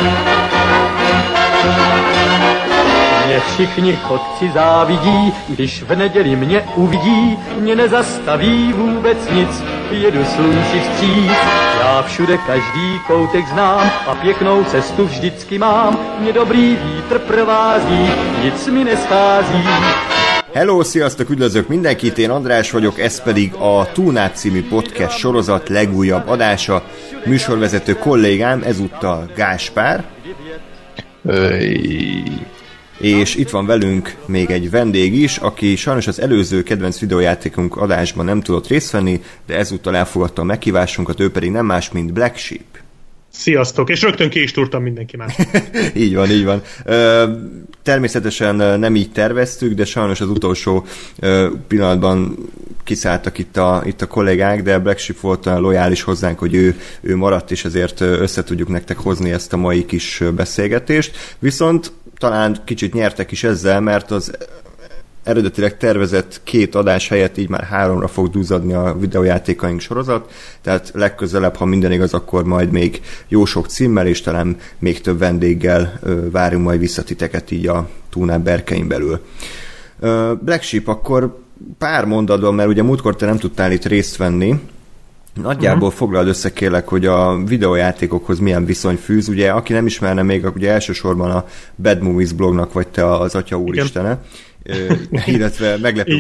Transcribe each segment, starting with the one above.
Mě všichni chodci závidí, když v neděli mě uvidí, mě nezastaví vůbec nic, jedu slunci vstříc. Já všude každý koutek znám a pěknou cestu vždycky mám, mě dobrý vítr provází, nic mi neschází. Hello, sziasztok, üdvözlök mindenkit, én András vagyok, ez pedig a Túnát című podcast sorozat legújabb adása. Műsorvezető kollégám ezúttal Gáspár. És itt van velünk még egy vendég is, aki sajnos az előző kedvenc videójátékunk adásban nem tudott részt venni, de ezúttal elfogadta a meghívásunkat, ő pedig nem más, mint Black Sheep. Sziasztok, és rögtön ki is túrtam mindenki más. Így van, így van. Természetesen nem így terveztük, de sajnos az utolsó pillanatban kiszálltak itt a kollégák, de Black Sheep volt olyan lojális hozzánk, hogy ő maradt, és ezért össze tudjuk nektek hozni ezt a mai kis beszélgetést. Viszont talán kicsit nyertek is ezzel, mert az eredetileg tervezett 2 adás helyett így már 3-ra fog duzzadni a videójátékaink sorozat, tehát legközelebb, ha minden igaz, akkor majd még jó sok címmel, és talán még több vendéggel várunk majd vissza titeket így a Túnán berkein belül. Black Sheep, akkor pár mondatban, mert ugye múltkor te nem tudtál itt részt venni, nagyjából foglald össze kérlek, hogy a videójátékokhoz milyen viszony fűz. Ugye, aki nem ismerne még, ugye elsősorban a Bad Movies blognak vagy te az Atya Úristene. Illetve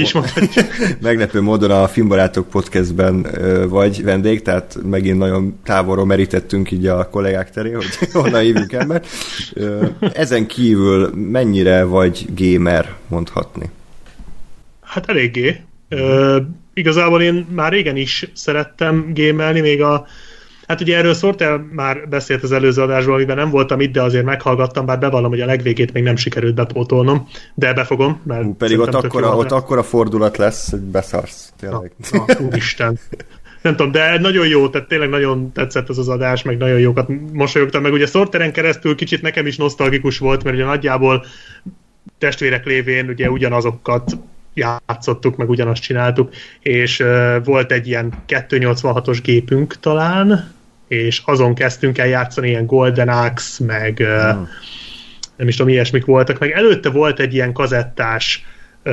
meglepő módon a Filmbarátok podcastben vagy vendég, tehát megint nagyon távolról merítettünk így a kollégák terén, hogy honnan hívjuk ember. Ezen kívül mennyire vagy gamer mondhatni? Hát eléggé. Igazából én már régen is szerettem gamelni, hát ugye erről Sorter már beszélt az előző adásban, amiben nem voltam itt, de azért meghallgattam, bár bevallom, hogy a legvégét még nem sikerült bepótolnom, de befogom. Mert pedig ott akkora fordulat lesz, hogy beszarsz. Tényleg. Úristen. Nem tudom, de nagyon jó, tehát tényleg nagyon tetszett az adás, meg nagyon jókat mosolyogtam, meg ugye Sorteren keresztül kicsit nekem is nosztalgikus volt, mert ugye nagyjából testvérek lévén ugye ugyanazokat játszottuk, meg ugyanazt csináltuk, és volt egy ilyen 286-os gépünk talán, és azon kezdtünk el játszani ilyen Golden Axe, meg nem is tudom, ilyesmik voltak, meg előtte volt egy ilyen kazettás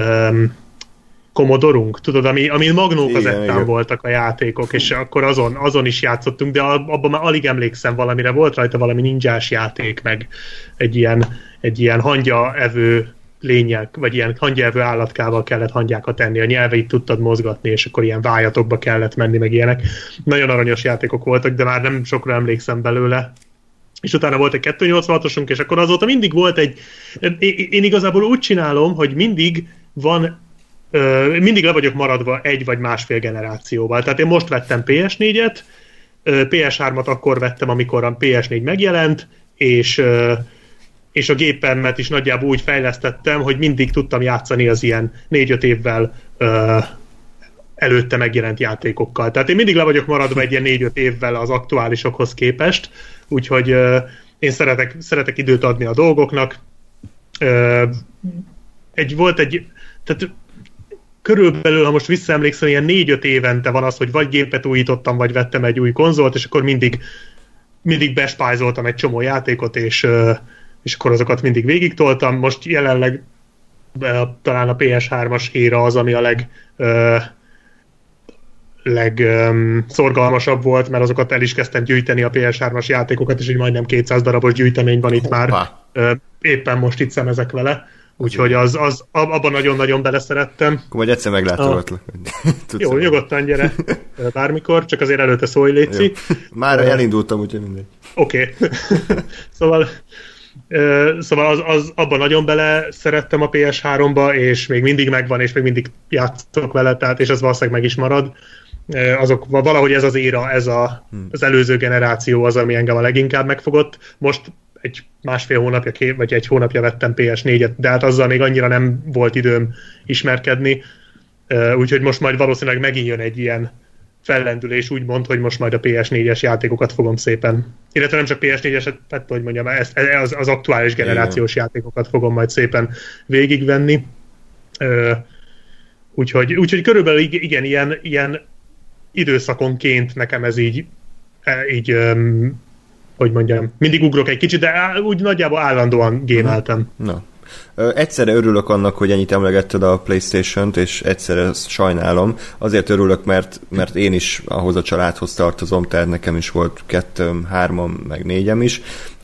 Commodore-unk, tudod, ami magnó kazettán voltak a játékok, és akkor azon is játszottunk, de abban már alig emlékszem valamire, volt rajta valami ninjás játék, meg egy ilyen hangyaevő lények, vagy ilyen hangjelvő állatkával kellett hangyákat tenni, a nyelveit tudtad mozgatni, és akkor ilyen vájatokba kellett menni, meg ilyenek. Nagyon aranyos játékok voltak, de már nem sokra emlékszem belőle. És utána volt egy 286-osunk, és akkor azóta mindig volt én igazából úgy csinálom, hogy mindig le vagyok maradva 1 vagy másfél generációval. Tehát én most vettem PS4-et, PS3-at akkor vettem, amikor a PS4 megjelent, és a gépemet is nagyjából úgy fejlesztettem, hogy mindig tudtam játszani az ilyen 4-5 évvel előtte megjelent játékokkal. Tehát én mindig le vagyok maradva egy ilyen 4-5 évvel az aktuálisokhoz képest, úgyhogy én szeretek időt adni a dolgoknak. Tehát körülbelül, ha most visszaemlékszem, ilyen 4-5 évente van az, hogy vagy gépet újítottam, vagy vettem egy új konzolt, és akkor mindig bespájzoltam egy csomó játékot, és akkor azokat mindig végigtoltam. Most jelenleg talán a PS3-as éra az, ami a legszorgalmasabb volt, mert azokat el is kezdtem gyűjteni a PS3-as játékokat, és így majdnem 200 darabos gyűjtemény van itt már. Éppen most itt szemezek vele. Úgyhogy abban nagyon-nagyon beleszerettem. Akkor majd egyszer meglátogatlak. Jó, nyugodtan gyere bármikor, csak azért előtte szólj, létszik. Már elindultam, úgyhogy mindegy. Oké. Szóval abban nagyon beleszerettem a PS3-ba, és még mindig megvan, és még mindig játszok vele, tehát, és ez valószínűleg meg is marad. Valahogy ez az éra, az előző generáció az, ami engem a leginkább megfogott. Most egy másfél hónapja, vagy egy hónapja vettem PS4-et, de hát azzal még annyira nem volt időm ismerkedni, úgyhogy most majd valószínűleg megint jön egy ilyen fellendülés, úgymond, hogy most majd a PS4-es játékokat fogom szépen, illetve nem csak PS4-eset, hát hogy mondjam, az aktuális generációs játékokat fogom majd szépen végigvenni. Úgyhogy körülbelül igen, ilyen időszakonként nekem ez így hogy mondjam, mindig ugrok egy kicsit, de úgy nagyjából állandóan gémeltem. Na. Egyszerre örülök annak, hogy ennyit emlegetted a PlayStation-t, és egyszerre sajnálom. Azért örülök, mert én is ahhoz a családhoz tartozom, tehát nekem is volt 2, 3, meg 4 is,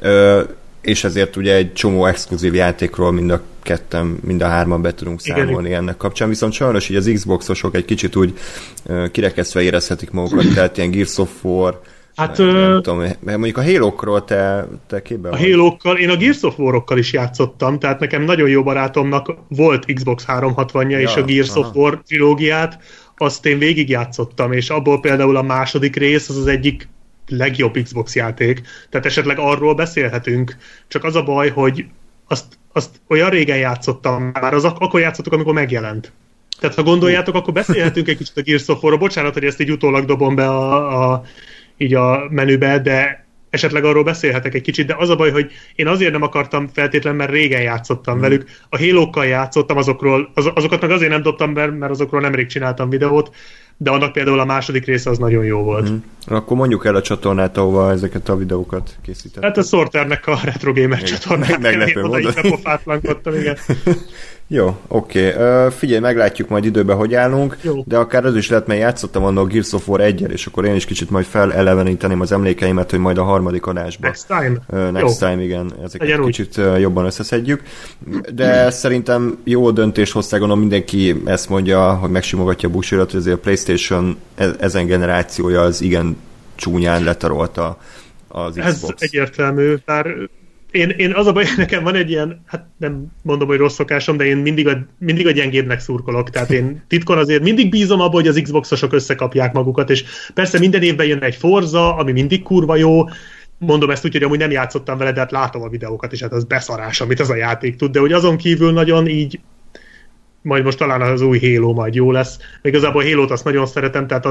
és ezért ugye egy csomó exkluzív játékról mind a 3 be tudunk számolni ennek kapcsán, viszont sajnos így az Xboxosok egy kicsit úgy kirekesztve érezhetik magukat, tehát ilyen Gears of War, hát nem tudom, mondjuk a Halo-król te képben a Halo-kkal, én a Gears of War-okkal is játszottam, tehát nekem nagyon jó barátomnak volt Xbox 360-ja, és a Gears of War trilógiát, azt én végigjátszottam, és abból például a második rész az egyik legjobb Xbox játék, tehát esetleg arról beszélhetünk, csak az a baj, hogy azt olyan régen játszottam, már akkor játszottuk, amikor megjelent. Tehát ha gondoljátok, akkor beszélhetünk egy kicsit a Gears of War-ról, bocsánat, hogy ezt így utólag dobom be így a menübe, de esetleg arról beszélhetek egy kicsit, de az a baj, hogy én azért nem akartam feltétlenül, mert régen játszottam velük. A Halo-kkal játszottam, azokat meg azért nem dobtam, mert azokról nemrég csináltam videót, de annak például a második része az nagyon jó volt. Akkor mondjuk el a csatornát, ahova ezeket a videókat készítettem. Hát a Sorternek a Retro Gamer csatornát. Meglepő módon. Igen. Jó, oké. Figyelj, meglátjuk majd időben, hogy állunk, jó. De akár az is lehet, mert játszottam annak Gears of War 1-jel, és akkor én is kicsit majd feleleveníteném az emlékeimet, hogy majd a harmadik adásban. Next time, igen. Ezeket kicsit jobban összeszedjük. De szerintem jó döntést hozták, gondolom mindenki ezt mondja, hogy megsimogatja a buksírat, hogy azért a PlayStation ezen generációja az igen csúnyán letarolta az Xbox. Ez egyértelmű, bár én az a baj, nekem van egy ilyen, hát nem mondom, hogy rossz szokásom, de én mindig a gyengébbnek szurkolok. Tehát én titkon azért mindig bízom abban, hogy az Xboxosok összekapják magukat, és persze minden évben jön egy Forza, ami mindig kurva jó. Mondom ezt úgy, hogy amúgy nem játszottam vele, de hát látom a videókat, és hát az beszarás, amit az a játék tud. De hogy azon kívül nagyon így, majd most talán az új Halo majd jó lesz. Igazából a Halo-t azt nagyon szeretem, tehát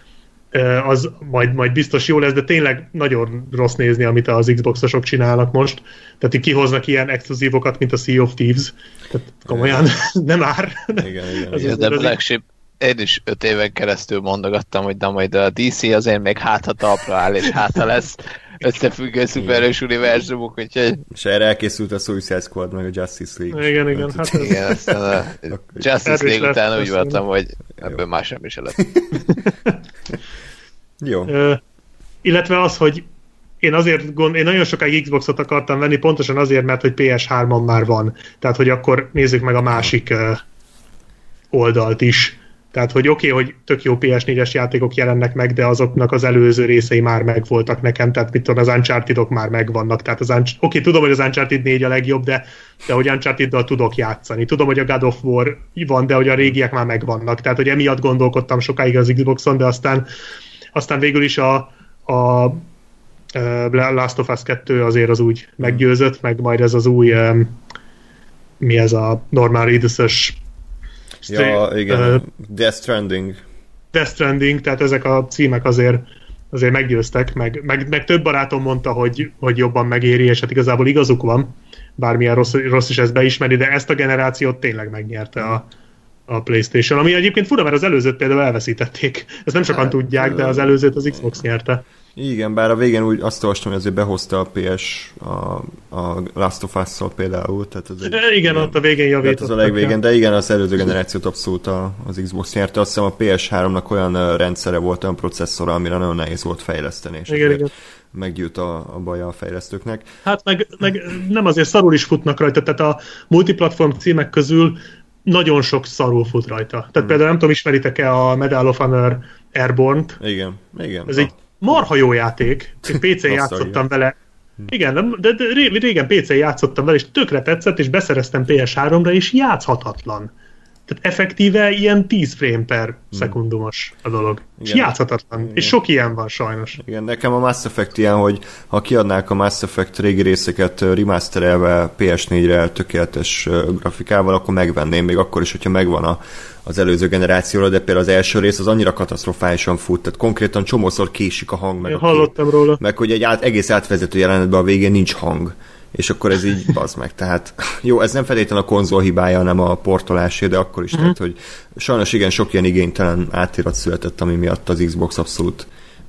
az majd biztos jó lesz, de tényleg nagyon rossz nézni, amit az Xboxosok csinálnak most. Tehát így kihoznak ilyen exkluzívokat, mint a Sea of Thieves. Tehát komolyan, nem már. Igen. De Black én is 5 éven keresztül mondogattam, hogy de majd a DC azért még hátha talpra áll, és hátha lesz összefüggő szuperős univerzumok, úgyhogy... És erre elkészült a Suicide Squad, meg a Justice League. Igen. Hát igen, aztán a Justice League után úgy voltam, hogy ebből más semmi se lett. Jó. Illetve az, hogy én nagyon sokáig Xboxot akartam venni, pontosan azért, mert hogy PS3-on már van. Tehát, hogy akkor nézzük meg a másik oldalt is. Tehát, hogy oké, hogy tök jó PS4-es játékok jelennek meg, de azoknak az előző részei már megvoltak nekem, tehát mit tudom, az Uncharted-ok már megvannak. Tehát tudom, hogy az Uncharted 4 a legjobb, de hogy Uncharted-dal tudok játszani. Tudom, hogy a God of War van, de hogy a régiek már megvannak. Tehát, hogy emiatt gondolkodtam sokáig az Xboxon, de aztán végül is a Last of Us 2 azért az úgy meggyőzött, meg majd ez az új mi ez a Norman Reedus-ös ja, igen, Death Stranding, tehát ezek a címek azért meggyőztek, meg több barátom mondta, hogy jobban megéri, és hát igazából igazuk van, bármilyen rossz is ezt beismeri, de ezt a generációt tényleg megnyerte a PlayStation, ami egyébként fura, mert az előzőt például elveszítették. Ezt nem sokan tudják, de az előzőt az Xbox nyerte. Igen, bár a végén úgy azt olvastam, hogy azért behozta a PS a Last of Us-szal például. Tehát az igen, ott a végén javítottak. Az a legvégén, de igen, az előző generációt abszolút az Xbox nyerte. Azt hiszem a PS3-nak olyan rendszere volt, olyan processzora, amire nagyon nehéz volt fejleszteni, és igen. Meggyűjt a baja a fejlesztőknek. Hát meg nem azért szarul is futnak rajta, tehát a multiplatform címek közül nagyon sok szarul fut rajta. Tehát például nem tudom, ismeritek-e a Medal of Honor Airborne-t? Igen. Ez egy marha jó játék. Én PC-n játszottam vele. Igen, de régen PC-n játszottam vele, és tökre tetszett, és beszereztem PS3-ra, és játszhatatlan. Tehát effektíve ilyen 10 frame per szekundumos a dolog. Igen. És játszhatatlan. Igen. És sok ilyen van sajnos. Igen, nekem a Mass Effect ilyen, hogy ha kiadnák a Mass Effect régi részeket remasterelve PS4-re tökéletes grafikával, akkor megvenném, még akkor is, hogyha megvan az előző generációra, de például az első rész az annyira katasztrofálisan fut, tehát konkrétan csomószor késik a hang, meg hallottam róla. Meg hogy egy egész átvezető jelenetben a végén nincs hang. És akkor ez így bazd meg. Tehát jó, ez nem feltétlenül a konzol hibája, hanem a portolásé, de akkor is tehát, hogy sajnos igen, sok ilyen igénytelen átirat született, ami miatt az Xbox abszolút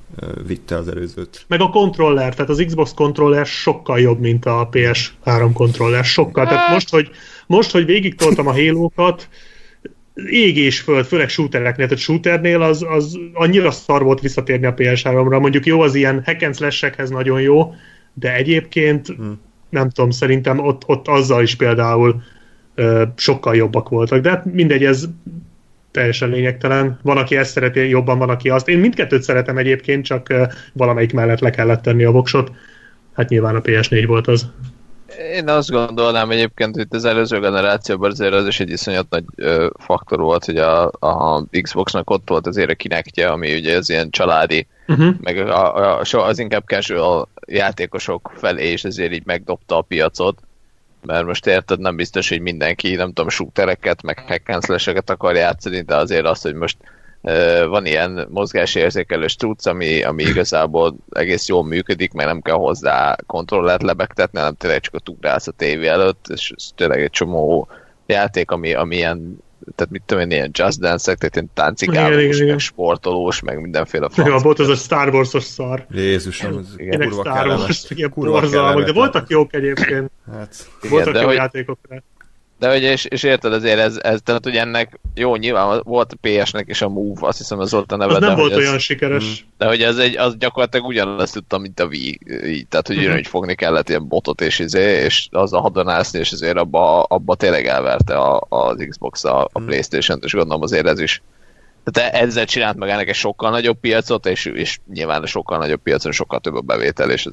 vitte az előzőt. Meg a kontroller, tehát az Xbox kontroller sokkal jobb, mint a PS3 kontroller, sokkal. Tehát most, hogy végig toltam a Halo-kat, ég és föld, főleg shootereknél, tehát shooternél az annyira szar volt visszatérni a PS3-ra, mondjuk jó, az ilyen hack and slash-ekhez nagyon jó, de egyébként nem tudom, szerintem ott azzal is például sokkal jobbak voltak, de hát mindegy, ez teljesen lényegtelen. Van, aki ezt szereti jobban, van, aki azt. Én mindkettőt szeretem egyébként, csak valamelyik mellett le kellett tenni a voksot. Hát nyilván a PS4 volt az. Én azt gondolnám egyébként, hogy az előző generációban azért az is egy iszonyat nagy faktor volt, hogy a Xboxnak ott volt azért a Kinectje, ami ugye az ilyen családi, meg az inkább casual játékosok felé is azért így megdobta a piacot, mert most érted, nem biztos, hogy mindenki, nem tudom, shootereket, meg hack and slash-eket akar játszani, de azért az, hogy most van ilyen mozgásérzékelő struc, ami igazából egész jól működik, mert nem kell hozzá kontrollert lebegtetni, hanem tényleg csak ugrálsz a tévé előtt, és ez tényleg egy csomó játék, ami ilyen, tehát mit tudom én, ilyen Just Dance-ek, tehát ilyen táncikálós, meg sportolós, meg mindenféle franc. Ja, volt az a Star Wars-os szar. Jézusom, ez kurva Star Wars, ilyen borzalmak, de voltak jók egyébként. Hát, voltak jó játékokra. De hogy, és érted azért, ez tehát ugye ennek, jó, nyilván volt a PS-nek is a Move, azt hiszem ez volt a neve. Az nem volt olyan sikeres. De hogy az gyakorlatilag ugyanazt tudtam, mint a Wii, így, tehát hogy ugyanúgy fogni kellett ilyen botot és azzal hadonászni, és azért abba tényleg elverte az Xbox a PlayStation-t, és gondolom azért ez is. Tehát ezzel csinált meg ennek egy sokkal nagyobb piacot, és nyilván a sokkal nagyobb piacon sokkal több a bevétel, és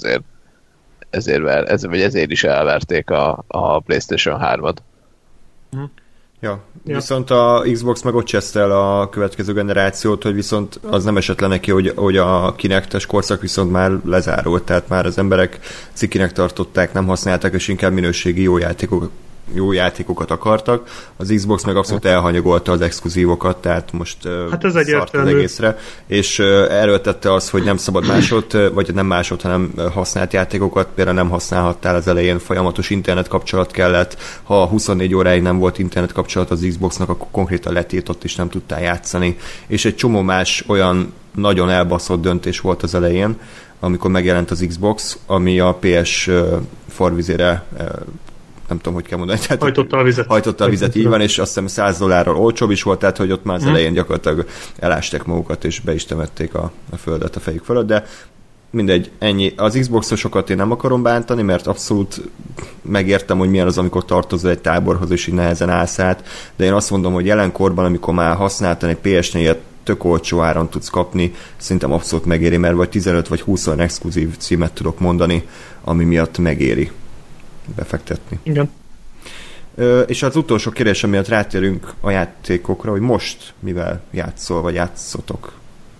ezért is elverték a PlayStation 3-at. Ja, viszont a Xbox meg ott cseszte el a következő generációt, hogy viszont az nem esett le neki, hogy a Kinect-es korszak viszont már lezárult, tehát már az emberek cikinek tartották, nem használták, és inkább minőségi jó játékokat akartak. Az Xbox meg abszolút elhanyagolta az exkluzívokat, tehát most hát ez szart az egészre, és erőltette az, hogy nem szabad vagy nem hanem használt játékokat, például nem használhattál az elején, folyamatos internet kapcsolat kellett, ha 24 óráig nem volt internet kapcsolat az Xboxnak, akkor konkrétan letiltott és nem tudtál játszani, és egy csomó más olyan nagyon elbaszott döntés volt az elején, amikor megjelent az Xbox, ami a PS forvizére nem tudom, hogy kell mondani. Tehát hajtotta a vizet, így van, és azt hiszem $100 olcsóbb is volt, tehát hogy ott már az elején gyakorlatilag elásták magukat, és be is temették a földet a fejük fölött, de mindegy, ennyi. Az Xbox-osokat én nem akarom bántani, mert abszolút megértem, hogy milyen az, amikor tartozol egy táborhoz, és így nehezen állsz át, de én azt mondom, hogy jelenkorban, amikor már használtan egy PS4-et tök olcsó áron tudsz kapni, szerintem abszolút megéri, mert vagy 15 vagy 20 olyan exkluzív címet tudok mondani, ami miatt megéri befektetni. Igen. És az utolsó kérdésem miatt rátérünk a játékokra, hogy most mivel játszol, vagy játszotok?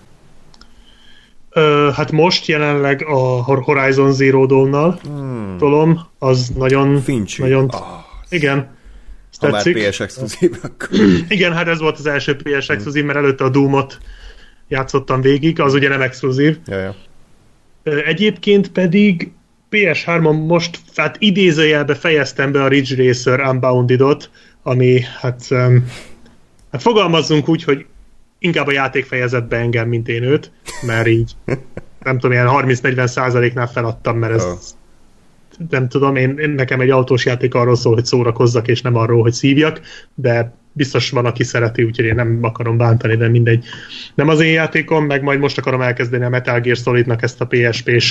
Hát most jelenleg a Horizon Zero Dawn-nal tolom, az nagyon... Igen. Ha már PS exkluzív, akkor... Igen, hát ez volt az első PS exkluzív, mert előtte a Doom-ot játszottam végig, az ugye nem exkluzív. Ja. Egyébként pedig PS3-on most, hát idézőjelbe fejeztem be a Ridge Racer Unbounded-ot, ami hát fogalmazzunk úgy, hogy inkább a játék fejezett be engem, mint én őt, mert így nem tudom, ilyen 30-40%-nál feladtam, mert ez nem tudom, nekem egy autós játék arról szól, hogy szórakozzak, és nem arról, hogy szívjak, de biztos van, aki szereti, úgyhogy én nem akarom bántani, de mindegy. Nem az én játékom, meg majd most akarom elkezdeni a Metal Gear Solidnak ezt a PSP-s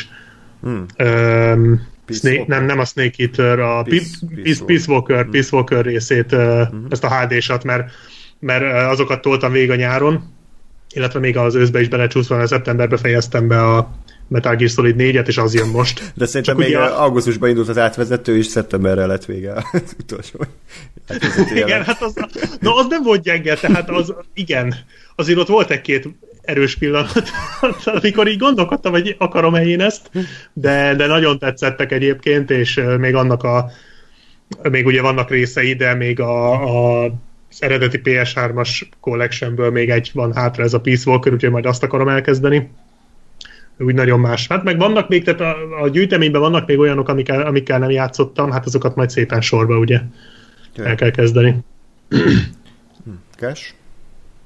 nem a Snake Eater, a Peace Walker részét, ezt a HD-sat, mert azokat toltam végig a nyáron, illetve még az őszbe is belecsúszva, mert szeptemberben fejeztem be a Metal Gear Solid 4-et, és az jön most. De szerintem még augusztusban indult az átvezető, és szeptemberre lett vége az utolsó. Igen, hát az nem volt gyenge, tehát igen, azért ott volt egy-két erős pillanat, amikor így gondolkodtam, hogy akarom-e én ezt, de nagyon tetszettek egyébként, és még ugye vannak részei, de még az eredeti PS3-as Collectionből még egy van hátra, ez a Peace Walker, úgyhogy majd azt akarom elkezdeni. Úgy nagyon más. Hát meg vannak még, tehát a gyűjteményben vannak még olyanok, amikkel nem játszottam, hát azokat majd szépen sorba ugye el kell kezdeni. Cash?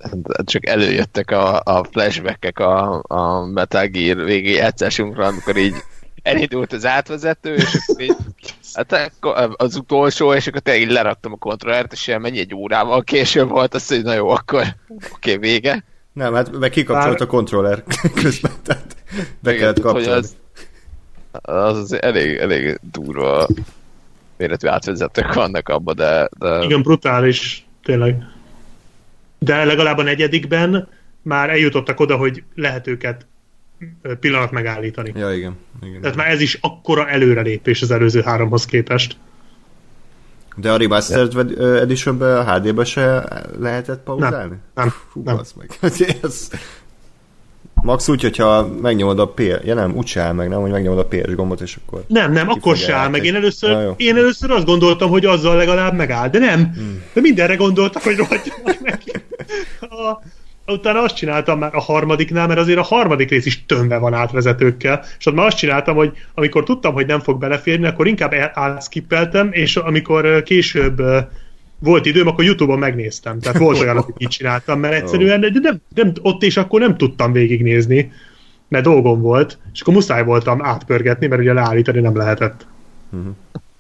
csak előjöttek a flashback-ek a Metal Gear végi játszásunkra, amikor így elindult az átvezető, és akkor így hát az utolsó, és akkor tényleg így leraktam a kontrollert, és mennyi egy órával később volt, azt hogy na jó, akkor oké, vége. Nem, hát meg kikapcsolt a kontroller közben, tehát be kellett kapcsolni. Az elég durva méretű átvezetők vannak abba, de... Igen, brutális, tényleg. De legalább a negyedikben már eljutottak oda, hogy lehet őket pillanat megállítani. Ja, igen. Tehát már ez is akkora előrelépés az előző 3-hoz képest. De a Remastered Editionben a HD-ben se lehetett pauzálni? Nem. Meg. Ez... Max úgy, hogyha megnyomod a úgy se áll meg, nem? Hogy megnyomod a PS gombot, és akkor... Nem, akkor se áll meg. Én először azt gondoltam, hogy azzal legalább megáll, de nem. De mindenre gondoltak, hogy rohadjanak meg. Utána azt csináltam már a harmadiknál, mert azért a harmadik rész is tömve van átvezetőkkel, és ott már azt csináltam, hogy amikor tudtam, hogy nem fog beleférni, akkor inkább átskippeltem, és amikor később volt időm, akkor YouTube-on megnéztem. Tehát volt olyan, hogy így csináltam, mert egyszerűen de nem, ott és akkor nem tudtam végignézni, mert dolgom volt, és akkor muszáj voltam átpörgetni, mert ugye leállítani nem lehetett. Uh-huh.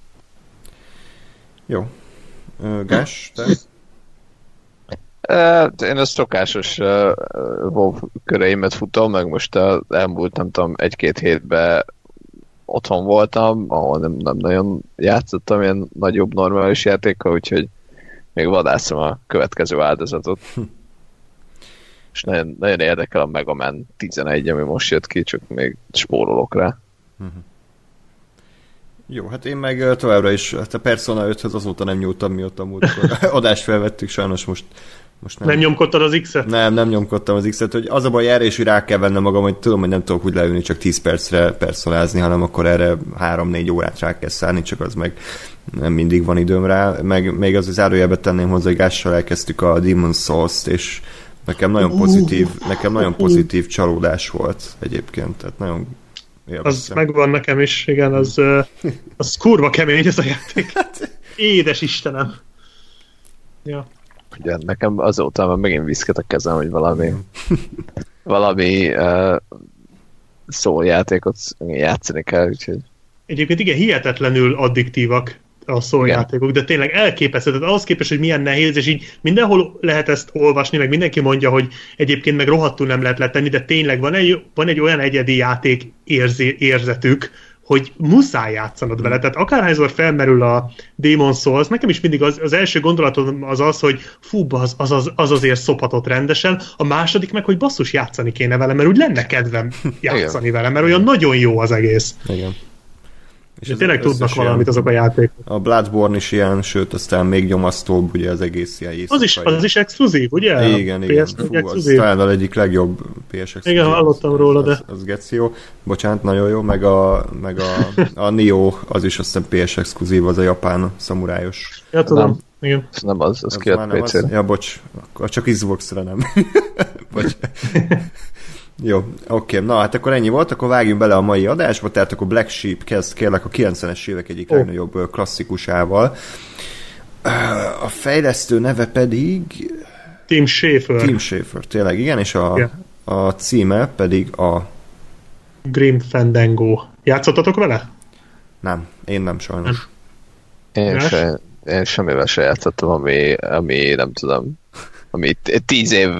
Jó. Gás, te? Én a szokásos WoW köreimet futom, meg most az elmúlt, nem tudom, 1-2 hétben otthon voltam, ahol nem nagyon játszottam ilyen nagyobb normális játékkal, úgyhogy még vadászom a következő áldozatot. És nagyon, nagyon érdekel a Mega Man 11, ami most jött ki, csak még spórolok rá. Uh-huh. Jó, hát én meg továbbra is, hát a Persona 5-höz azóta nem nyúltam, mióta múltkor adást felvettük, sajnos most nem nyomkodtad az X-et? Nem nyomkodtam az X-et, hogy az a baj, erre is úgy rá kell vennem magam, hogy tudom, hogy nem tudok úgy leülni csak 10 percre personázni, hanem akkor erre 3-4 órát rá kell szállni, csak az meg nem mindig van időm rá. Meg még az zárójelbe tenném hozzá, hogy Gással elkezdtük a Demon's Souls-t, és nekem nagyon pozitív csalódás volt egyébként, tehát nagyon élveztem. Az megvan nekem is, igen, az kurva kemény ez a játék. Édes Istenem. Ja. Ugye nekem azóta már megint viszket a kezem, hogy valami szóljátékot játszani kell, úgyhogy... Egyébként igen, hihetetlenül addiktívak a szóljátékok, de tényleg elképesztő, tehát ahhoz képest, hogy milyen nehéz, és így mindenhol lehet ezt olvasni, meg mindenki mondja, hogy egyébként meg rohadtul nem lehet letenni, de tényleg van egy olyan egyedi játék érzetük, hogy muszáj játszanod vele. Tehát akárhányszor felmerül a Demon's Souls, nekem is mindig az első gondolatom az, hogy fú, az azért szophatott rendesen, a második meg, hogy basszus, játszani kéne vele, mert úgy lenne kedvem játszani vele, mert olyan nagyon jó az egész. Igen. És tényleg tudnak valamit azok a játékok. A Bloodborne is ilyen, sőt, aztán még nyomasztóbb, ugye az egész ilyen éjszakai. Az is exkluzív, ugye? Igen. Fú, az talán egyik legjobb PS exkluzív. Igen, hallottam róla, de... Az geci jó. Bocsánat, nagyon jó. Meg a Nioh, az is azt hiszem PS exkluzív, az a japán szamurájos. Ja, tudom. Igen. Nem az kijött PC-re. Ja, bocs. Akkor csak Xbox-ra nem. Bocs. Jó, oké. Na, hát akkor ennyi volt, akkor vágjunk bele a mai adásba, tehát akkor Black Sheep kezd kérlek a 90-es évek egyik legnagyobb klasszikusával. A fejlesztő neve pedig... Tim Schafer. Tényleg, igen, és a címe pedig a... Grim Fandango. Játszottatok vele? Nem, én nem sajnos. Én semmivel se játszottam, ami nem tudom, ami 10 év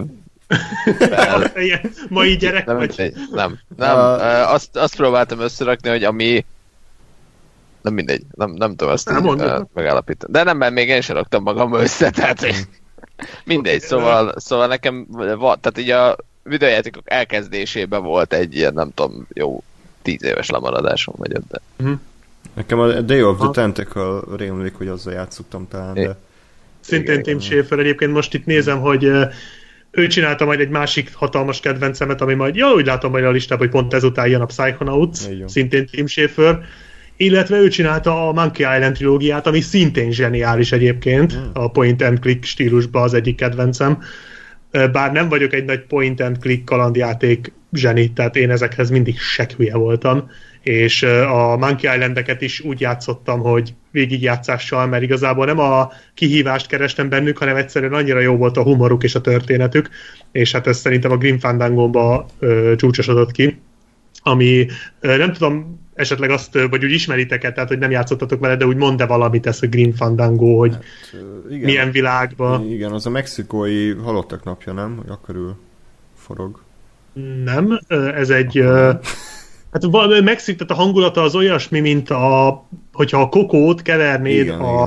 mai gyerek vagy? Nem. Azt próbáltam összerakni, hogy ami... Nem mindegy, nem tudom azt megállapítani. De nem, mert még én sem raktam magam össze, tehát mindegy, szóval nekem tehát így a videójátékok elkezdésében volt egy ilyen, nem tudom, jó 10 éves lemaradásom vagy de... Nekem a Day of the Tentacle rémlik, hogy azzal játszottam talán, de... Szintén Tim Schafer, egyébként most itt nézem, hogy ő csinálta majd egy másik hatalmas kedvencemet, ami majd, úgy látom majd a listában, hogy pont ezután jön a Psychonauts, szintén Tim Schafer, illetve ő csinálta a Monkey Island trilógiát, ami szintén zseniális egyébként, a point and click stílusban az egyik kedvencem. Bár nem vagyok egy nagy point and click kalandjáték zseni, tehát én ezekhez mindig hülye voltam. és a Monkey Island-eket is úgy játszottam, hogy végigjátszással, mert igazából nem a kihívást kerestem bennük, hanem egyszerűen annyira jó volt a humoruk és a történetük, és hát ez szerintem a Grim Fandango-ba csúcsosodott ki, ami nem tudom, esetleg azt, vagy úgy ismeritek-e, tehát hogy nem játszottatok vele, de úgy mondd-e valamit ez a Grim Fandango, hogy hát, igen, milyen világban. Igen, az a mexikói halottak napja, nem? Hogy akkörül forog. Nem, ez egy... Hát Mexik, tehát a hangulata az olyasmi, mint hogyha a kokót kevernéd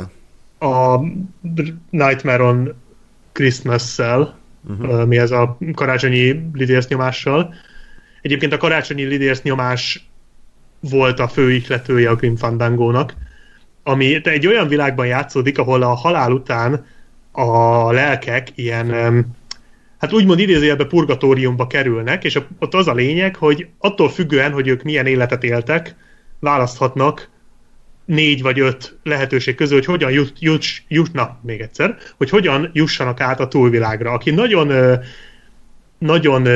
a Nightmare on Christmas-szel, mi ez a karácsonyi lidércnyomással. Egyébként a karácsonyi lidércnyomás volt a fő ihletője a Grim Fandangónak, ami egy olyan világban játszódik, ahol a halál után a lelkek ilyen, hát úgymond idézőjelben purgatóriumba kerülnek, és ott az a lényeg, hogy attól függően, hogy ők milyen életet éltek, választhatnak 4 vagy 5 lehetőség közül, hogy hogyan hogy hogyan jussanak át a túlvilágra. Aki nagyon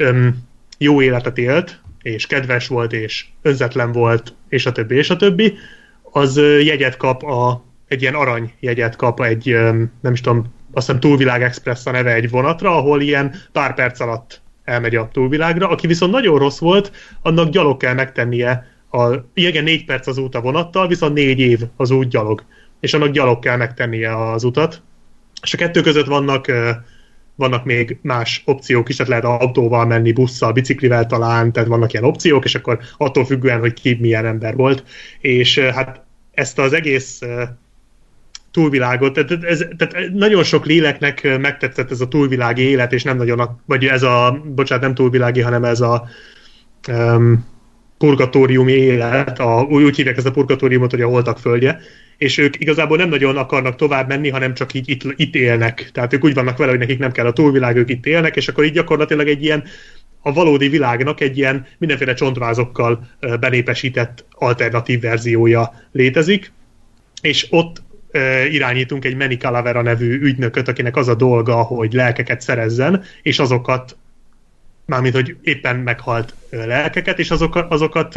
jó életet élt, és kedves volt, és önzetlen volt, és a többi, az jegyet kap, egy ilyen arany jegyet kap egy, nem is tudom, azt hiszem Túlvilág Express a neve egy vonatra, ahol ilyen pár perc alatt elmegy a túlvilágra. Aki viszont nagyon rossz volt, annak gyalog kell megtennie. Igen, 4 perc az út a vonattal, viszont 4 év az út gyalog. És annak gyalog kell megtennie az utat. És a kettő között vannak még más opciók is, tehát lehet autóval menni, busszal, biciklivel talán, tehát vannak ilyen opciók, és akkor attól függően, hogy ki milyen ember volt. És hát ezt az egész túlvilágot, tehát nagyon sok léleknek megtetszett ez a túlvilági élet, és nem nagyon, vagy ez nem túlvilági, hanem ez a purgatóriumi élet, úgy hívják ezt a purgatóriumot, hogy a holtak földje, és ők igazából nem nagyon akarnak tovább menni, hanem csak így itt élnek. Tehát ők úgy vannak vele, hogy nekik nem kell a túlvilág, ők itt élnek, és akkor így gyakorlatilag egy ilyen, a valódi világnak egy ilyen mindenféle csontvázokkal benépesített alternatív verziója létezik, és ott irányítunk egy Manny Calavera nevű ügynököt, akinek az a dolga, hogy lelkeket szerezzen, és azokat, mármint, hogy éppen meghalt lelkeket, és azokat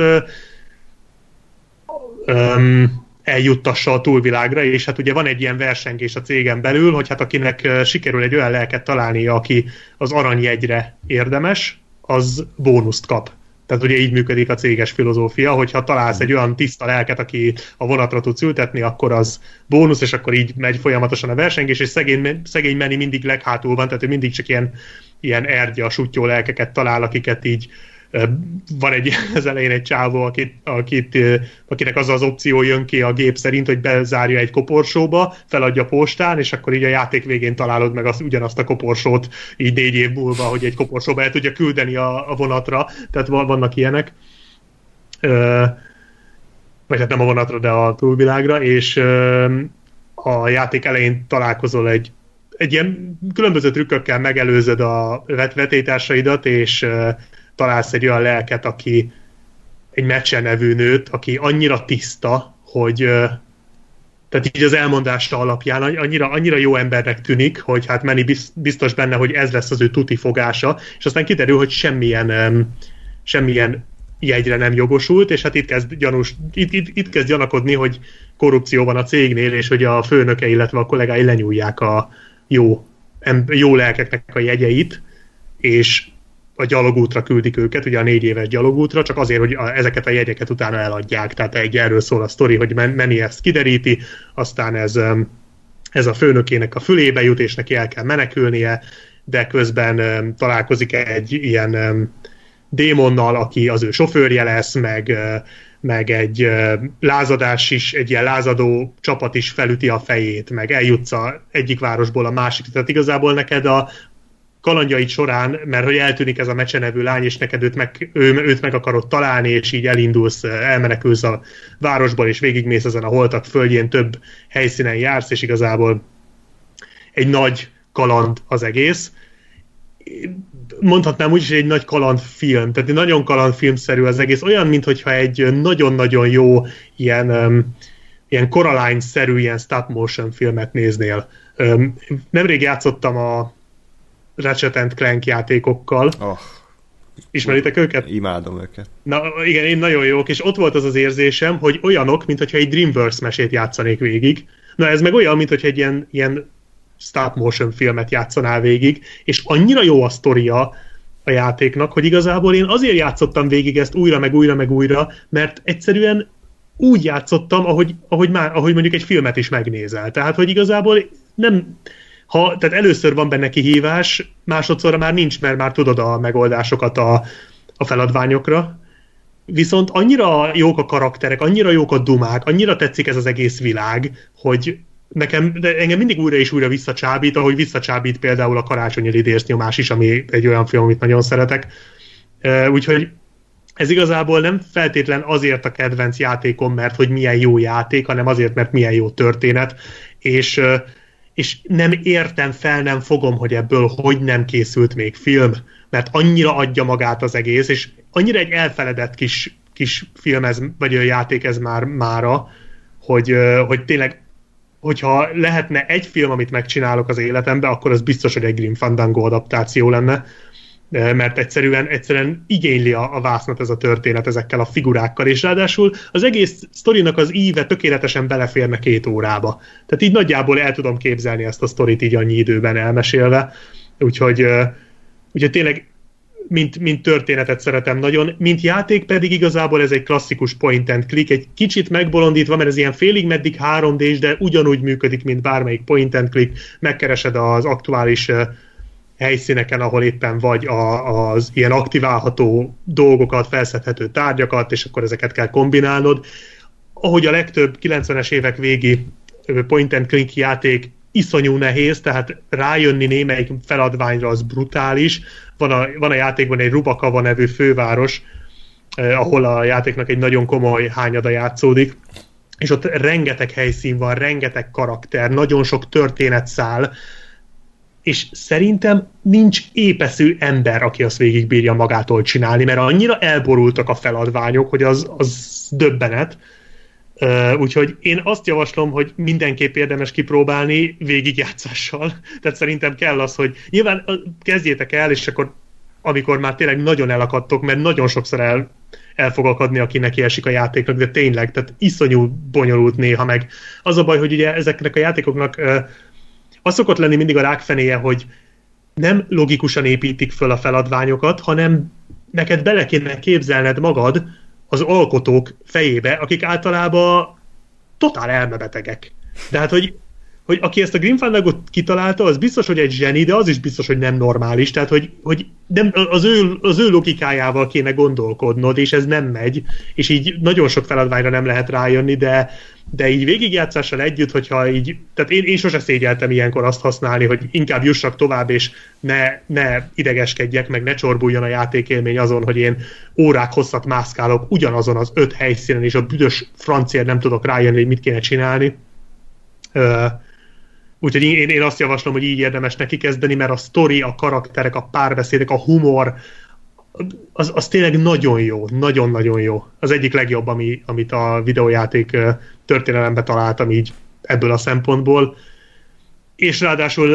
eljuttassa a túlvilágra, és hát ugye van egy ilyen versengés a cégen belül, hogy hát akinek sikerül egy olyan lelket találnia, aki az aranyjegyre érdemes, az bónuszt kap. Tehát ugye így működik a céges filozófia, hogyha találsz egy olyan tiszta lelket, aki a vonatra tudsz ültetni, akkor az bónusz, és akkor így megy folyamatosan a versengés, és szegény Manny mindig leghátul van, tehát ő mindig csak ilyen ergye a suttyó lelkeket talál, akiket így van az elején egy csávó, akinek az opció jön ki a gép szerint, hogy bezárja egy koporsóba, feladja postán, és akkor így a játék végén találod meg ugyanazt a koporsót így 4 év múlva, hogy egy koporsóba el tudja küldeni a vonatra, tehát vannak ilyenek. Vagy hát nem a vonatra, de a túlvilágra, és a játék elején találkozol egy ilyen különböző trükkökkel megelőzöd a vetétársaidat, és találsz egy olyan lelket, aki egy Meche nevű nőt, aki annyira tiszta, hogy tehát így az elmondása alapján annyira jó embernek tűnik, hogy hát Manny biztos benne, hogy ez lesz az ő tuti fogása, és aztán kiderül, hogy semmilyen jegyre nem jogosult, és hát itt kezd gyanakodni, hogy korrupció van a cégnél, és hogy a főnöke, illetve a kollégái lenyúlják a jó lelkeknek a jegyeit, és a gyalogútra küldik őket, ugye a 4 éves gyalogútra, csak azért, hogy ezeket a jegyeket utána eladják. Tehát erről szól a sztori, hogy Manny ezt kideríti, aztán ez a főnökének a fülébe jut, és neki el kell menekülnie, de közben találkozik egy ilyen démonnal, aki az ő sofőrje lesz, meg egy lázadás is, egy ilyen lázadó csapat is felüti a fejét, meg eljutsz egyik városból a másik. Tehát igazából neked a kalandjaid során, mert hogy eltűnik ez a Meche nevű lány, és neked őt meg akarod találni, és így elmenekülsz a városból, és végigmész ezen a holtak földjén, több helyszínen jársz, és igazából egy nagy kaland az egész. Mondhatnám úgy is, hogy egy nagy kalandfilm, tehát egy nagyon kalandfilmszerű az egész, olyan, mintha egy nagyon-nagyon jó ilyen Coraline-szerű, ilyen stop-motion filmet néznél. Nemrég játszottam a Ratchet & Clank játékokkal, Ismeritek őket? Imádom őket. Na igen, én nagyon jók, és ott volt az az érzésem, hogy olyanok, mintha egy DreamWorks mesét játszanék végig. Na ez meg olyan, mintha egy ilyen stop motion filmet játszanál végig, és annyira jó a sztoria a játéknak, hogy igazából én azért játszottam végig ezt újra, meg újra, meg újra, mert egyszerűen úgy játszottam, ahogy mondjuk egy filmet is megnézel. Tehát, hogy igazából nem... Tehát először van benne kihívás, másodszorra már nincs, mert már tudod a megoldásokat a feladványokra. Viszont annyira jók a karakterek, annyira jók a dumák, annyira tetszik ez az egész világ, hogy engem mindig újra és újra visszacsábít, ahogy visszacsábít például a Karácsonyi lidércnyomás is, ami egy olyan film, amit nagyon szeretek. Úgyhogy ez igazából nem feltétlen azért a kedvenc játékom, mert hogy milyen jó játék, hanem azért, mert milyen jó történet, és nem értem fel, nem fogom, hogy ebből hogy nem készült még film, mert annyira adja magát az egész, és annyira egy elfeledett kis film ez, vagy játék ez mára, hogy tényleg, hogyha lehetne egy film, amit megcsinálok az életemben, akkor az biztos, hogy egy Grim Fandango adaptáció lenne, mert egyszerűen igényli a vásznat ez a történet ezekkel a figurákkal, és ráadásul az egész sztorinak az íve tökéletesen beleférne 2 órába. Tehát így nagyjából el tudom képzelni ezt a sztorit így annyi időben elmesélve, úgyhogy tényleg mint történetet szeretem nagyon, mint játék pedig igazából ez egy klasszikus point and click, egy kicsit megbolondítva, mert ez ilyen félig meddig 3D-s, de ugyanúgy működik, mint bármelyik point and click, megkeresed az aktuális helyszíneken, ahol éppen vagy az ilyen aktiválható dolgokat, felszedhető tárgyakat, és akkor ezeket kell kombinálnod. Ahogy a legtöbb 90-es évek végi point and click játék iszonyú nehéz, tehát rájönni némelyik feladványra az brutális. Van a játékban egy Rubakava nevű főváros, ahol a játéknak egy nagyon komoly hányada játszódik, és ott rengeteg helyszín van, rengeteg karakter, nagyon sok történetszál, és szerintem nincs épeszű ember, aki azt végigbírja magától csinálni, mert annyira elborultak a feladványok, hogy az döbbenet. Úgyhogy én azt javaslom, hogy mindenképp érdemes kipróbálni végigjátszással. Tehát szerintem kell az, hogy nyilván kezdjétek el, és akkor amikor már tényleg nagyon elakadtok, mert nagyon sokszor el fog akadni, aki neki esik a játéknak, de tényleg, tehát iszonyú bonyolult néha, meg az a baj, hogy ugye ezeknek a játékoknak az szokott lenni mindig a rákfenéje, hogy nem logikusan építik föl a feladványokat, hanem neked bele kéne képzelned magad az alkotók fejébe, akik általában totál elmebetegek. De hát, hogy aki ezt a Grim Fandangot kitalálta, az biztos, hogy egy zseni, de az is biztos, hogy nem normális. Tehát, hogy nem, az ő logikájával kéne gondolkodnod, és ez nem megy, és így nagyon sok feladványra nem lehet rájönni, de így végigjátszással együtt, hogyha így, tehát én sose szégyeltem ilyenkor azt használni, hogy inkább jussak tovább, és ne idegeskedjek, meg ne csorbuljon a játékélmény azon, hogy én órák hosszat mászkálok ugyanazon az 5 helyszínen, és a büdös franciáért nem tudok rájönni, hogy mit kéne csinálni. Úgyhogy én azt javaslom, hogy így érdemes neki kezdeni, mert a sztori, a karakterek, a párbeszédek, a humor, az tényleg nagyon jó, nagyon-nagyon jó. Az egyik legjobb, amit a videójáték történelembe találtam így ebből a szempontból. És ráadásul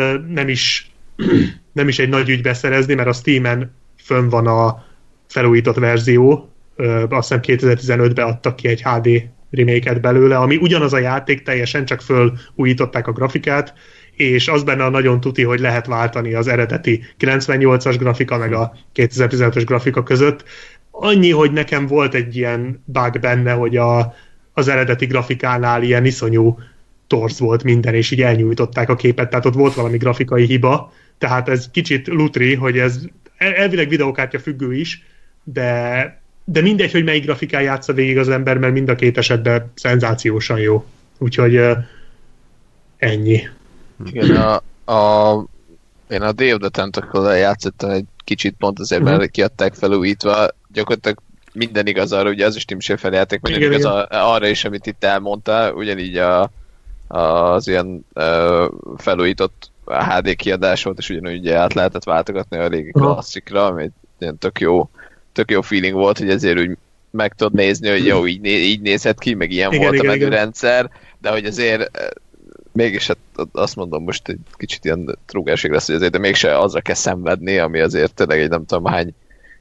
nem is egy nagy ügy beszerezni, mert a Steamen fönn van a felújított verzió. Azt hiszem 2015-ben adtak ki egy HD remake-et belőle, ami ugyanaz a játék, teljesen csak fölújították a grafikát, és az benne a nagyon tuti, hogy lehet váltani az eredeti 98-as grafika meg a 2015-ös grafika között. Annyi, hogy nekem volt egy ilyen bug benne, hogy az eredeti grafikánál ilyen iszonyú torz volt minden, és így elnyújtották a képet, tehát ott volt valami grafikai hiba, tehát ez kicsit lutri, hogy ez elvileg videókártya függő is, de mindegy, hogy melyik grafikán játsza végig az ember, mert mind a két esetben szenzációsan jó. Úgyhogy ennyi. Igen, én a Day of the Tentacle-el játszottam egy kicsit pont azért, mert kiadták felújítva. Gyakorlatilag minden igaz arra, ugye az is Tim Schafer játék, meg igaz arra is, amit itt elmondtál, ugyanígy az ilyen felújított HD kiadás volt, és ugyanúgy ugye át lehetett váltogatni a régi klasszikra, ami ilyen tök jó feeling volt, hogy ezért úgy meg tudod nézni, hogy jó, így nézhet ki, meg ilyen volt a menürendszer, de hogy azért mégis hát azt mondom, most egy kicsit ilyen trúgásig lesz, hogy azért, de mégse azra kell szenvedni, ami azért tényleg egy nem tudom hány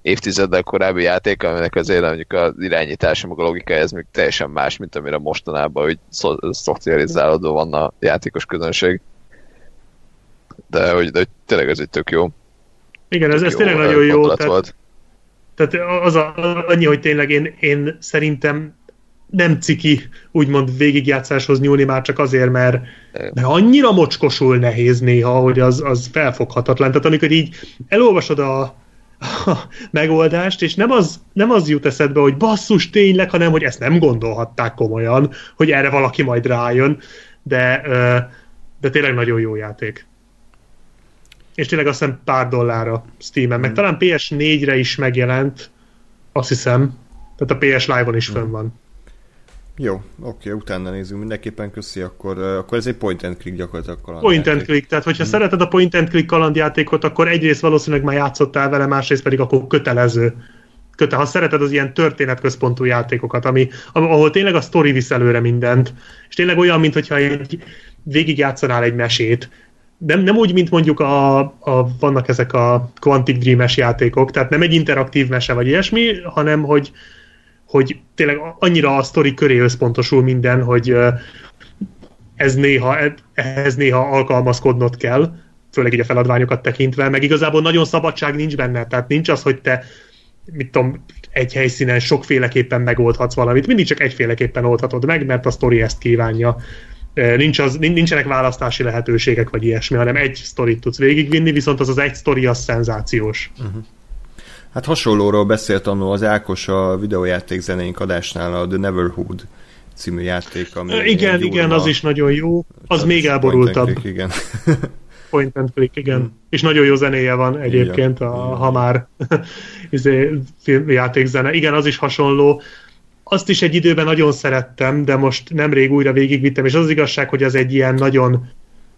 évtizeddel korábbi játék, aminek azért mondjuk az irányítása, meg a logikája ez még teljesen más, mint amire mostanában, hogy szocializálódó van a játékos közönség. De hogy tényleg ez egy tök jó. Igen, ez tényleg nagyon jó. Tehát annyi, hogy tényleg én szerintem nem ciki úgymond végigjátszáshoz nyúlni már csak azért, mert annyira mocskosul nehéz néha, hogy az felfoghatatlan. Tehát amikor így elolvasod a megoldást, és nem az jut eszedbe, hogy basszus tényleg, hanem hogy ezt nem gondolhatták komolyan, hogy erre valaki majd rájön, de tényleg nagyon jó játék. És tényleg azt hiszem pár dollárra Steamen, meg talán PS4-re is megjelent, azt hiszem, tehát a PS Live-on is fönn van. Jó, oké, utána nézzünk mindenképpen, köszi, akkor ez egy point and click gyakorlatilag kalandjáték. Point and click, tehát hogyha szereted a point and click kalandjátékot, akkor egyrészt valószínűleg már játszottál vele, másrészt pedig akkor kötelező. Ha szereted az ilyen történetközpontú játékokat, ahol tényleg a sztori visz előre mindent, és tényleg olyan, mintha végigjátszanál egy mesét. Nem úgy, mint mondjuk vannak ezek a Quantic Dream-es játékok, tehát nem egy interaktív mese vagy ilyesmi, hanem hogy tényleg annyira a sztori köré összpontosul minden, hogy ehhez néha alkalmazkodnod kell, főleg így a feladványokat tekintve, meg igazából nagyon szabadság nincs benne, tehát nincs az, hogy te mit tudom, egy helyszínen sokféleképpen megoldhatsz valamit, mindig csak egyféleképpen oldhatod meg, mert a sztori ezt kívánja. Nincsenek választási lehetőségek vagy ilyesmi, hanem egy sztorit tudsz végigvinni, viszont az egy sztori az szenzációs. Uh-huh. Hát hasonlóról beszélt annól az Ákos a videójáték zenéink adásnál, a The Neverhood című játék. Ami igen, az is nagyon jó. Az még elborultabb. Point and click, igen. Point and click, igen. És nagyon jó zenéje van egyébként, ha már játékzene. Igen, az is hasonló. Azt is egy időben nagyon szerettem, de most nemrég újra végigvittem, és az igazság, hogy az egy ilyen nagyon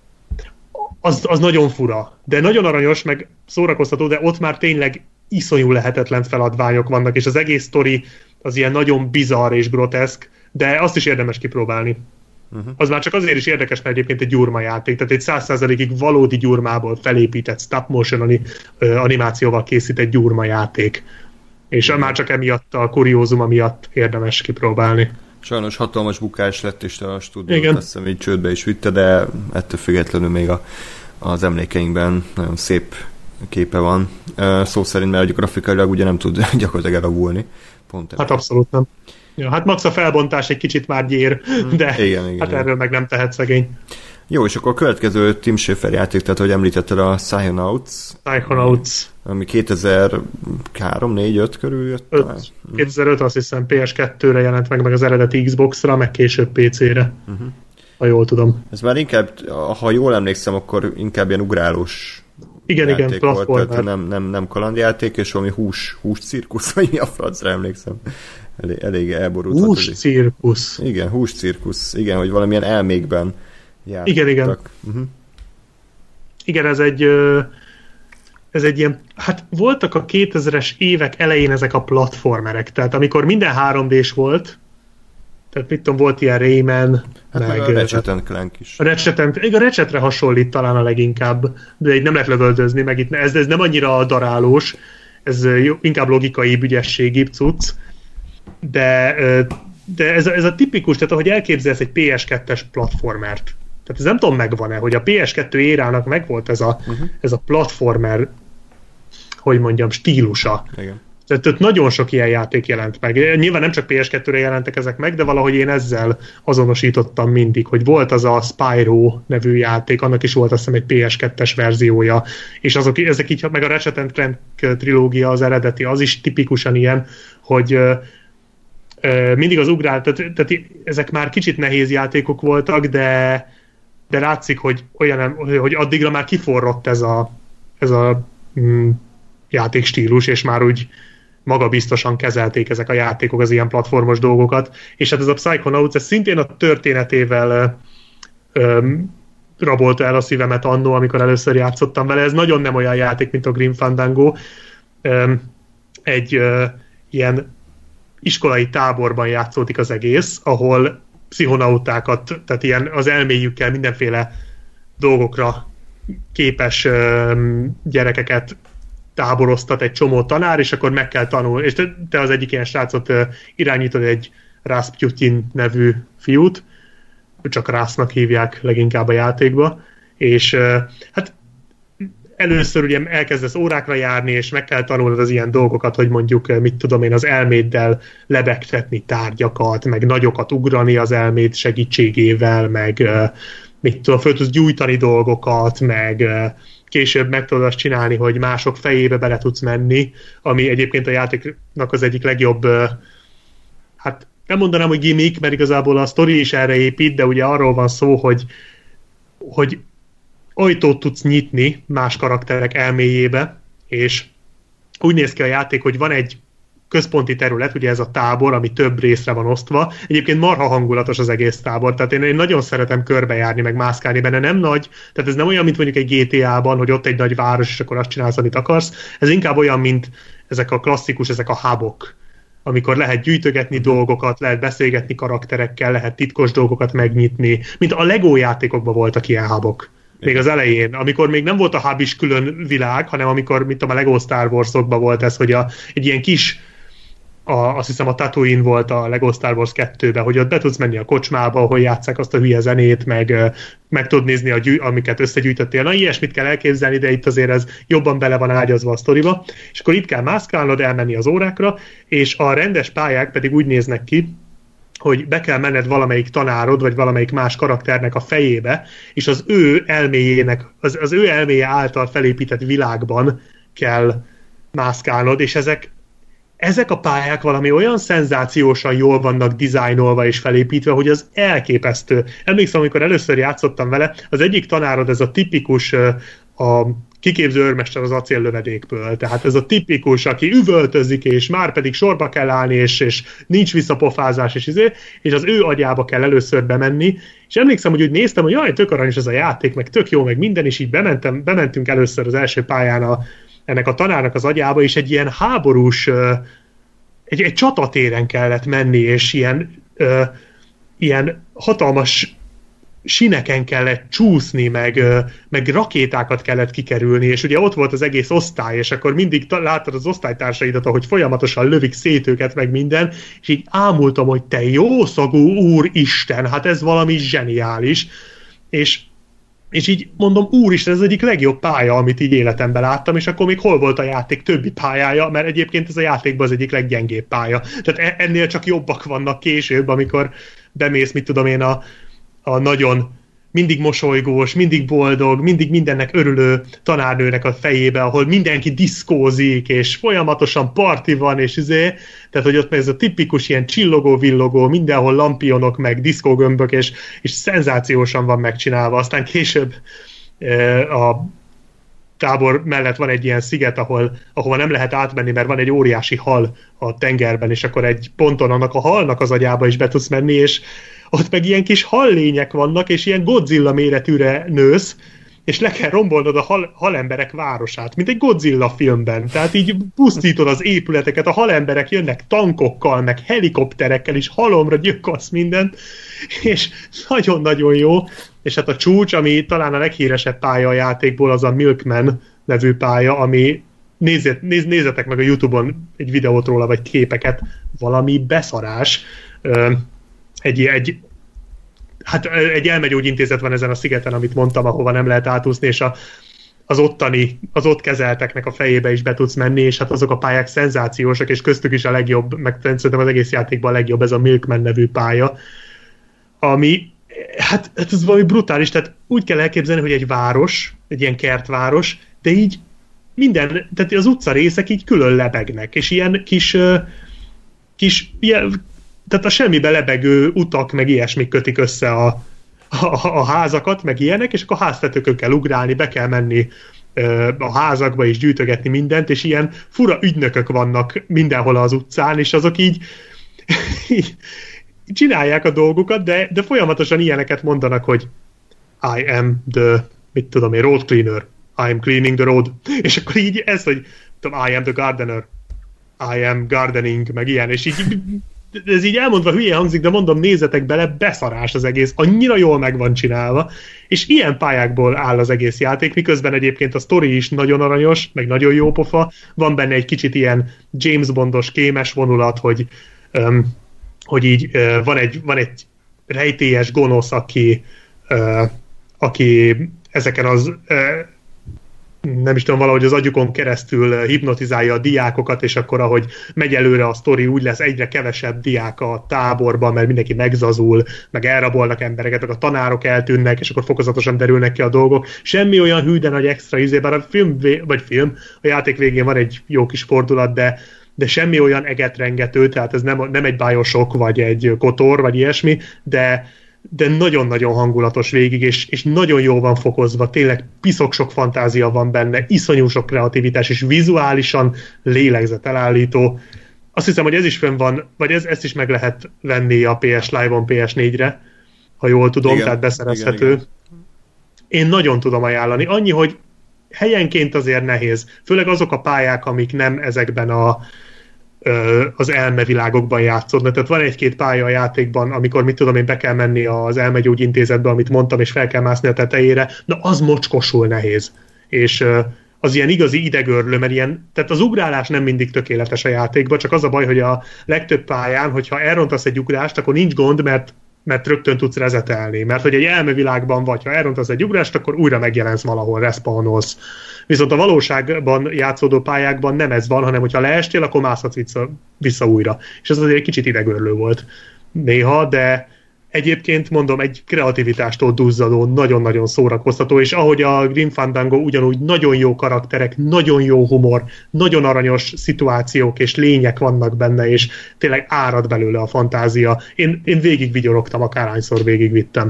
az nagyon fura, de nagyon aranyos, meg szórakoztató, de ott már tényleg iszonyú lehetetlen feladványok vannak, és az egész sztori az ilyen nagyon bizarr és groteszk, de azt is érdemes kipróbálni. Uh-huh. Az már csak azért is érdekes, mert egyébként egy gyurma játék, tehát egy 100%-ig valódi gyurmából felépített stop motion animációval készített gyurma játék. És már csak emiatt a kuriózuma miatt érdemes kipróbálni. Sajnos hatalmas bukás lett, és a stúdiót azt hiszem így csődbe is vitte, de ettől függetlenül még az emlékeinkben nagyon szép képe van. Szó szerint, mert grafikailag ugye nem tud gyakorlatilag elavulni. Hát abszolút nem. Ja, hát max a felbontás egy kicsit már gyér, de igen. Erről meg nem tehet szegény. Jó, és akkor a következő Tim Schafer játék, tehát ahogy említetted a Psychonauts, ami 2003-4-5 körül jött talán. 2005 azt hiszem PS2-re jelent meg az eredeti Xbox-ra, meg később PC-re, ha jól tudom. Ez már inkább, ha jól emlékszem, akkor inkább ilyen ugrálós igen, volt, tehát nem kalandjáték, és valami hús cirkusz, vagy mi a francra emlékszem. Elég elborult. Hús cirkusz. Igen, hús cirkusz. Igen, hogy valamilyen elmékben jártak. Igen. Uh-huh. Igen, ez egy ilyen, hát voltak a 2000-es évek elején ezek a platformerek, tehát amikor minden 3D-s volt, tehát mit tudom, volt ilyen Rayman, hát meg a Ratchet & Clank is. A Ratchetre hasonlít talán a leginkább, de így nem lehet lövöldözni, meg itt ez nem annyira darálós, ez inkább logikai, ügyességi cucc, de ez a tipikus, tehát ahogy elképzelsz egy PS2-es platformert, tehát ez nem tudom megvan-e, hogy a PS2 érának megvolt ez a platformer, hogy mondjam, stílusa. Igen. Tehát nagyon sok ilyen játék jelent meg. Nyilván nem csak PS2-re jelentek ezek meg, de valahogy én ezzel azonosítottam mindig, hogy volt az a Spyro nevű játék, annak is volt azt hiszem egy PS2-es verziója, és ezek így, meg a Ratchet & Clank trilógia az eredeti, az is tipikusan ilyen, hogy mindig az ugrál, tehát ezek már kicsit nehéz játékok voltak, de látszik, hogy hogy addigra már kiforrott ez a játékstílus, és már úgy magabiztosan kezelték ezek a játékok az ilyen platformos dolgokat, és hát ez a Psychonauts, ez szintén a történetével rabolta el a szívemet annó, amikor először játszottam vele. Ez nagyon nem olyan játék, mint a Grim Fandango. Egy ilyen iskolai táborban játszódik az egész, ahol pszichonautákat, tehát ilyen az elméjükkel mindenféle dolgokra képes gyerekeket táboroztat egy csomó tanár, és akkor meg kell tanulni. És te az egyik ilyen srácot irányítod, egy Rasputin nevű fiút, csak Rásznak hívják leginkább a játékba, és hát először ugye elkezdesz órákra járni, és meg kell tanulnod az ilyen dolgokat, hogy mondjuk, mit tudom én, az elméddel lebegtetni tárgyakat, meg nagyokat ugrani az elméd segítségével, meg mit tudom, föl tudsz gyújtani dolgokat, meg később meg tudod azt csinálni, hogy mások fejébe bele tudsz menni, ami egyébként a játéknak az egyik legjobb, hát nem mondanám, hogy gimmick, mert igazából a sztori is erre épít, de ugye arról van szó, hogy ajtót tudsz nyitni más karakterek elméjébe, és úgy néz ki a játék, hogy van egy központi terület, ugye ez a tábor, ami több részre van osztva. Egyébként marha hangulatos az egész tábor, tehát én nagyon szeretem körbejárni, meg mászkálni benne, nem nagy, tehát ez nem olyan, mint mondjuk egy GTA-ban, hogy ott egy nagy város, és akkor azt csinálsz, amit akarsz. Ez inkább olyan, mint ezek a klasszikus, ezek a hubok, amikor lehet gyűjtögetni dolgokat, lehet beszélgetni karakterekkel, lehet titkos dolgokat megnyitni, mint a Lego játékokban voltak ilyen hubok. Még az elején, amikor még nem volt a hub is külön világ, hanem amikor, mint a Lego Star Wars-okban volt ez, hogy egy ilyen kis, azt hiszem a Tatooine volt a Lego Star Wars 2-ben, hogy ott be tudsz menni a kocsmába, ahol játsszák azt a hülye zenét, meg tudod nézni, amiket összegyűjtöttél. Na, ilyesmit kell elképzelni, de itt azért ez jobban bele van ágyazva a sztoriba. És akkor itt kell mászkálnod, elmenni az órákra, és a rendes pályák pedig úgy néznek ki, hogy be kell menned valamelyik tanárod, vagy valamelyik más karakternek a fejébe, és az ő elméjének, az ő elméje által felépített világban kell mászkálnod, és ezek a pályák valami olyan szenzációsan jól vannak dizájnolva és felépítve, hogy az elképesztő. Emlékszem, amikor először játszottam vele, az egyik tanárod, ez a tipikus a kiképző őrmester az acéllövedékből. Tehát ez a tipikus, aki üvöltözik, és már pedig sorba kell állni, és nincs visszapofázás, és az ő agyába kell először bemenni. És emlékszem, hogy úgy néztem, hogy jaj, tök aranyos ez a játék, meg tök jó, meg minden, és így bementünk először az első pályán ennek a tanárnak az agyába, és egy ilyen háborús, egy csatatéren kellett menni, és ilyen hatalmas sineken kellett csúszni, meg rakétákat kellett kikerülni, és ugye ott volt az egész osztály, és akkor mindig láttad az osztálytársaidat, ahogy folyamatosan lövik szét őket, meg minden, és így ámultam, hogy te jószagú úristen, hát ez valami zseniális, és így mondom, úristen, ez az egyik legjobb pálya, amit így életemben láttam, és akkor még hol volt a játék többi pályája, mert egyébként ez a játékban az egyik leggyengébb pálya. Tehát ennél csak jobbak vannak később, amikor bemész, mit tudom én, a nagyon mindig mosolygós, mindig boldog, mindig mindennek örülő tanárnőnek a fejébe, ahol mindenki diszkózik, és folyamatosan parti van, és tehát hogy ott ez a tipikus ilyen csillogó-villogó, mindenhol lampionok, meg diszkógömbök, és szenzációsan van megcsinálva. Aztán később a tábor mellett van egy ilyen sziget, ahova nem lehet átmenni, mert van egy óriási hal a tengerben, és akkor egy ponton annak a halnak az agyába is be tudsz menni, és ott meg ilyen kis hallények vannak, és ilyen Godzilla méretűre nősz, és le kell rombolnod a halemberek városát, mint egy Godzilla filmben. Tehát így pusztítod az épületeket, a halemberek jönnek tankokkal, meg helikopterekkel, és halomra gyökolsz mindent, és nagyon-nagyon jó. És hát a csúcs, ami talán a leghíresebb pálya a játékból, az a Milkman nevű pálya, ami nézzetek meg a YouTube-on egy videót róla, vagy képeket, valami beszarás. Egy elmegyógyintézet van ezen a szigeten, amit mondtam, ahova nem lehet átúszni, és az ott kezelteknek a fejébe is be tudsz menni, és hát azok a pályák szenzációsak, és köztük is a legjobb, meg szerintem az egész játékban a legjobb ez a Milkman nevű pálya, ami hát ez valami brutális, tehát úgy kell elképzelni, hogy egy város, egy ilyen kertváros, de így minden, tehát az utca részek így külön lebegnek, és ilyen kis ilyen, tehát a semmibe lebegő utak, meg ilyesmik kötik össze a házakat, meg ilyenek, és akkor háztetőkön kell ugrálni, be kell menni a házakba és gyűjtögetni mindent, és ilyen fura ügynökök vannak mindenhol az utcán, és azok így csinálják a dolgokat, de folyamatosan ilyeneket mondanak, hogy I am the, mit tudom én, road cleaner, I am cleaning the road, és akkor így ez, hogy tudom, I am the gardener, I am gardening, meg ilyen, és így ez így elmondva hülye hangzik, de mondom, nézzetek bele, beszarás az egész, annyira jól meg van csinálva, és ilyen pályákból áll az egész játék, miközben egyébként a sztori is nagyon aranyos, meg nagyon jó pofa, van benne egy kicsit ilyen James Bondos kémes vonulat, hogy így van egy rejtélyes gonosz, aki ezeken az nem is tudom, valahogy az agyukon keresztül hipnotizálja a diákokat, és akkor ahogy megy előre a sztori, úgy lesz egyre kevesebb diák a táborban, mert mindenki megzazul, meg elrabolnak embereket, meg a tanárok eltűnnek, és akkor fokozatosan derülnek ki a dolgok. Semmi olyan hű, de nagy extra bár a a játék végén van egy jó kis fordulat, de semmi olyan egetrengető, tehát ez nem egy Bioshock, vagy egy KOTOR, vagy ilyesmi, de nagyon-nagyon hangulatos végig, és nagyon jól van fokozva, tényleg piszok sok fantázia van benne, iszonyú sok kreativitás, és vizuálisan lélegzetelállító. Azt hiszem, hogy ez is fönn van, vagy ezt is meg lehet venni a PS Live-on PS4-re, ha jól tudom, igen, tehát beszerezhető. Igen. Én nagyon tudom ajánlani. Annyi, hogy helyenként azért nehéz. Főleg azok a pályák, amik nem ezekben az elmevilágokban játszódnak. Tehát van egy-két pálya a játékban, amikor mit tudom én, be kell menni az elmegyógyintézetbe, amit mondtam, és fel kell mászni a tetejére, na az mocskosul nehéz. És az ilyen igazi idegörlő, mert tehát az ugrálás nem mindig tökéletes a játékban, csak az a baj, hogy a legtöbb pályán, hogyha elrontasz egy ugrást, akkor nincs gond, mert rögtön tudsz rezetelni. Mert hogy egy elmevilágban vagy, ha elrontasz egy ugrást, akkor újra megjelensz valahol, respawnolsz. Viszont a valóságban játszódó pályákban nem ez van, hanem hogyha leestél, akkor mászhatsz vissza újra. És ez azért egy kicsit idegörlő volt néha, de egyébként mondom, egy kreativitástól duzzadó, nagyon-nagyon szórakoztató, és ahogy a Grim Fandango ugyanúgy nagyon jó karakterek, nagyon jó humor, nagyon aranyos szituációk és lények vannak benne, és tényleg árad belőle a fantázia. Én végigvigyorogtam, akárhányszor végigvittem.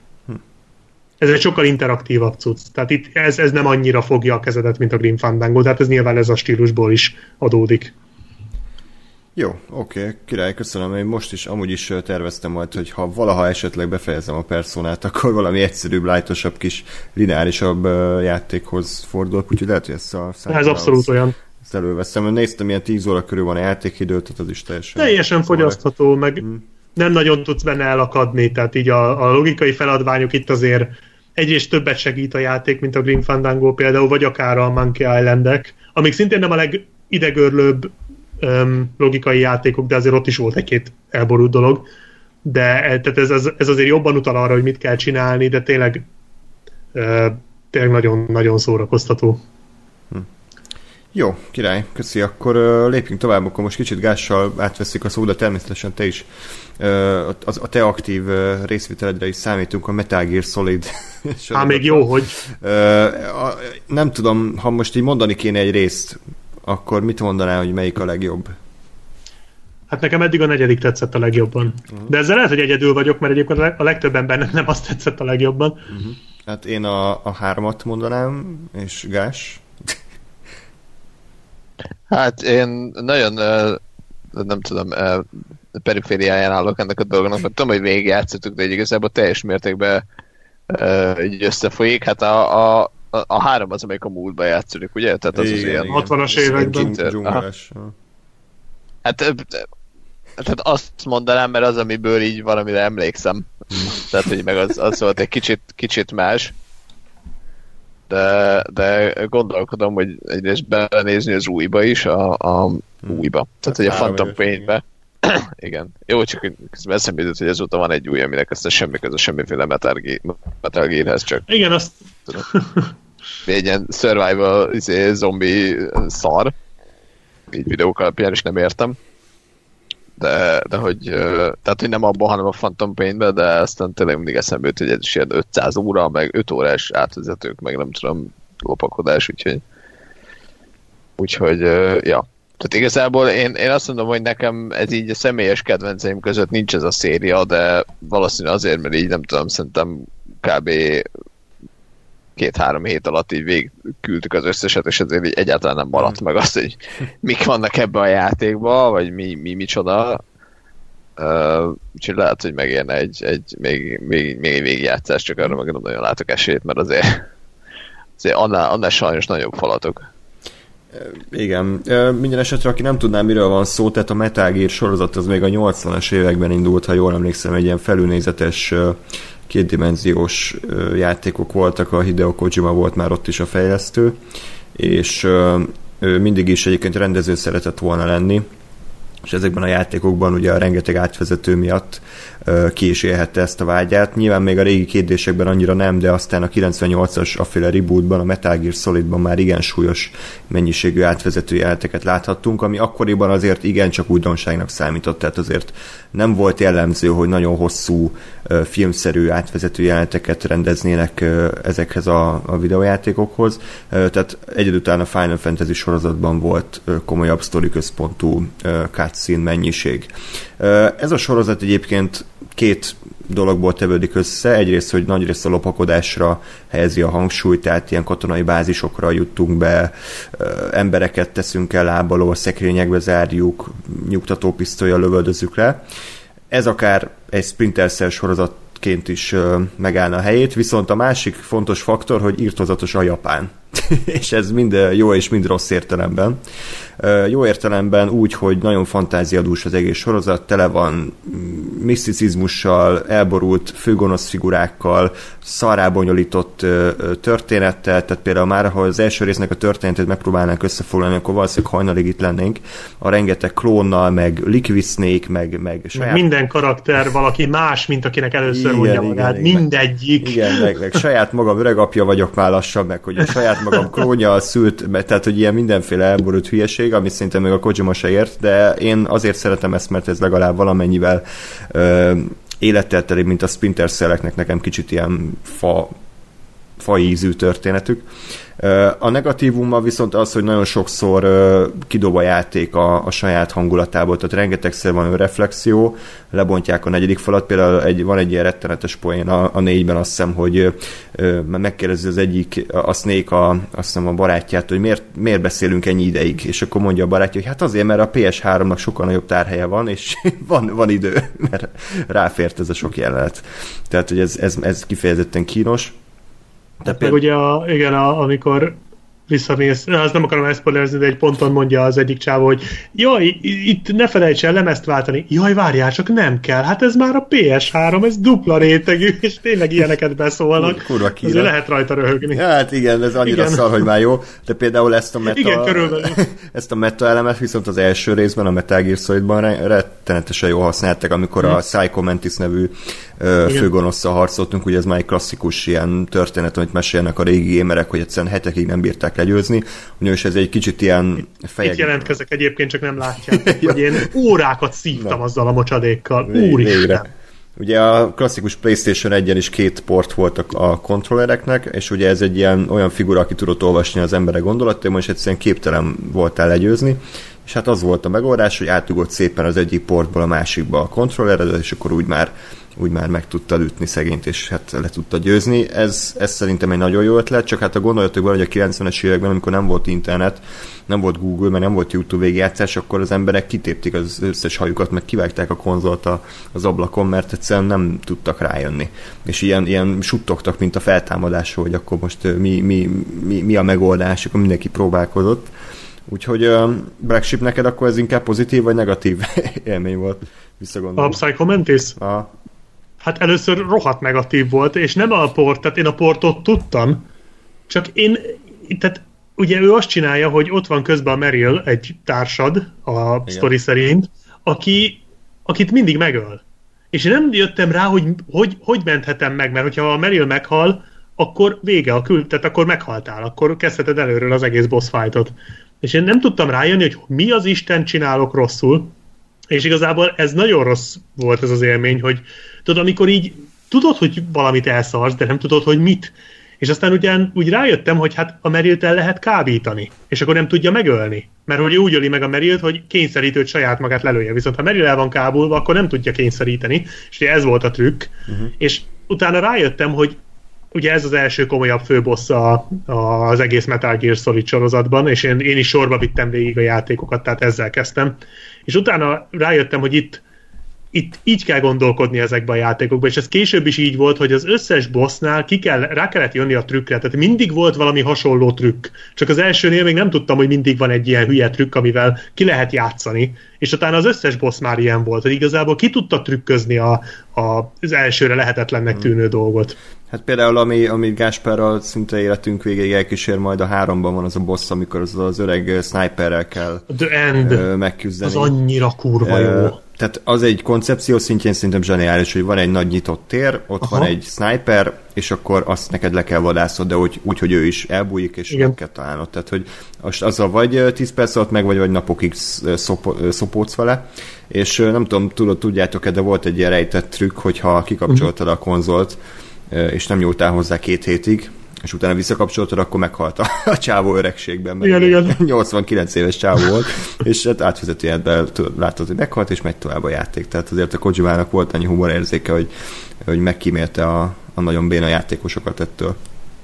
Ez egy sokkal interaktívabb cucc. Tehát itt ez nem annyira fogja a kezedet, mint a Grim Fandango, tehát ez nyilván ez a stílusból is adódik. Jó, oké, király, köszönöm. Én most is, amúgy is terveztem majd, hogy ha valaha esetleg befejezem a Personát, akkor valami egyszerűbb, lightosabb, kis lineárisabb játékhoz fordulok, úgyhogy lehet, hogy ez abszolút olyan. Ezt előveszem. Néztem, ilyen 10 óra körül van a játékidő, tehát az is teljesen fogyasztható, meg nem nagyon tudsz benne elakadni, tehát így a logikai feladványok itt azért egyrészt többet segít a játék, mint a Grim Fandango például, vagy akár a Monkey Islandek, amik szintén nem a legidegörlőbb logikai játékok, de azért ott is volt egy-két elborult dolog, de tehát ez azért jobban utal arra, hogy mit kell csinálni, de tényleg nagyon-nagyon szórakoztató. Jó, király, köszi. Akkor lépjünk tovább, akkor most kicsit Gással átveszik a szó, de természetesen te is a te aktív részvételedre is számítunk a Metal Gear Solid. Még jó, hogy... Nem tudom, ha most így mondani kéne egy részt, akkor mit mondanál, hogy melyik a legjobb? Hát nekem eddig a 4. tetszett a legjobban. De ezzel lehet, hogy egyedül vagyok, mert egyébként a legtöbb embernek nem azt tetszett a legjobban. Hát én a 3-at mondanám, és Gás? Hát én nagyon nem tudom, perifériáján állok ennek a dolognak, mert tudom, hogy végigjátszottuk, de igazából teljes mértékben így összefolyik. Hát a 3 az, amelyik a múltba játszódik, ugye? Tehát az ilyen 60-as években. Hát azt mondanám, mert az, amiből így valamire emlékszem. Tehát, hogy meg az volt egy kicsit más. De gondolkodom, hogy egyrészt belenézni az újba is, a újba. Tehát, hogy a Phantom Pain-be. Igen. Jó, csak közben eszembe jutott, hogy ezóta van egy új, aminek aztán semmi köze semmiféle Metal Gear-hez, csak... Igen, azt... Tudom, egy ilyen survival zombi szar. Így videók alapján is nem értem. De hogy... Tehát, hogy nem abban, hanem a Phantom Pain-be, de aztán tényleg mindig eszembe jut, hogy ez is ilyen 500 óra, meg 5 órás átvezetők, meg nem tudom, lopakodás, úgyhogy ja. Tehát igazából én azt mondom, hogy nekem ez így a személyes kedvenceim között nincs ez a széria, de valószínűleg azért, mert így nem tudom, szerintem kb. 2-3 hét alatt így végigküldtük az összeset, és ezért így egyáltalán nem maradt meg azt, hogy mik vannak ebben a játékban, vagy micsoda. Úgyhogy lehet, hogy megérne egy végigjátszás, csak arra meg nem nagyon látok esélyt, mert azért annál sajnos nagyobb falatok. Igen. Minden esetre, aki nem tudná, miről van szó, tehát a Metal Gear sorozat az még a 80-as években indult, ha jól emlékszem, egy ilyen felülnézetes kétdimenziós játékok voltak, a Hideo Kojima volt már ott is a fejlesztő, és ő mindig is egyébként rendező szeretett volna lenni, és ezekben a játékokban ugye a rengeteg átvezető miatt ki is élhette ezt a vágyát. Nyilván még a régi kérdésekben annyira nem, de aztán a 98-as aféle rebootban, a Metal Gear Solidban már igen súlyos mennyiségű átvezető jeleneteket láthattunk, ami akkoriban azért igencsak újdonságnak számított, tehát azért nem volt jellemző, hogy nagyon hosszú filmszerű átvezető jeleneteket rendeznének ezekhez a videójátékokhoz. Tehát egyedülután a Final Fantasy sorozatban volt komolyabb sztori központú cutscene mennyiség. Ez a sorozat egyébként két dologból tevődik össze. Egyrészt, hogy nagyrészt a lopakodásra helyezi a hangsúlyt, tehát ilyen katonai bázisokra jutunk be, embereket teszünk el lábalól, szekrényekbe zárjuk, nyugtatópisztollyal lövöldözzük le. Ez akár egy Splinter Cell sorozatként is megállna a helyét, viszont a másik fontos faktor, hogy irtózatos a Japán. És ez mind jó és mind rossz értelemben. Jó értelemben úgy, hogy nagyon fantáziadús az egész sorozat, tele van miszticizmussal, elborult főgonosz figurákkal, szarrá bonyolított történettel, tehát például már, ha az első résznek a történetét megpróbálnánk összefoglalni, akkor valószínűleg hajnalig itt lennénk, a rengeteg klónnal, meg Liquid Snake, meg saját... Minden karakter valaki más, mint akinek először mondja magát, mindegyik. Igen, meg saját magam öregapja vagyok már lassan, meg hogy a saját magam klónja szült, tehát hogy ilyen mindenféle elborult hülyeség, ami szerintem még a Kojima se ért, de én azért szeretem ezt, mert ez legalább élettel teli, mint a Splinter Cell-eknek, nekem kicsit ilyen fa ízű történetük. A negatívuma viszont az, hogy nagyon sokszor kidob a játék a saját hangulatából, tehát rengetegszer van önreflexió, lebontják a negyedik falat, például van egy ilyen rettenetes poén a 4-ben, azt hiszem, hogy megkérdezi az egyik, a Snake azt hiszem a barátját, hogy miért beszélünk ennyi ideig, és akkor mondja a barátja, hogy hát azért, mert a PS3-nak sokkal nagyobb tárhelye van, és van idő, mert ráfért ez a sok jelenet. Tehát, hogy ez kifejezetten kínos. Meg ugye amikor visszamész, azt nem akarom elszpoilerezni, de egy ponton mondja az egyik csávó, hogy jaj, itt ne felejts el lemezt váltani. Jaj, várjál, csak nem kell. Hát ez már a PS3, ez dupla rétegű, és tényleg ilyeneket beszólnak. Kurva kíra. Azért lehet rajta röhögni. Hát igen, ez annyira szar, hogy már jó. De például ezt a meta elemet viszont az első részben, a Metal Gear Solidban rettenetesen jól használták, amikor a Psycho Mantis nevű főgonosszal harcoltunk, ugye ez már egy klasszikus ilyen történet, amit mesélnek a régi gamerek, hogy egyszerűen hetekig nem bírták legyőzni, ugyanis ez egy kicsit ilyen Itt jelentkezek egyébként, csak nem látják, hogy én órákat szívtam azzal a mocsadékkal. Úristen! Ugye a klasszikus PlayStation 1-en is 2 port voltak a kontrollereknek, és ugye ez egy ilyen olyan figura, aki tudott olvasni az emberek gondolatai, és egyszerűen képtelen voltál legyőzni, és hát az volt a megoldás, hogy átugott szépen az egyik portból a másikba a kontrolleredet, és akkor úgy már meg tudtad ütni szegényt, és hát le tudta győzni. Ez szerintem egy nagyon jó ötlet, csak hát a gondolatokban, hogy a 90-es években, amikor nem volt internet, nem volt Google, meg nem volt YouTube végigjátszás, akkor az emberek kitépték az összes hajukat, meg kivágták a konzolt az ablakon, mert egyszerűen nem tudtak rájönni. És ilyen suttogtak, mint a feltámadásról, hogy akkor most mi a megoldás, akkor mindenki próbálkozott. Úgyhogy Black Sheep, neked akkor ez inkább pozitív vagy negatív élmény volt? A Psycho Mantis? Hát először rohadt negatív volt, és nem a port, tehát én a portot tudtam, csak tehát ugye ő azt csinálja, hogy ott van közben a Meryl, egy társad a sztori szerint, akit mindig megöl. És én nem jöttem rá, hogy menthetem meg, mert hogyha a Meryl meghal, akkor vége tehát akkor meghaltál, akkor kezdheted előről az egész boss fightot. És én nem tudtam rájönni, hogy mi az Isten csinálok rosszul, és igazából ez nagyon rossz volt ez az élmény, hogy tudod, amikor így tudod, hogy valamit elszarsz, de nem tudod, hogy mit. És aztán ugyan úgy rájöttem, hogy hát a Merylt el lehet kábítani, és akkor nem tudja megölni. Mert hogy úgy öli meg a Merylt, hogy kényszerítőt saját magát lelője. Viszont ha Meryl el van kábulva, akkor nem tudja kényszeríteni, és ugye ez volt a trükk. És utána rájöttem, hogy ugye ez az első komolyabb főbossz az egész Metal Gear Solid sorozatban, és én is sorba vittem végig a játékokat, tehát ezzel kezdtem. És utána rájöttem, hogy itt így kell gondolkodni ezekben a játékokban, és ez később is így volt, hogy az összes bossnál rá kellett jönni a trükkre, tehát mindig volt valami hasonló trükk, csak az elsőnél még nem tudtam, hogy mindig van egy ilyen hülye trükk, amivel ki lehet játszani, és utána az összes boss már ilyen volt, hogy igazából ki tudta trükközni az elsőre lehetetlennek tűnő dolgot. Hát például, ami Gáspárral szinte életünk végéig elkísér, majd a 3-ban van az a boss, amikor az öreg sniperrel kell megküzdeni. Az annyira kurva jó. Tehát az egy koncepció szintjén szerintem zseniális, hogy van egy nagy nyitott tér, ott van egy sniper, és akkor azt neked le kell vadászod, de úgy, hogy ő is elbújik, és meg kell találnod. Tehát, hogy azzal vagy 10 perc alatt meg vagy napokig szopódsz vele, és nem tudom, tudjátok-e, de volt egy ilyen rejtett trükk, hogyha kikapcsoltad a konzolt, és nem nyúltál hozzá 2 hétig, és utána visszakapcsoltad, akkor meghalt a csávó öregségben, mert igen. 89 éves csávó volt, és hát átvezetőjében látod, hogy meghalt, és megy tovább a játék. Tehát azért a Kojimának volt annyi humorérzéke, hogy megkímélte a nagyon béna játékosokat ettől.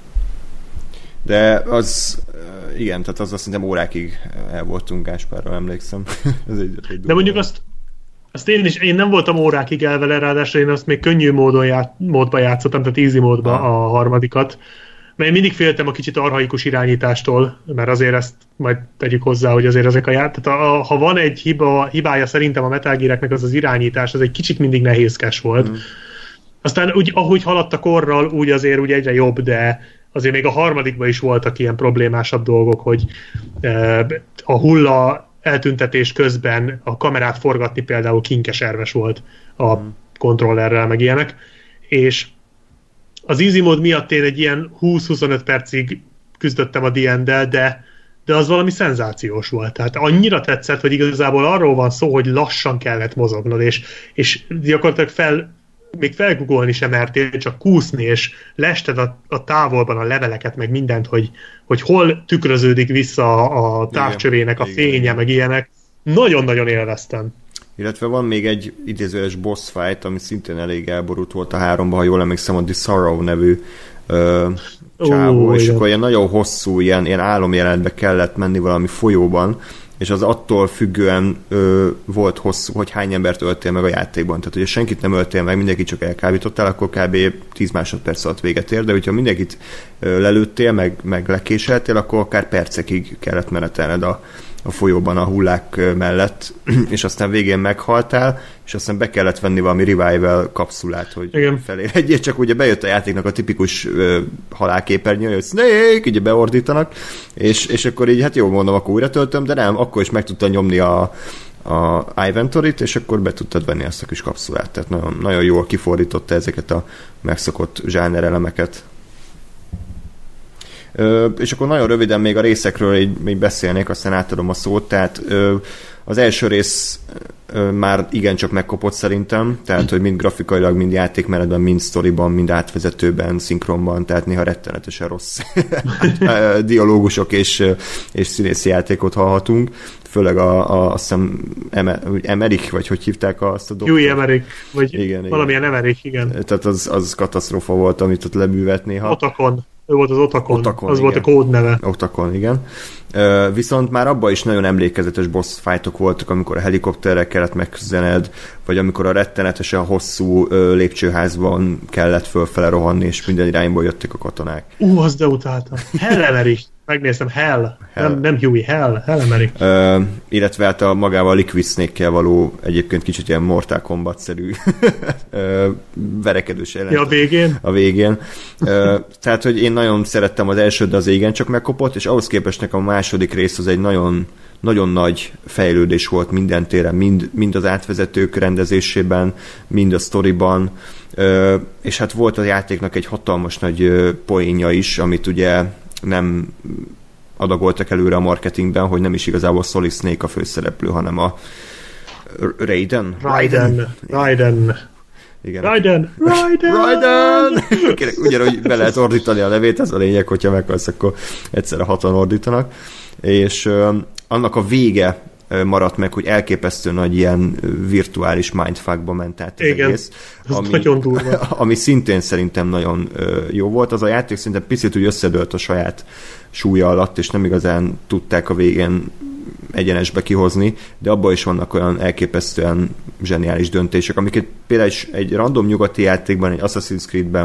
De az, igen, tehát azzal szerintem órákig el voltunk Gáspárral, emlékszem. Ez egy de mondjuk azt én nem voltam órákig el vele, ráadásul én azt még könnyű módban játszottam, tehát easy módban a harmadikat. Mert én mindig féltem a kicsit archaikus irányítástól, mert azért ezt majd tegyük hozzá, hogy azért ezek tehát ha van egy hibája szerintem a Metal Gear-eknek, az irányítás, az egy kicsit mindig nehézkes volt. Aztán úgy, ahogy haladt a korral, úgy azért úgy egyre jobb, de azért még a harmadikban is voltak ilyen problémásabb dolgok, hogy a hulla eltüntetés közben a kamerát forgatni például kinkeserves volt a kontrollerrel, meg ilyenek, és az easy mód miatt én egy ilyen 20-25 percig küzdöttem a D&D-del, de az valami szenzációs volt. Tehát annyira tetszett, hogy igazából arról van szó, hogy lassan kellett mozognod, és gyakorlatilag még felgugolni sem mertél, csak kúszni, és lested a távolban a leveleket, meg mindent, hogy hol tükröződik vissza a távcsövének a fénye, meg ilyenek. Nagyon-nagyon élveztem. Illetve van még egy idézőes boss fight, ami szintén elég elborult volt a 3-ban, ha jól emlékszem, a The Sorrow nevű csávó, és akkor ilyen nagyon hosszú, ilyen álomjelenetbe kellett menni valami folyóban, és az attól függően volt hosszú, hogy hány embert öltél meg a játékban. Tehát, hogyha senkit nem öltél meg, mindenki csak elkábítottál, akkor kb. 10 másodperc alatt véget ér, de hogyha mindenkit lelőttél, meg lekéseltél, akkor akár percekig kellett menetelned a folyóban a hullák mellett, és aztán végén meghaltál, és aztán be kellett venni valami revival kapszulát, hogy felérjedjél, csak ugye bejött a játéknak a tipikus halálképernyő, hogy Snake, ugye beordítanak, és akkor így, hát jó, mondom, akkor újra töltöm, de nem, akkor is meg tudta nyomni a inventory-t, és akkor be tudtad venni azt a kis kapszulát. Tehát nagyon, nagyon jól kifordította ezeket a megszokott zsánerelemeket. És akkor nagyon röviden még a részekről így beszélnék, aztán átadom a szót. Tehát az első rész már igencsak megkopott szerintem, tehát hogy mind grafikailag, mind játékmenetben, mind sztoriban, mind átvezetőben, szinkronban, tehát néha rettenetesen rossz dialógusok és színészi játékot hallhatunk, főleg azt hiszem Emmerich, vagy hogy hívták azt a doktort? Huey Emmerich, vagy igen, valamilyen Emmerich, igen. Tehát az katasztrófa volt, amit ott lebűvett néha. Otacon. Ő volt az Otacon az igen. Volt a kódneve. Otacon, igen. Viszont már abban is nagyon emlékezetes boss fightok voltak, amikor a helikopterrel kellett megküzdened, vagy amikor a rettenetesen hosszú lépcsőházban kellett fölfele rohanni, és minden irányból jöttek a katonák. Azt de utáltam. Hell Emmerich. Megnéztem, Hell. Nem Huey, Hell Emmerich. Illetve hát magával a Liquid Snake-kel való egyébként kicsit ilyen Mortal Kombat-szerű verekedős jelent. Ja, a végén? A végén. Tehát, hogy én nagyon szerettem az elsőt, de az igen csak megkopott, és ahhoz képest nekem a második rész az egy nagyon, nagyon nagy fejlődés volt minden téren, mind az átvezetők rendezésében, mind a sztoriban, és hát volt a játéknak egy hatalmas nagy poénja is, amit ugye nem adagoltak előre a marketingben, hogy nem is igazából Solid Snake a főszereplő, hanem a Raiden. Igen. Raiden! Ugyanúgy be lehet ordítani a nevét, ez a lényeg, hogyha meghalsz, akkor egyszerre hatan ordítanak. És annak a vége maradt meg, hogy elképesztő nagy ilyen virtuális mindfuckba ment át az egész. Ami szintén szerintem nagyon jó volt. Az a játék szerintem picit úgy összedőlt a saját súlya alatt, és nem igazán tudták a végén egyenesbe kihozni, de abban is vannak olyan elképesztően zseniális döntések, amiket például egy random nyugati játékban, egy Assassin's Creed-ben,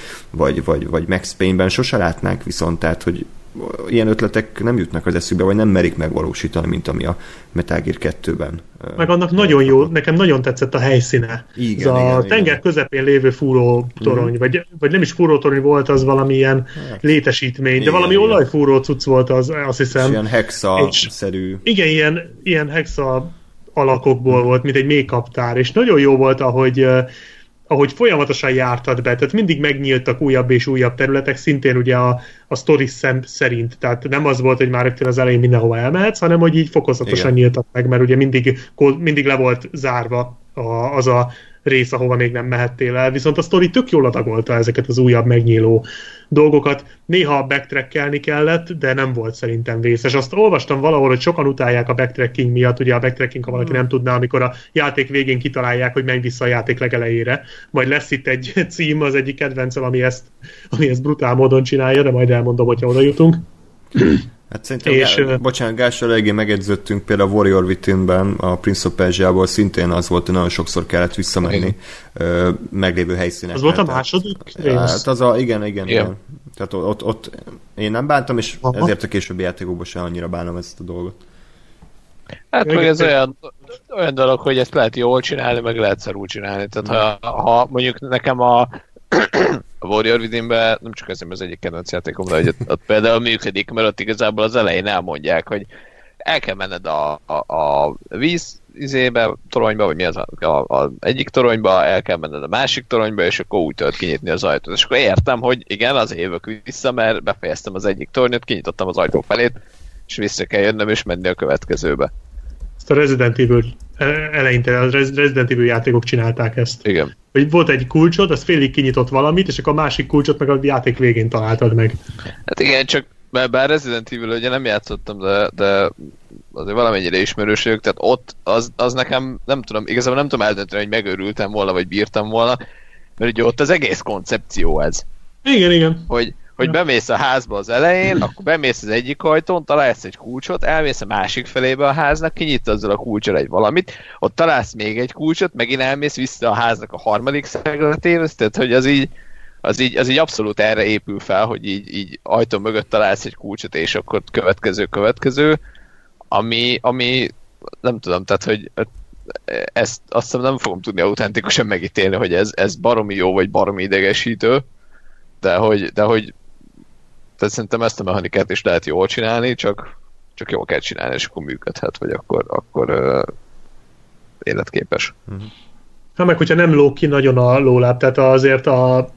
vagy Max Payne-ben sose látnánk viszont, tehát, hogy ilyen ötletek nem jutnak az eszükbe, vagy nem merik megvalósítani, mint ami a Metal Gear 2-ben. Meg annak nagyon jó, nekem nagyon tetszett a helyszíne. Igen, a tenger közepén lévő fúrótorony, vagy nem is fúrótorony volt, az valamilyen létesítmény, de valami olajfúró cucc volt az, azt hiszem. És ilyen hexa-szerű. Igen, ilyen hexa alakokból volt, mint egy mélykaptár, és nagyon jó volt, ahogy folyamatosan jártad be, tehát mindig megnyíltak újabb és újabb területek, szintén ugye a sztori szerint, tehát nem az volt, hogy már rögtön az elején mindenhova elmehetsz, hanem hogy így fokozatosan nyíltak meg, mert ugye mindig le volt zárva az a rész, ahova még nem mehettél el, viszont a sztori tök jól adagolta ezeket az újabb megnyíló dolgokat. Néha backtrackelni kellett, de nem volt szerintem vészes. Azt olvastam valahol, hogy sokan utálják a backtracking miatt, ugye a backtracking, ha valaki nem tudná, amikor a játék végén kitalálják, hogy menj vissza a játék legelejére. Majd lesz itt egy cím, az egyik kedvencem, ami ezt brutál módon csinálja, de majd elmondom, hogyha oda jutunk. Hát szerintem, bocsánat, Gással eléggé megedződtünk, például a Warrior Within-ben, a Prince of Persia-ból szintén az volt, hogy nagyon sokszor kellett visszamenni meglévő helyszínekre. Az volt a második rész? Hát igen. Tehát ott én nem bántam, és ezért a későbbi játékokban sem annyira bánom ezt a dolgot. Hát, hogy ez olyan dolog, hogy ezt lehet jól csinálni, meg lehet szarul csinálni. Tehát ha mondjuk nekem a Warrior Within-ben nem csak ezért az egyik kedvenc játékom, de hogy ott például működik, mert ott igazából az elején elmondják, hogy el kell menned a víz toronyba, vagy mi az az egyik toronyba, el kell menned a másik toronyba, és akkor úgy tudod kinyitni az ajtót. És akkor értem, hogy igen, azért jövök vissza, mert befejeztem az egyik tornyot, kinyitottam az ajtó felét, és vissza kell jönnöm, és menni a következőbe. Ezt a Resident Evil eleinte, a Resident Evil játékok csinálták ezt. Igen. Hogy volt egy kulcsod, az félig kinyitott valamit, és akkor a másik kulcsot meg a játék végén találtad meg. Hát igen, csak bár Resident Evil ugye nem játszottam, de azért valamennyire ismerős vagyok, tehát ott az nekem, nem tudom, igazából nem tudom eldönteni, hogy megőrültem volna, vagy bírtam volna, mert ugye ott az egész koncepció ez. Igen. Hogy bemész a házba az elején, akkor bemész az egyik ajtón, találsz egy kulcsot, elmész a másik felébe a háznak, kinyitsz azzal a kulcsal egy valamit, ott találsz még egy kulcsot, megint elmész vissza a háznak a harmadik szegletéhez, tehát hogy az így abszolút erre épül fel, hogy így ajtó mögött találsz egy kulcsot, és akkor következő, ami nem tudom, tehát hogy ezt azt hiszem nem fogom tudni autentikusan megítélni, hogy ez baromi jó, vagy baromi idegesítő, de hogy tehát szerintem ezt a mechanikát is lehet jól csinálni, csak jól kell csinálni, és akkor működhet, vagy akkor életképes. Hát meg, hogyha nem lóg ki nagyon a lóláb, tehát azért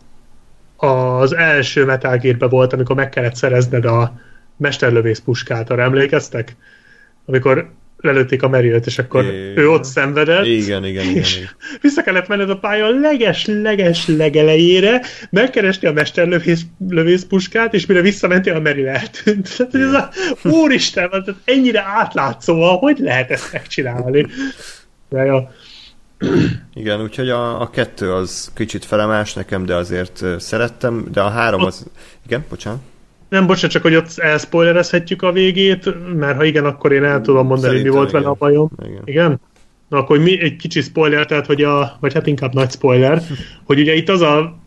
az első Metal Gear-ben volt, amikor meg kellett szerezned a mesterlövész puskát, arra emlékeztek? Amikor lelőtték a Merrill-t, és akkor ő ott szenvedett. Igen. Vissza kellett menned a pálya a leges legelejére, megkeresni a mesterlövész puskát, és mire visszamentél, a Merrill eltűnt. Tehát ez a úristen, tehát ennyire átlátszóan, hogy lehet ezt megcsinálni? Ja. Igen, úgyhogy a 2 az kicsit felemás nekem, de azért szerettem, de a 3 az... Igen, bocsánat. Nem, bocsánat, csak hogy ott elspoilerezhetjük a végét, mert ha igen, akkor én el tudom mondani, hogy mi volt vele a bajom. Igen? Na akkor egy kicsi spoiler, tehát hogy vagy hát inkább nagy spoiler, hogy ugye itt az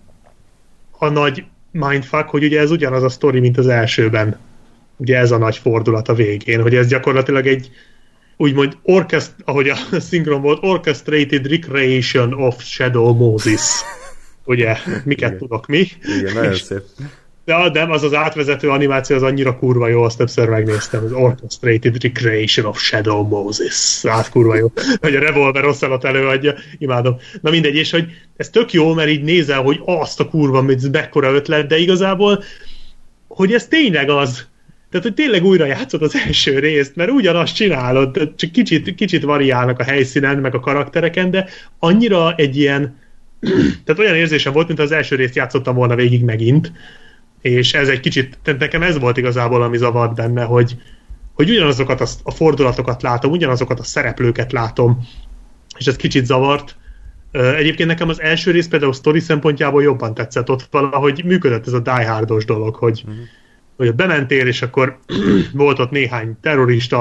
a nagy mindfuck, hogy ugye ez ugyanaz a sztori, mint az elsőben. Ugye ez a nagy fordulat a végén, hogy ez gyakorlatilag egy úgymond ahogy a szinkron volt, Orchestrated Recreation of Shadow Moses. Ugye, miket tudok mi? Igen, nagyon szép. De az átvezető animáció az annyira kurva jó, azt többször megnéztem, az Orchestrated Recreation of Shadow Moses. Kurva jó. Hogy a Revolver Ocelot előadja, imádom. Na mindegy, és hogy ez tök jó, mert így nézel, hogy azt a kurva, ez mekkora ötlet, de igazából, hogy ez tényleg az. Tehát, hogy tényleg újra játszod az első részt, mert ugyanazt csinálod, csak kicsit variálnak a helyszínen, meg a karaktereken, de annyira egy ilyen, tehát olyan érzésem volt, mint az első részt játszottam volna végig megint, és ez egy kicsit, tehát nekem ez volt igazából, ami zavart benne, hogy ugyanazokat a fordulatokat látom, ugyanazokat a szereplőket látom, és ez kicsit zavart. Egyébként nekem az első rész például sztori szempontjából jobban tetszett, ott valahogy működött ez a Die Hard-os dolog, hogy bementél, és akkor volt ott néhány terrorista,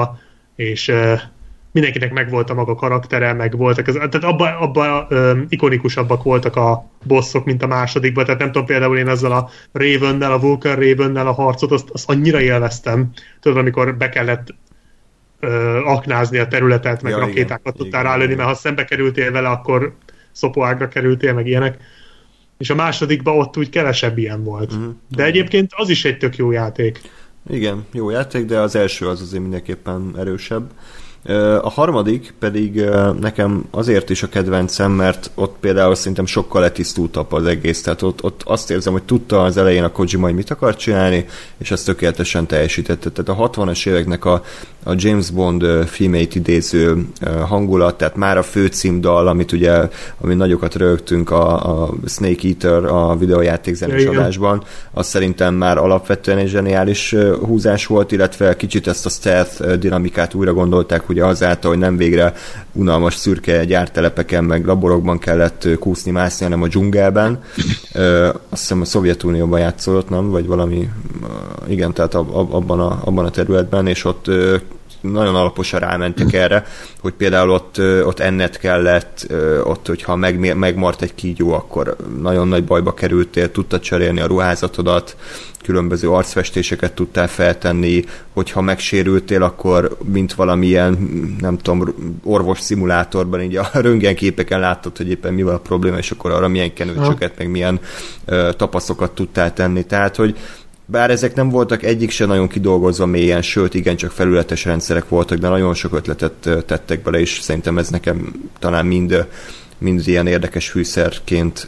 és mindenkinek megvolt a maga karaktere, meg voltak, tehát abban ikonikusabbak voltak a bosszok, mint a másodikban, tehát nem tudom, például én ezzel a Ravennel, a Vulcan Ravennel a harcot, azt annyira élveztem, tudod, amikor be kellett aknázni a területet, meg rakétákat tudtál rálőni, mert ha szembe kerültél vele, akkor szopóágra kerültél, meg ilyenek. És a másodikban ott úgy kevesebb ilyen volt. De egyébként az is egy tök jó játék. Igen, jó játék, de az első az azért mindenképpen erősebb. A harmadik pedig nekem azért is a kedvencem, mert ott például szerintem sokkal letisztultabb az egész, tehát ott azt érzem, hogy tudta az elején a Kojima, hogy mit akar csinálni, és ezt tökéletesen teljesítette. Tehát a 60-as éveknek a James Bond filmeit idéző hangulat, tehát már a főcímdal, ami nagyokat rögtünk a Snake Eater a videójáték zenés adásban, az szerintem már alapvetően egy zseniális húzás volt, illetve kicsit ezt a stealth dinamikát újra gondolták, ugye azáltal, hogy nem végre unalmas szürke gyártelepeken, meg laborokban kellett kúszni-mászni, hanem a dzsungelben. Azt hiszem a Szovjetunióban játszódott, nem? Vagy valami, igen, tehát abban a területben, és ott nagyon alaposan rámentek erre, hogy például ott ennet kellett, ott, hogyha megmart egy kígyó, akkor nagyon nagy bajba kerültél, tudtad cserélni a ruházatodat, különböző arcfestéseket tudtál feltenni, hogyha megsérültél, akkor mint valamilyen, nem tudom, orvos szimulátorban így a röntgenképeken láttad, hogy éppen mi van a probléma, és akkor arra milyen kenőcsöket, meg milyen tapaszokat tudtál tenni. Tehát, hogy bár ezek nem voltak egyik se nagyon kidolgozva mélyen, sőt, igencsak felületes rendszerek voltak, de nagyon sok ötletet tettek bele, és szerintem ez nekem talán mind ilyen érdekes fűszerként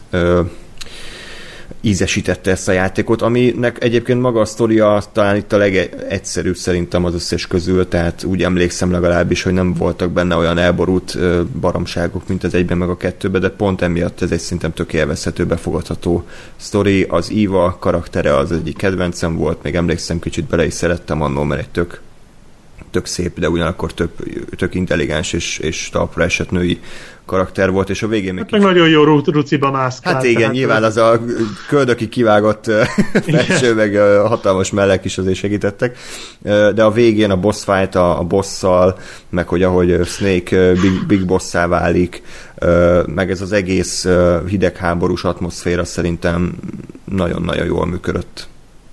ízesítette ezt a játékot, aminek egyébként maga a sztoria talán itt a legegyszerűbb szerintem az összes közül, tehát úgy emlékszem legalábbis, hogy nem voltak benne olyan elborult baromságok, mint az egyben meg a kettőben, de pont emiatt ez egy szinten tök élvezhető, befogadható sztori. Az Eva karaktere az egyik kedvencem volt, még emlékszem, kicsit bele is szerettem annó, mert egy tök szép, de ugyanakkor tök intelligens és talpra esett női karakter volt, és a végén még nagyon jó ruciba mászkál. Hát igen, nyilván az a köldökig kivágott felső, meg hatalmas mellek is azért segítettek, de a végén a boss fight a bosszal, meg hogy ahogy Snake Big Bosszá válik, meg ez az egész hidegháborús atmoszféra szerintem nagyon-nagyon jól működött.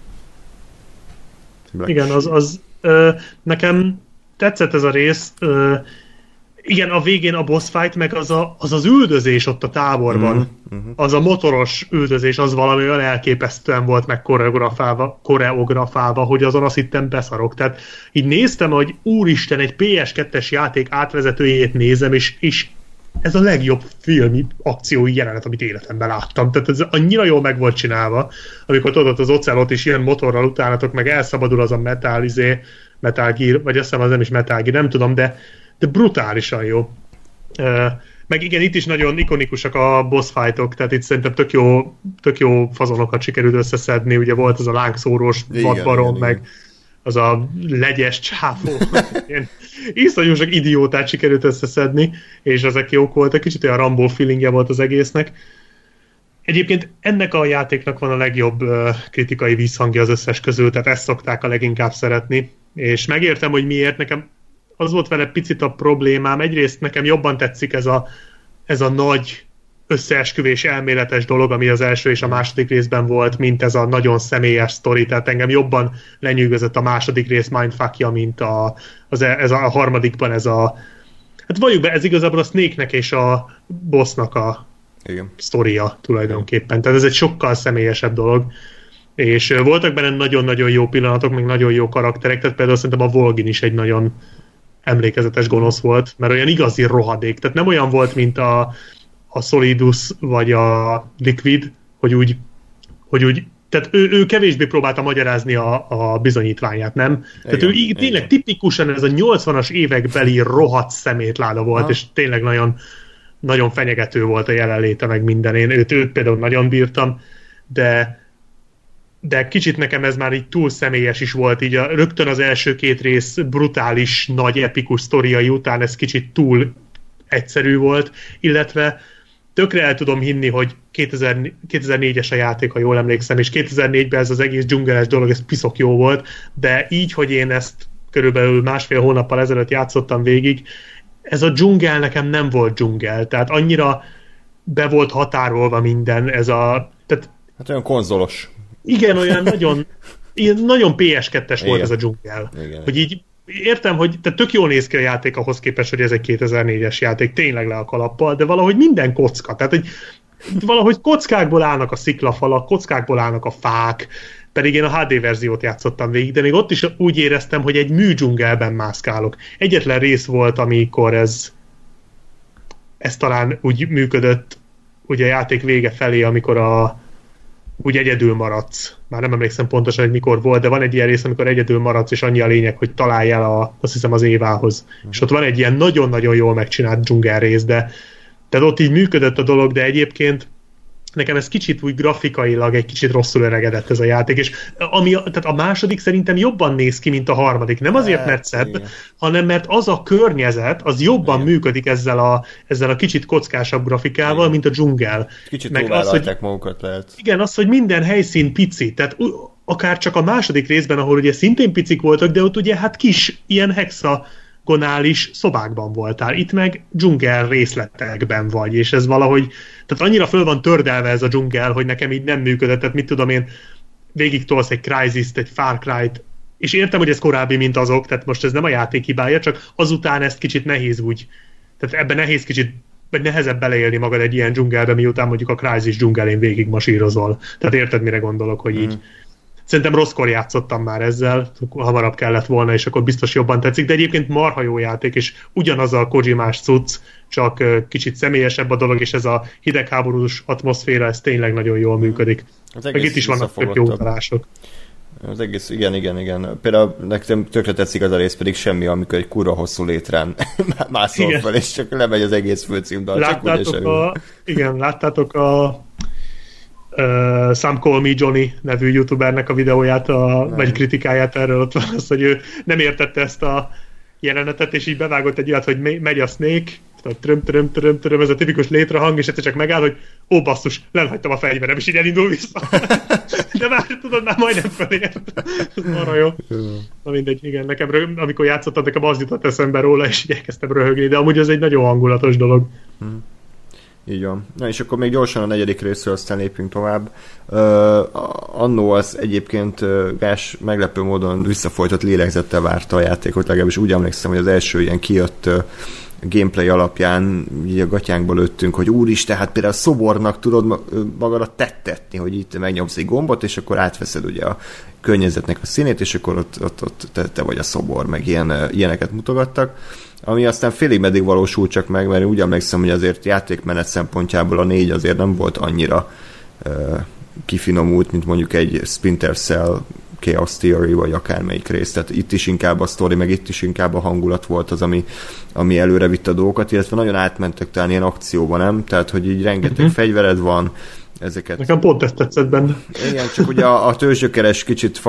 Igen, nekem tetszett ez a rész. Igen, a végén a boss fight, meg az üldözés ott a táborban. Az a motoros üldözés, az valami olyan elképesztően volt meg koreografálva, hogy azon azt hittem beszarok. Tehát így néztem, hogy úristen, egy PS2-es játék átvezetőjét nézem, és ez a legjobb filmi akciói jelenet, amit életemben láttam. Tehát ez annyira jól meg volt csinálva, amikor tudod, az Ocelot is ilyen motorral utánatok, meg elszabadul az a Metal Gear, vagy azt hiszem az nem is Metal Gear, nem tudom, de brutálisan jó. Meg igen, itt is nagyon ikonikusak a boss fightok, tehát itt szerintem tök jó fazonokat sikerült összeszedni, ugye volt az a lángszórós vadbarom, meg az a legyes csáfó, ilyen iszonyú sok idiótát sikerült összeszedni, és ezek jók voltak, kicsit olyan Rambo feelingje volt az egésznek. Egyébként ennek a játéknak van a legjobb kritikai vízhangja az összes közül, tehát ezt szokták a leginkább szeretni, és megértem, hogy miért. Nekem az volt vele picit a problémám, egyrészt nekem jobban tetszik ez a nagy összeesküvés elméletes dolog, ami az első és a második részben volt, mint ez a nagyon személyes sztori, tehát engem jobban lenyűgözött a második rész mindfuckja, mint ez a harmadikban ez a... Hát valljuk be, ez igazából a Snake-nek és a bossnak a sztoria tulajdonképpen, tehát ez egy sokkal személyesebb dolog, és voltak benne nagyon-nagyon jó pillanatok, meg nagyon jó karakterek, tehát például szerintem a Volgin is egy nagyon emlékezetes gonosz volt, mert olyan igazi rohadék, tehát nem olyan volt, mint a Solidus vagy a Liquid, hogy úgy tehát ő kevésbé próbálta magyarázni a bizonyítványát, nem? Igen, tehát ő tényleg tipikusan ez a 80-as évekbeli rohadt szemétláda volt, és tényleg nagyon, nagyon fenyegető volt a jelenléte, meg minden. Én őt például nagyon bírtam, de kicsit nekem ez már így túl személyes is volt, így rögtön az első két rész brutális, nagy, epikus sztoriai után ez kicsit túl egyszerű volt, illetve tökre el tudom hinni, hogy 2004-es a játék, ha jól emlékszem, és 2004-ben ez az egész dzsungeles dolog, ez piszok jó volt, de így, hogy én ezt körülbelül másfél hónappal ezelőtt játszottam végig, ez a dzsungel nekem nem volt dzsungel, tehát annyira be volt határolva minden, tehát hát olyan konzolos. Igen, olyan nagyon PS2-es volt ez a dzsungel. Igen. Hogy így értem, hogy tök jól néz ki a játék ahhoz képest, hogy ez egy 2004-es játék, tényleg le a kalappal, de valahogy minden kocka. Tehát, hogy valahogy kockákból állnak a sziklafalak, kockákból állnak a fák, pedig én a HD verziót játszottam végig, de még ott is úgy éreztem, hogy egy műdzsungelben mászkálok. Egyetlen rész volt, amikor ez talán úgy működött, ugye a játék vége felé, amikor úgy egyedül maradsz. Már nem emlékszem pontosan, hogy mikor volt, de van egy ilyen rész, amikor egyedül maradsz, és annyi a lényeg, hogy találj el azt hiszem az Évához. És ott van egy ilyen nagyon-nagyon jól megcsinált dzsungel rész, de tehát ott így működött a dolog, de egyébként nekem ez kicsit úgy grafikailag egy kicsit rosszul öregedett ez a játék, és tehát a második szerintem jobban néz ki, mint a harmadik. Nem azért, mert szebb, hanem mert az a környezet, az jobban működik ezzel a kicsit kockásabb grafikával, mint a dzsungel. Kicsit túlvállalták magukat lehet. Igen, az, hogy minden helyszín pici, tehát akár csak a második részben, ahol ugye szintén picik voltak, de ott ugye hát kis ilyen hexagonális szobákban voltál. Itt meg dzsungel részletekben vagy, és ez valahogy, tehát annyira föl van tördelve ez a dzsungel, hogy nekem így nem működött, tehát mit tudom én, végig tolsz egy Crysis-t, egy Far Cry-t, és értem, hogy ez korábbi, mint azok, tehát most ez nem a játék hibája, csak azután ezt kicsit nehéz úgy, tehát ebben nehéz kicsit, vagy nehezebb beleélni magad egy ilyen dzsungelbe, miután mondjuk a Crysis dzsungelén végig masírozol. Tehát érted, mire gondolok, hogy így. Szerintem rosszkor játszottam már ezzel, hamarabb kellett volna, és akkor biztos jobban tetszik, de egyébként marha jó játék, és ugyanaz a Kojimás cucc, csak kicsit személyesebb a dolog, és ez a hidegháborús atmoszféra, ez tényleg nagyon jól működik. Meg itt is vannak tök jó utalások. Az egész, igen. Például nekem tökre tetszik az a rész, pedig semmi, amikor egy kurva hosszú létrán mászol fel, és csak lemegy az egész főcímdal. Láttátok a Some Call Me Johnny nevű youtubernek a videóját, vagy kritikáját erről, ott van az, hogy ő nem értette ezt a jelenetet, és így bevágott egy olyat, hogy megy a Snake, ez a tipikus létrahang, és egyszer csak megáll, hogy ó basszus, lelhagytam a fegyverem, és így elindul vissza. De már tudod, már majdnem felért. Ez marha jó. Na mindegy, igen, nekem amikor játszottam, nekem az jutott eszembe róla, és így elkezdtem röhögni, de amúgy ez egy nagyon hangulatos dolog. Így van. Na és akkor még gyorsan a negyedik részről, aztán lépjünk tovább. Annó az egyébként Gás meglepő módon visszafolytott lélegzettel várta a játékot, legalábbis úgy emlékszem, hogy az első ilyen kijött gameplay alapján így a gatyánkba lőttünk, hogy úristen, hát például a szobornak tudod magadat tettetni, hogy itt megnyomsz egy gombot, és akkor átveszed ugye a környezetnek a színét, és akkor ott te vagy a szobor, meg ilyeneket mutogattak. Ami aztán félig meddig valósult csak meg, mert úgy emlékszem, hogy azért játékmenet szempontjából a 4 azért nem volt annyira kifinomult, mint mondjuk egy Splinter Cell, Chaos Theory, vagy akármelyik rész. Tehát itt is inkább a sztori, meg itt is inkább a hangulat volt az, ami előre vitt a dolgokat, illetve nagyon átmentek talán ilyen akcióban, nem? Tehát, hogy így rengeteg fegyvered van, ezeket... Nekem pont ezt tetszett benne. Igen, csak ugye a tőzsgyökeres kicsit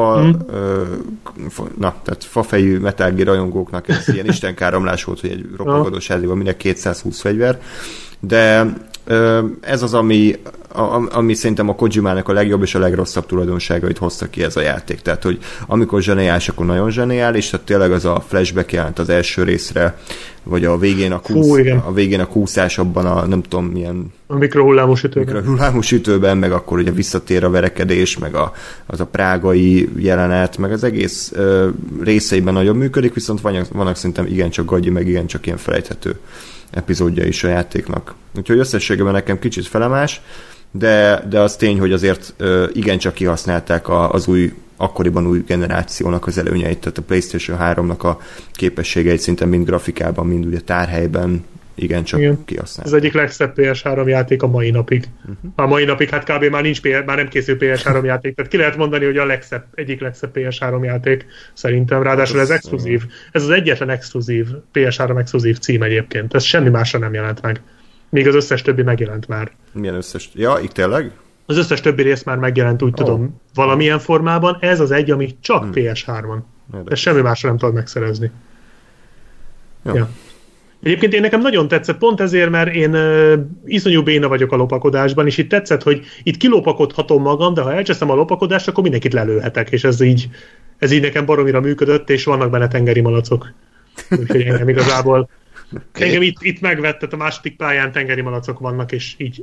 tehát fafejű Metal Gear rajongóknak ez ilyen istenkáromlás volt, hogy egy roppagadós házban minek 220 fegyver, de ez az, ami szerintem a Kojimának a legjobb és a legrosszabb tulajdonságait hozta ki ez a játék. Tehát, hogy amikor zseniális, akkor nagyon zseniális, tehát tényleg az a flashback jelent az első vagy a végén a kúszás abban a nem tudom milyen a mikrohullámos ütőben, meg akkor ugye visszatér a verekedés, meg az a prágai jelenet, meg az egész részeiben nagyon működik, viszont vannak szerintem igencsak gagyi, meg igencsak ilyen felejthető epizódja is a játéknak. Úgyhogy összességében nekem kicsit felemás, de az tény, hogy azért igencsak kihasználták az akkoriban új generációnak az előnyeit, tehát a PlayStation 3-nak a képességeit szinte mind grafikában, mind ugye tárhelyben igencsak kihasználták. Ez egyik legszebb PS3 játék a mai napig. A mai napig hát kb. Már nem készül PS3 játék, tehát ki lehet mondani, hogy egyik legszebb PS3 játék szerintem, ráadásul ez exkluzív. Ez az egyetlen exkluzív, PS3 exkluzív cím egyébként. Ez semmi másra nem jelent meg. Még az összes többi megjelent már. Milyen összes? Ja, itt tényleg? Az összes többi rész már megjelent, úgy tudom, valamilyen formában. Ez az egy, ami csak PS3-on. Ez semmi másra nem tudod megszerezni. Ja. Egyébként én nekem nagyon tetszett, pont ezért, mert én iszonyú béna vagyok a lopakodásban, és itt tetszett, hogy itt kilopakodhatom magam, de ha elcseszem a lopakodást, akkor mindenkit lelőhetek, és ez így nekem baromira működött, és vannak benne tengeri malacok. Úgyhogy engem igazából engem itt megvett, tehát a második pályán tengeri malacok vannak, és így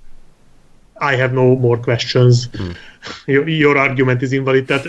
I have no more questions. Your argument is invalid. Tehát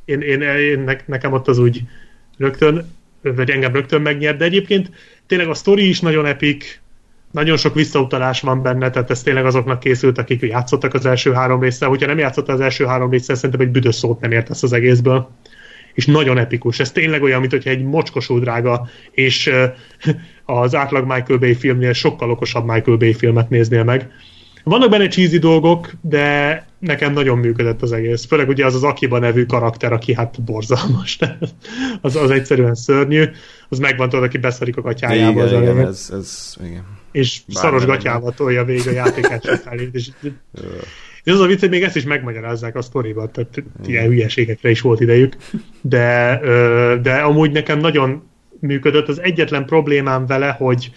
nekem ott az úgy rögtön, vagy engem rögtön megnyert, de egyébként tényleg a sztori is nagyon epik, nagyon sok visszautalás van benne, tehát ez tényleg azoknak készült, akik játszottak az első 3 résszel. Hogyha nem játszottál az első 3 résszel, szerintem egy büdös szót nem értesz az egészből. És nagyon epikus. Ez tényleg olyan, mint hogyha egy mocskosul drága, és az átlag Michael Bay filmnél sokkal okosabb Michael Bay filmet néznél meg. Vannak benne cheesy dolgok, de nekem nagyon működött az egész. Főleg ugye az Akiba nevű karakter, aki hát borzalmas. az egyszerűen szörnyű. Az megvan, tudod, aki beszarik a gatyájába. Igen, igen. És szaros gatyával tolja végig a játékát. És az a vicc, hogy még ezt is megmagyarázzák a sztoriban, tehát ilyen hülyeségekre is volt idejük. De amúgy nekem nagyon működött. Az egyetlen problémám vele, hogy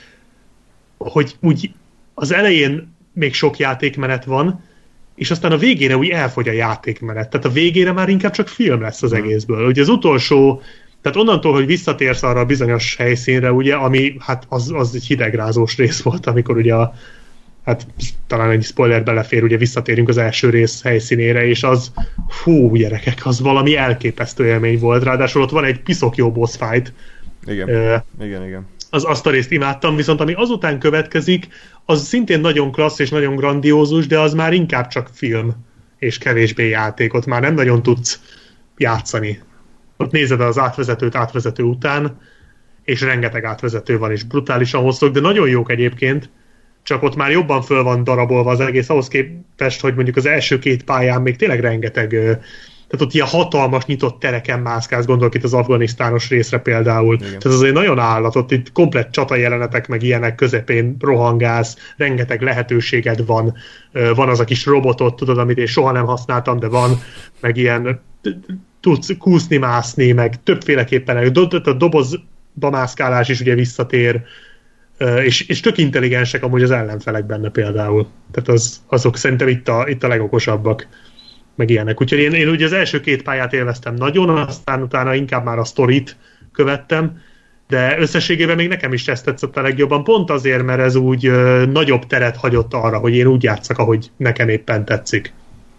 úgy az elején még sok játékmenet van, és aztán a végére úgy elfogy a játékmenet. Tehát a végére már inkább csak film lesz az egészből. Ugye az utolsó, tehát onnantól, hogy visszatérsz arra a bizonyos helyszínre, ugye, ami hát az egy hidegrázós rész volt, amikor ugye hát talán egy spoiler belefér, ugye visszatérünk az első rész helyszínére, és az, fú, gyerekek, az valami elképesztő élmény volt. Ráadásul ott van egy piszok jó boss fight. Igen. Azt a részt imádtam, viszont ami azután következik, az szintén nagyon klassz és nagyon grandiózus, de az már inkább csak film, és kevésbé játék. Ott már nem nagyon tudsz játszani. Ott nézed az átvezető után, és rengeteg átvezető van, és brutálisan hosszúk, de nagyon jók egyébként, csak ott már jobban föl van darabolva az egész, ahhoz képest, hogy mondjuk az első 2 pályán még tényleg rengeteg, tehát ott ilyen hatalmas nyitott tereken mászkálsz, gondolok itt az afganisztános részre például. Igen. Tehát az azért nagyon állat, ott itt komplett csata jelenetek, meg ilyenek közepén rohangálsz, rengeteg lehetőséged van. Van az a kis robotot, tudod, amit én soha nem használtam, de van, meg ilyen tudsz kúszni, mászni, meg többféleképpen a dobozba mászkálás is ugye visszatér, és tök intelligensek amúgy az ellenfelek benne például. Tehát azok szerintem itt a legokosabbak, meg ilyenek. Úgyhogy én ugye az első 2 pályát élveztem nagyon, aztán utána inkább már a sztorit követtem, de összességében még nekem is ezt tetszett a legjobban, pont azért, mert ez úgy nagyobb teret hagyott arra, hogy én úgy játszak, ahogy nekem éppen tetszik.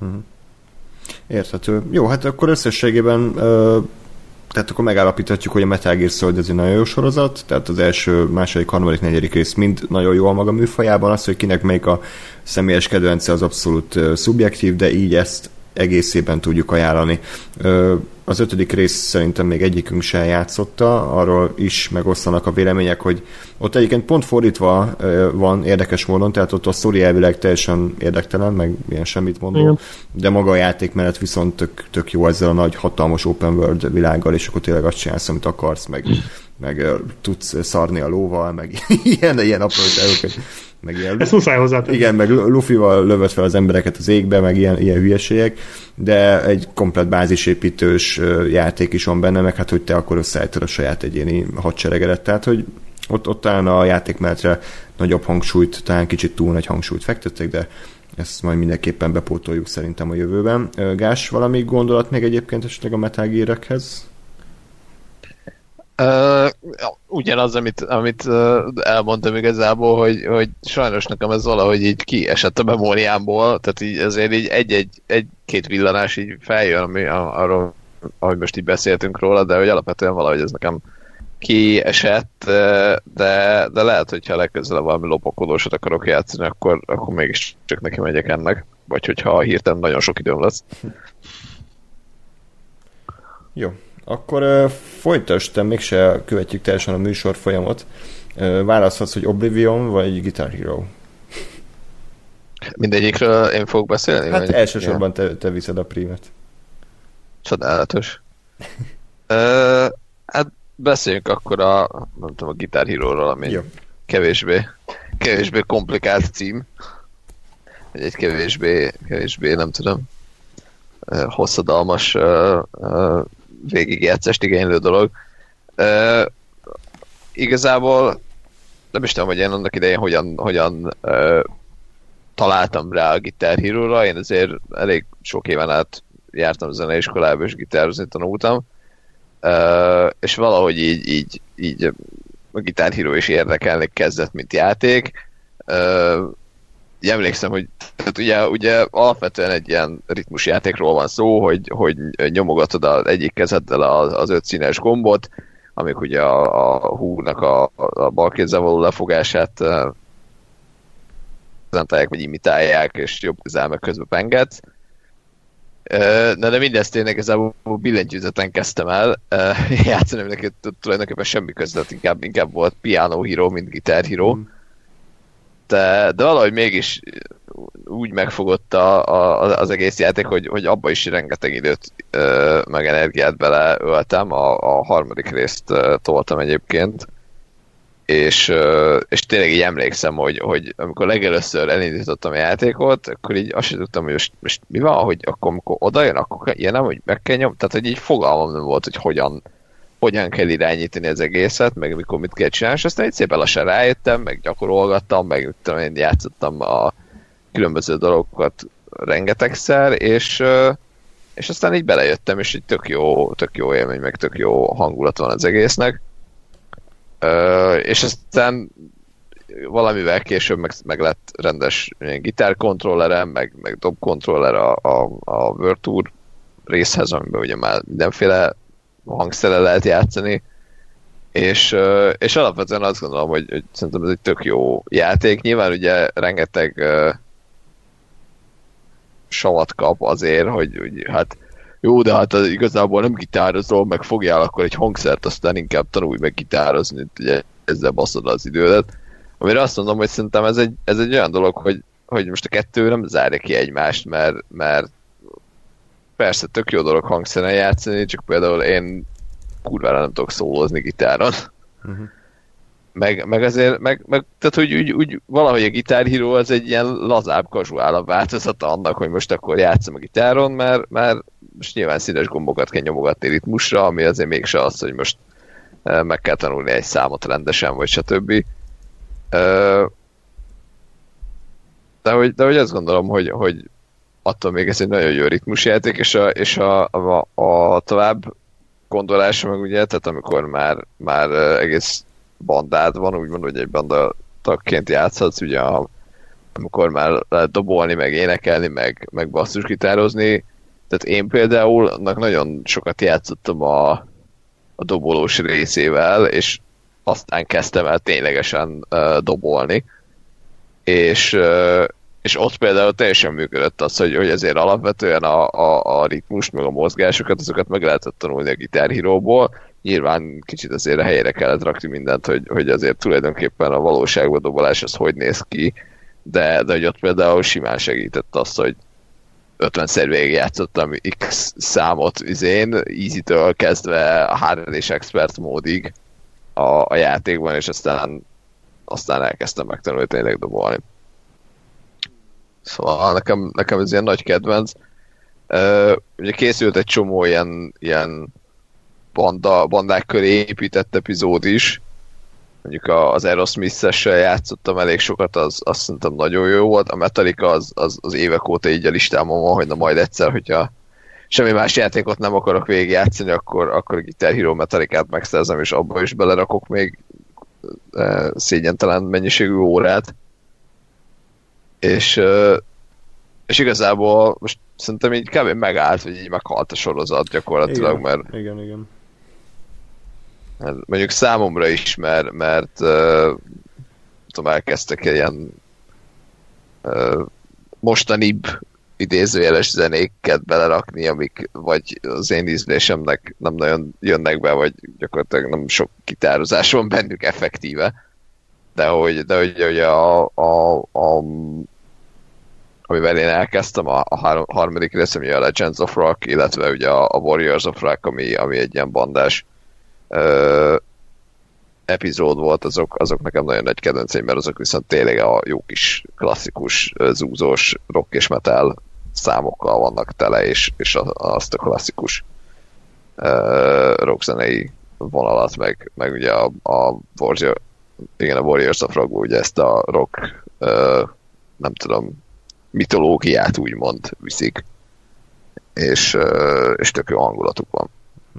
Érthető. Jó, hát akkor összességében tehát akkor megállapíthatjuk, hogy a Metal Gear Solid ez egy nagyon jó sorozat, tehát az első, második, harmadik, negyedik rész mind nagyon jó a maga műfajában, az, hogy kinek melyik a személyes kedvence, az abszolút szubjektív, de így ezt egészében tudjuk ajánlani. Az 5. rész szerintem még egyikünk sem játszotta, arról is megosztanak a vélemények, hogy ott egyébként pont fordítva van érdekes módon, tehát ott a sztori elvileg teljesen érdektelen, meg ilyen semmit mondó, de maga a játékmenet viszont tök jó ezzel a nagy, hatalmas open world világgal, és akkor tényleg azt csinálsz, amit akarsz, meg tudsz szarni a lóval, meg ilyen apróságok, meg ilyen, ezt muszáj hozzátenni. Igen, meg Luffy-val lövöd fel az embereket az égbe, meg ilyen hülyeségek, de egy komplett bázisépítős játék is van benne, meg hát, hogy te akkor összeállítod a saját egyéni hadseregedet, tehát, hogy ott talán a játékmenetre nagyobb hangsúlyt, talán kicsit túl nagy hangsúlyt fektettek, de ezt majd mindenképpen bepótoljuk szerintem a jövőben. Gás, valami gondolat még egyébként esetleg a Metal Gear-ekhez? Ugyanaz, amit elmondtam igazából, hogy sajnos nekem ez valahogy így kiesett a memóriámból, tehát így azért így egy-két villanás így feljön, ami arról, ahogy most így beszéltünk róla, de hogy alapvetően valahogy ez nekem kiesett, de lehet, hogyha legközelebb valami lopakodósat akarok játszani, akkor mégis csak neki megyek ennek, vagy hogyha hirtelen nagyon sok időm lesz. Jó. Akkor folytasd, te mégse követjük teljesen a műsor folyamot. Választhatsz, hogy Oblivion vagy Guitar Hero? Mindegyikről én fogok beszélni? Hát vagy? elsősorban te viszed a prímet. Csodálatos. Hát beszéljünk akkor a Guitar Hero-ról, ami kevésbé komplikált cím. Egy kevésbé nem tudom, hosszadalmas végigjátszást igénylő dolog. Igazából nem is tudom, hogy én annak idején hogyan találtam rá a Guitar Hero-ra, én azért elég sok éven át jártam zeneiskolába, és gitározni tanultam, és valahogy így a Guitar Hero is érdekelni kezdett, mint játék. Emlékszem, hogy tehát ugye alapvetően egy ilyen ritmusjátékról van szó, hogy nyomogatod az egyik kezeddel az 5 színes gombot, amik ugye a húrnak a bal kézzel való lefogását prezentálják, vagy imitálják, és jobb közel meg közben pengetsz. Na de mindezt én igazából billentyűzeten kezdtem el játszani, aminek tulajdonképpen semmi között, inkább volt Piano Hero, mint Guitar Hero. De valahogy mégis úgy megfogott az egész játék, hogy abba is rengeteg időt meg energiát beleöltem. A harmadik részt toltam egyébként, és tényleg így emlékszem, hogy amikor legelőször elindítottam a játékot, akkor így azt sem tudtam, hogy most mi van, hogy akkor amikor oda jön, akkor ilyen nem, hogy meg kell nyomni. Tehát, hogy így fogalmam nem volt, hogy hogyan kell irányítani az egészet, meg mikor mit kell csinálni, és aztán egy szépen lassan rájöttem, meg gyakorolgattam, meg én játszottam a különböző dolgokat rengetegszer, és aztán így belejöttem, és így tök jó élmény, meg tök jó hangulat van az egésznek. És aztán valamivel később meg lett rendes gitárkontrollerem, meg dobkontroller a World Tour részhez, amiben ugye már mindenféle hangszerrel lehet játszani, és alapvetően azt gondolom, hogy szerintem ez egy tök jó játék. Nyilván ugye rengeteg savat kap azért, hogy hát jó, de hát igazából nem gitározol, meg fogjál akkor egy hangszert, aztán inkább tanulj meg gitározni, ugye ezzel baszod az idődet. Amire azt mondom, hogy szerintem ez egy olyan dolog, hogy most a kettő nem zárja ki egymást, mert persze tök jó dolog hangszeren játszani, csak például én kurvára nem tudok szólózni gitáron. Uh-huh. Meg azért, tehát úgy valahogy a Guitar Hero az egy ilyen lazább, casuálabb változata annak, hogy most akkor játszom a gitáron, mert most nyilván színes gombokat kell nyomogatni ritmusra, ami azért mégse az, hogy most meg kell tanulni egy számot rendesen, vagy stb. De hogy azt gondolom, hogy attól még ez egy nagyon jó ritmusjáték, és a tovább gondolása meg ugye, tehát amikor már egész bandád van, úgymond, hogy egy banda tagként játszhatsz, ugye amikor már lehet dobolni, meg énekelni, meg basszusgitározni. Tehát én például annak nagyon sokat játszottam a dobolós részével, és aztán kezdtem el ténylegesen dobolni. És ott például teljesen működött az, hogy ezért alapvetően a ritmust, meg a mozgásokat, azokat meg lehetett tanulni a Guitar Hero-ból. Nyilván kicsit azért a helyre kellett rakni mindent, hogy azért tulajdonképpen a valóságban dobolás az hogy néz ki, de hogy ott például simán segített az, hogy 50-szer végigjátszottam X számot easy-től kezdve a hard és expert módig a játékban, és aztán elkezdtem megtanulni tényleg dobolni. Szóval nekem ez ilyen nagy kedvenc. Ugye készült egy csomó ilyen bandák köré épített epizód is. Mondjuk az Aerosmith-essel játszottam elég sokat, az szerintem nagyon jó volt. A Metallica az évek óta így a listámon van, hogy na majd egyszer, hogyha semmi más játékot nem akarok végigjátszani, akkor a Guitar Hero Metallicát megszerzem, és abba is belerakok még szégyentelen mennyiségű órát. És igazából most szerintem így kb. Megállt, vagy így meghalt a sorozat gyakorlatilag, igen, mert igen. Mondjuk számomra is, mert tudom, elkezdtek ilyen mostanibb idézőjeles zenéket belerakni, amik vagy az én ízlésemnek nem nagyon jönnek be, vagy gyakorlatilag nem sok gitározás van bennük effektíve. De hogy amivel én elkezdtem a harmadik rész, ami a Legends of Rock, illetve ugye a Warriors of Rock, ami egy ilyen bandás epizód volt, azok nekem nagyon nagy kedvenceim, mert azok viszont tényleg a jó kis klasszikus, zúzós rock és metal számokkal vannak tele, és azt a klasszikus rockzenei vonalat, meg ugye a a Warriors of Rockból ugye ezt a rock, nem tudom, mitológiát úgymond viszik, és tök jó hangulatuk van.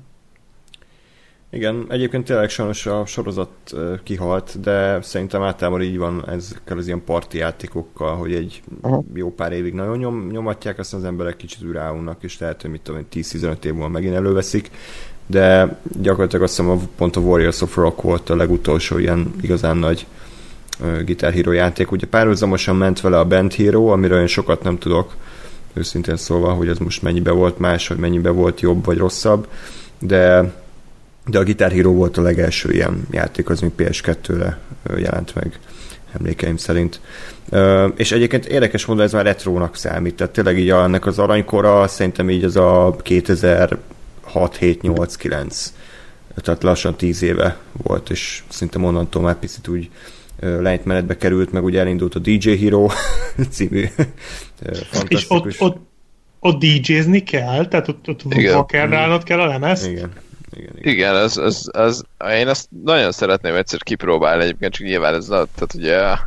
Igen, egyébként tényleg sajnos a sorozat kihalt, de szerintem általában így van ezekkel az ilyen parti játékokkal, hogy egy jó pár évig nagyon nyomatják, aztán az emberek kicsit ráunnak, és lehet, hogy 10-15 év múlva megint előveszik, de gyakorlatilag azt hiszem pont a Warriors of Rock volt a legutolsó ilyen igazán nagy Guitar Hero játék. Ugye párhuzamosan ment vele a Band Hero, amiről én sokat nem tudok, őszintén szólva, hogy ez most mennyibe volt más, vagy mennyibe volt jobb vagy rosszabb, de a Guitar Hero volt a legelső ilyen játék, az még PS2-re jelent meg, emlékeim szerint. És egyébként érdekes módon ez már retrónak számít, tehát tényleg így ennek az aranykora szerintem így az a 2006, 7, 8, 9, tehát lassan 10 éve volt, és szerintem onnantól már picit úgy lejtmenetbe került, meg ugye elindult a DJ Hero című fantasztikus. És ott DJ-zni kell? Tehát ott vakerrálnod kell a lemezt? Igen, én ezt nagyon szeretném egyszer kipróbálni, egyébként csak nyilván ez tehát ugye a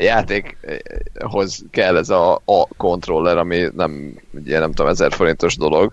játékhoz kell ez a controller, ami nem tudom, 1000 forintos dolog,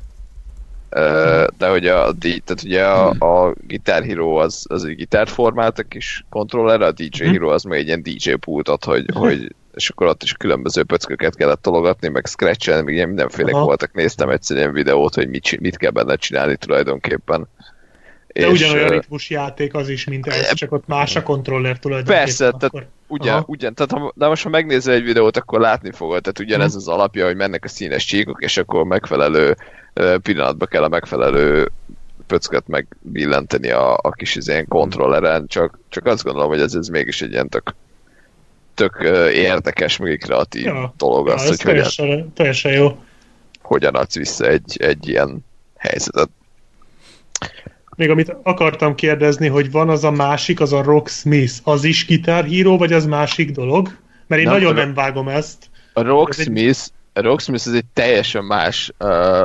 de hogy tehát ugye a Guitar Hero az egy gitárformált a kis kontroller, a DJ Hero az meg egy ilyen DJ pultot, hogy és akkor ott is különböző pöcköket kellett tologatni, meg scratchelni, meg ilyen mindenfélek voltak, néztem egyszer ilyen videót, hogy mit kell benne csinálni tulajdonképpen. De ugyanolyan ritmus játék az is, mint ez, csak ott más a kontroller tulajdonképpen. Persze, tehát ugyan, tehát de most ha megnézel egy videót, akkor látni fogod, tehát ugyanez az alapja, hogy mennek a színes csíkok, és akkor megfelelő pillanatban kell a megfelelő pöcköt megbillenteni a kis ilyen kontrolleren, csak azt gondolom, hogy ez mégis egy ilyen tök érdekes, meg kreatív dolog az, hogy teljesen jó. Hogyan adsz vissza egy ilyen helyzetet. Még amit akartam kérdezni, hogy van az a másik, az a Rocksmith, az is Guitar Hero, vagy az másik dolog? Mert én nem vágom ezt. A Rocksmith ez egy teljesen más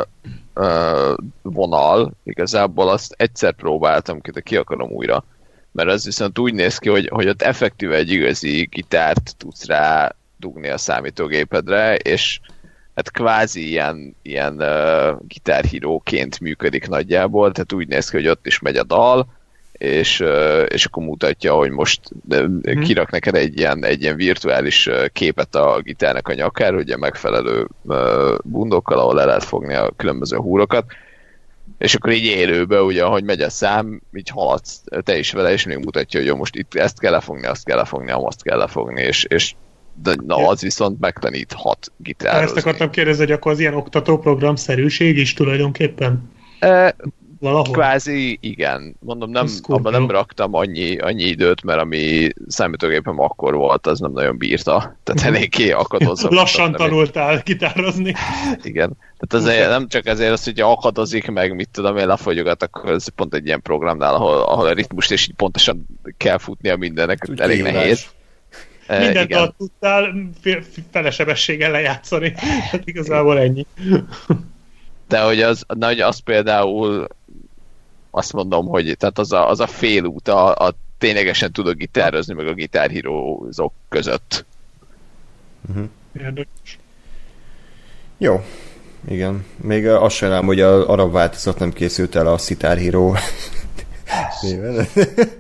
vonal, igazából azt egyszer próbáltam, de ki akarom újra. Mert az viszont úgy néz ki, hogy ott effektíve egy igazi gitárt tudsz rá dugni a számítógépedre, és hát kvázi ilyen Guitar Hero-ként működik nagyjából, tehát úgy néz ki, hogy ott is megy a dal, és akkor mutatja, hogy most kirak neked egy ilyen virtuális képet a gitárnak a nyakára, ugye megfelelő bundokkal, ahol le lehet fogni a különböző húrokat, és akkor így élőben, ugye, ahogy megy a szám, így haladsz te is vele, és még mutatja, hogy jó, most itt ezt kell lefogni, azt kell lefogni, azt kell lefogni, és de az viszont megtaníthat gitározni. Ezt akartam kérdezni, hogy akkor az ilyen oktatóprogram-szerűség is tulajdonképpen? Valahol? Kvázi igen. Mondom, abban nem raktam annyi időt, mert ami számítógépem akkor volt, az nem nagyon bírta. Tehát eléggé akadozott. Lassan tanultál gitározni. Igen. Tehát azért, nem csak ezért az, hogy akadozik meg, mit tudom én, lefogyogat, akkor ez pont egy ilyen programnál, ahol a ritmust és így pontosan kell futnia mindennek, elég nehéz. Mindent alatt tudtál felesebességgel lejátszani. Hát igazából ennyi. De hogy az például azt mondom, hogy tehát az a félút a ténylegesen tudok gitározni meg a Guitar Hero-zók között. Érdekes. Jó. Igen. Még azt sajnálom, hogy az arab változat nem készült el a Sitar Hero néven.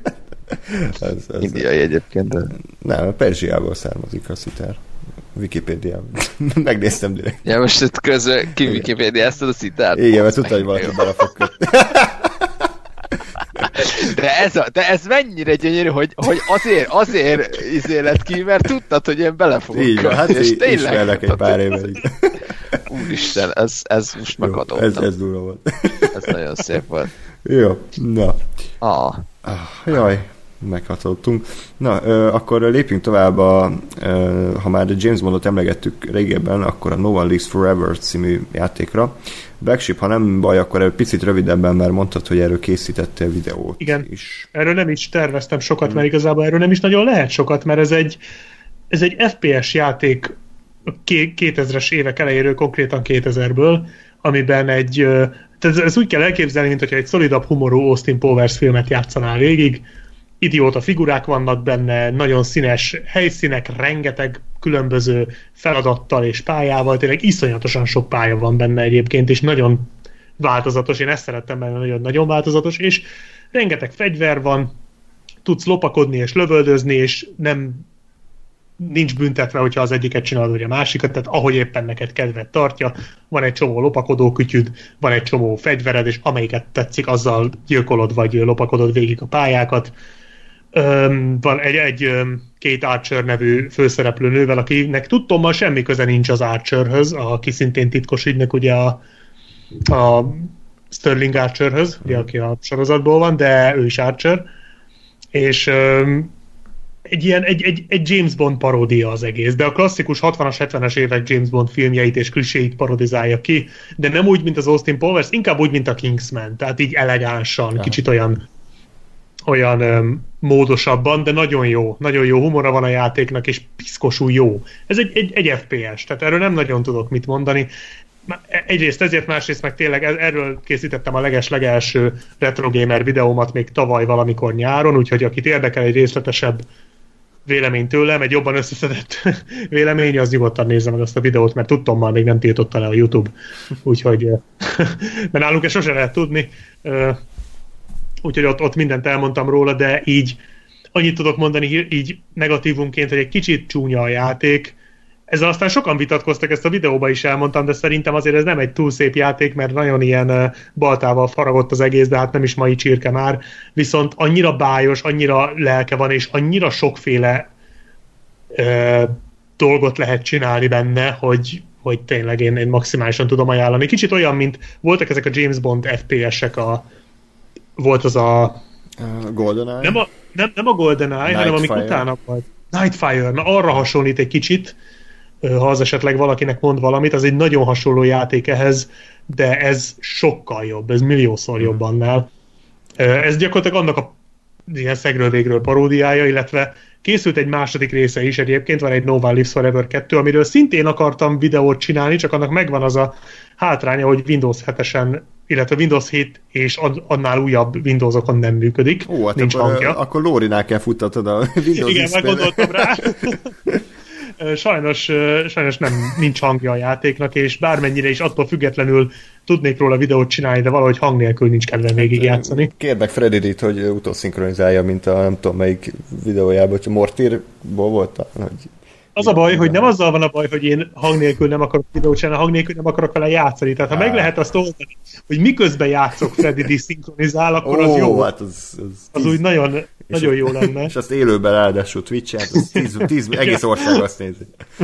Indiai egyébként. De... Nem, Perzsiából származik a Sitar. Wikipédiában. Megnéztem direkt. Ja, most itt közben ki Wikipédiáztad a Sitar? Igen, mert tudta, hogy valaki bele fog kötni. De ez mennyire gyönyörű, hogy azért lett ki, mert tudtad, hogy én bele fogok kötni. Így hát és tényleg ismerlek egy pár éve. Úristen, ez most megadom. Ez durva volt. Ez nagyon szép volt. Jó, na. Jaj, meghatottunk. Na, akkor lépjünk tovább ha már a James Bondot emlegettük régebben, akkor a No One Lives Forever című játékra. Black Sheep, ha nem baj, akkor egy picit rövidebben, mert mondtad, hogy erről készítettél videót. Igen, is. Erről nem is terveztem sokat, mert igazából erről nem is nagyon lehet sokat, mert ez egy FPS játék 2000-es évek elejéről, konkrétan 2000-ből, amiben tehát ez úgy kell elképzelni, mint hogyha egy szolidabb humorú Austin Powers filmet játszanál végig, idióta figurák vannak benne, nagyon színes helyszínek, rengeteg különböző feladattal és pályával, tényleg iszonyatosan sok pálya van benne egyébként, és nagyon változatos, én ezt szerettem benne, nagyon, nagyon változatos, és rengeteg fegyver van, tudsz lopakodni és lövöldözni, és nincs büntetve, hogyha az egyiket csinálod, vagy a másikat, tehát ahogy éppen neked kedved tartja, van egy csomó lopakodó kütyüd, van egy csomó fegyvered, és amelyiket tetszik, azzal gyilkolod, vagy lopakodod végig a pályákat. Van két Archer nevű főszereplő nővel, akinek tudtommal semmi köze nincs az Archerhöz, aki szintén titkos ügynök, ugye a Sterling Archerhöz, ugye, aki a sorozatból van, de ő is Archer, és egy James Bond paródia az egész, de a klasszikus 60-as, 70-es évek James Bond filmjeit és kliséit parodizálja ki, de nem úgy, mint az Austin Powers, inkább úgy, mint a Kingsman, tehát így elegánsan, kicsit olyan módosabban, de nagyon jó humora van a játéknak, és piszkosul jó. Ez egy FPS, tehát erről nem nagyon tudok mit mondani. Egyrészt ezért, másrészt meg tényleg erről készítettem a leges-legelső Retro Gamer videómat még tavaly valamikor nyáron, úgyhogy akit érdekel egy részletesebb vélemény tőlem, egy jobban összeszedett vélemény, az nyugodtan nézze meg azt a videót, mert tudtommal még nem tiltotta le a YouTube. Úgyhogy, mert nálunk ezt sose lehet tudni. Úgyhogy ott mindent elmondtam róla, de így annyit tudok mondani így negatívunként, hogy egy kicsit csúnya a játék. Ezzel aztán sokan vitatkoztak, ezt a videóban is elmondtam, de szerintem azért ez nem egy túl szép játék, mert nagyon ilyen baltával faragott az egész, de hát nem is mai csirke már. Viszont annyira bájos, annyira lelke van, és annyira sokféle dolgot lehet csinálni benne, hogy tényleg én maximálisan tudom ajánlani. Kicsit olyan, mint voltak ezek a James Bond FPS-ek, volt az a GoldenEye? Nem a GoldenEye, hanem amik utána volt. Nightfire, na arra hasonlít egy kicsit, ha az esetleg valakinek mond valamit, az egy nagyon hasonló játék ehhez, de ez sokkal jobb, ez milliószor jobb annál. Ez gyakorlatilag annak a ilyen szegről végről paródiája, illetve készült egy második része is egyébként, van egy No One Lives Forever 2, amiről szintén akartam videót csinálni, csak annak megvan az a hátránya, hogy Windows 7-esen, illetve Windows 7 és annál újabb Windowsokon nem működik. Hát nincs hangja. Akkor Lórinál kell futtatod a Windows. Igen, meggondoltam rá. Sajnos nincs hangja a játéknak, és bármennyire is attól függetlenül tudnék róla videót csinálni, de valahogy hang nélkül nincs kedve végigjátszani. Kérd meg Freddy-t, hogy utószinkronizálja, mint a nem tudom melyik videójában, hogy Mortirból volt. Az a baj, hogy nem azzal van a baj, hogy én hang nélkül nem akarok videót csinálni, hang nélkül nem akarok vele játszani. Tehát ha meg lehet azt oldani, hogy miközben játszok Freddy szinkronizál, akkor az jó. Hát az úgy nagyon jó lenne. És azt élőben ráadásul Twitch-en, 10 egész ország azt nézi.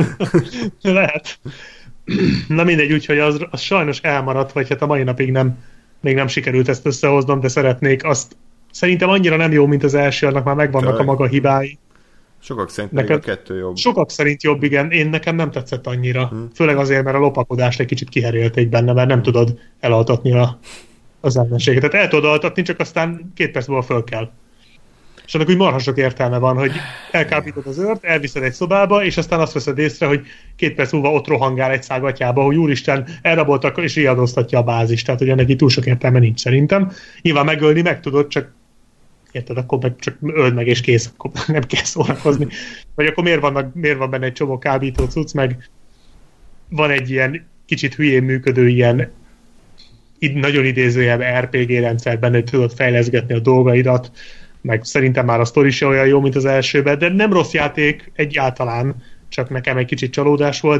Lehet. Na mindegy, úgyhogy az sajnos elmaradt, vagy hát a mai napig még nem sikerült ezt összehoznom, de szeretnék. Azt szerintem annyira nem jó, mint az első, annak már megvannak a maga hibái. Sokak szerint a kettő jobb. Sokak szerint jobb, igen. Nekem nem tetszett annyira. Főleg azért, mert a lopakodást egy kicsit kiherélték benne, mert nem tudod elaltatni az ellenséget. Tehát el tudod altatni, csak aztán 2 perc múlva föl kell. És annak úgy marha sok értelme van, hogy elkábítod az őrt, elviszed egy szobába, és aztán azt veszed észre, hogy 2 perc múlva ott rohangál egy szág atyába, hogy úristen, elraboltak, és riadóztatja a bázist. Tehát ugye neki túl sok értelme nincs szerintem. Nyilván megölni meg tudod, csak érted, akkor meg csak öld meg és kész, akkor nem kell szórakozni. Vagy akkor miért van benne egy csomó kábító cucc, meg van egy ilyen kicsit hülyén működő ilyen nagyon idézőjelben RPG rendszer benne, hogy tudod fejleszgetni a dolgaidat, meg szerintem már a sztori se olyan jó, mint az elsőben, de nem rossz játék egyáltalán, csak nekem egy kicsit csalódás volt,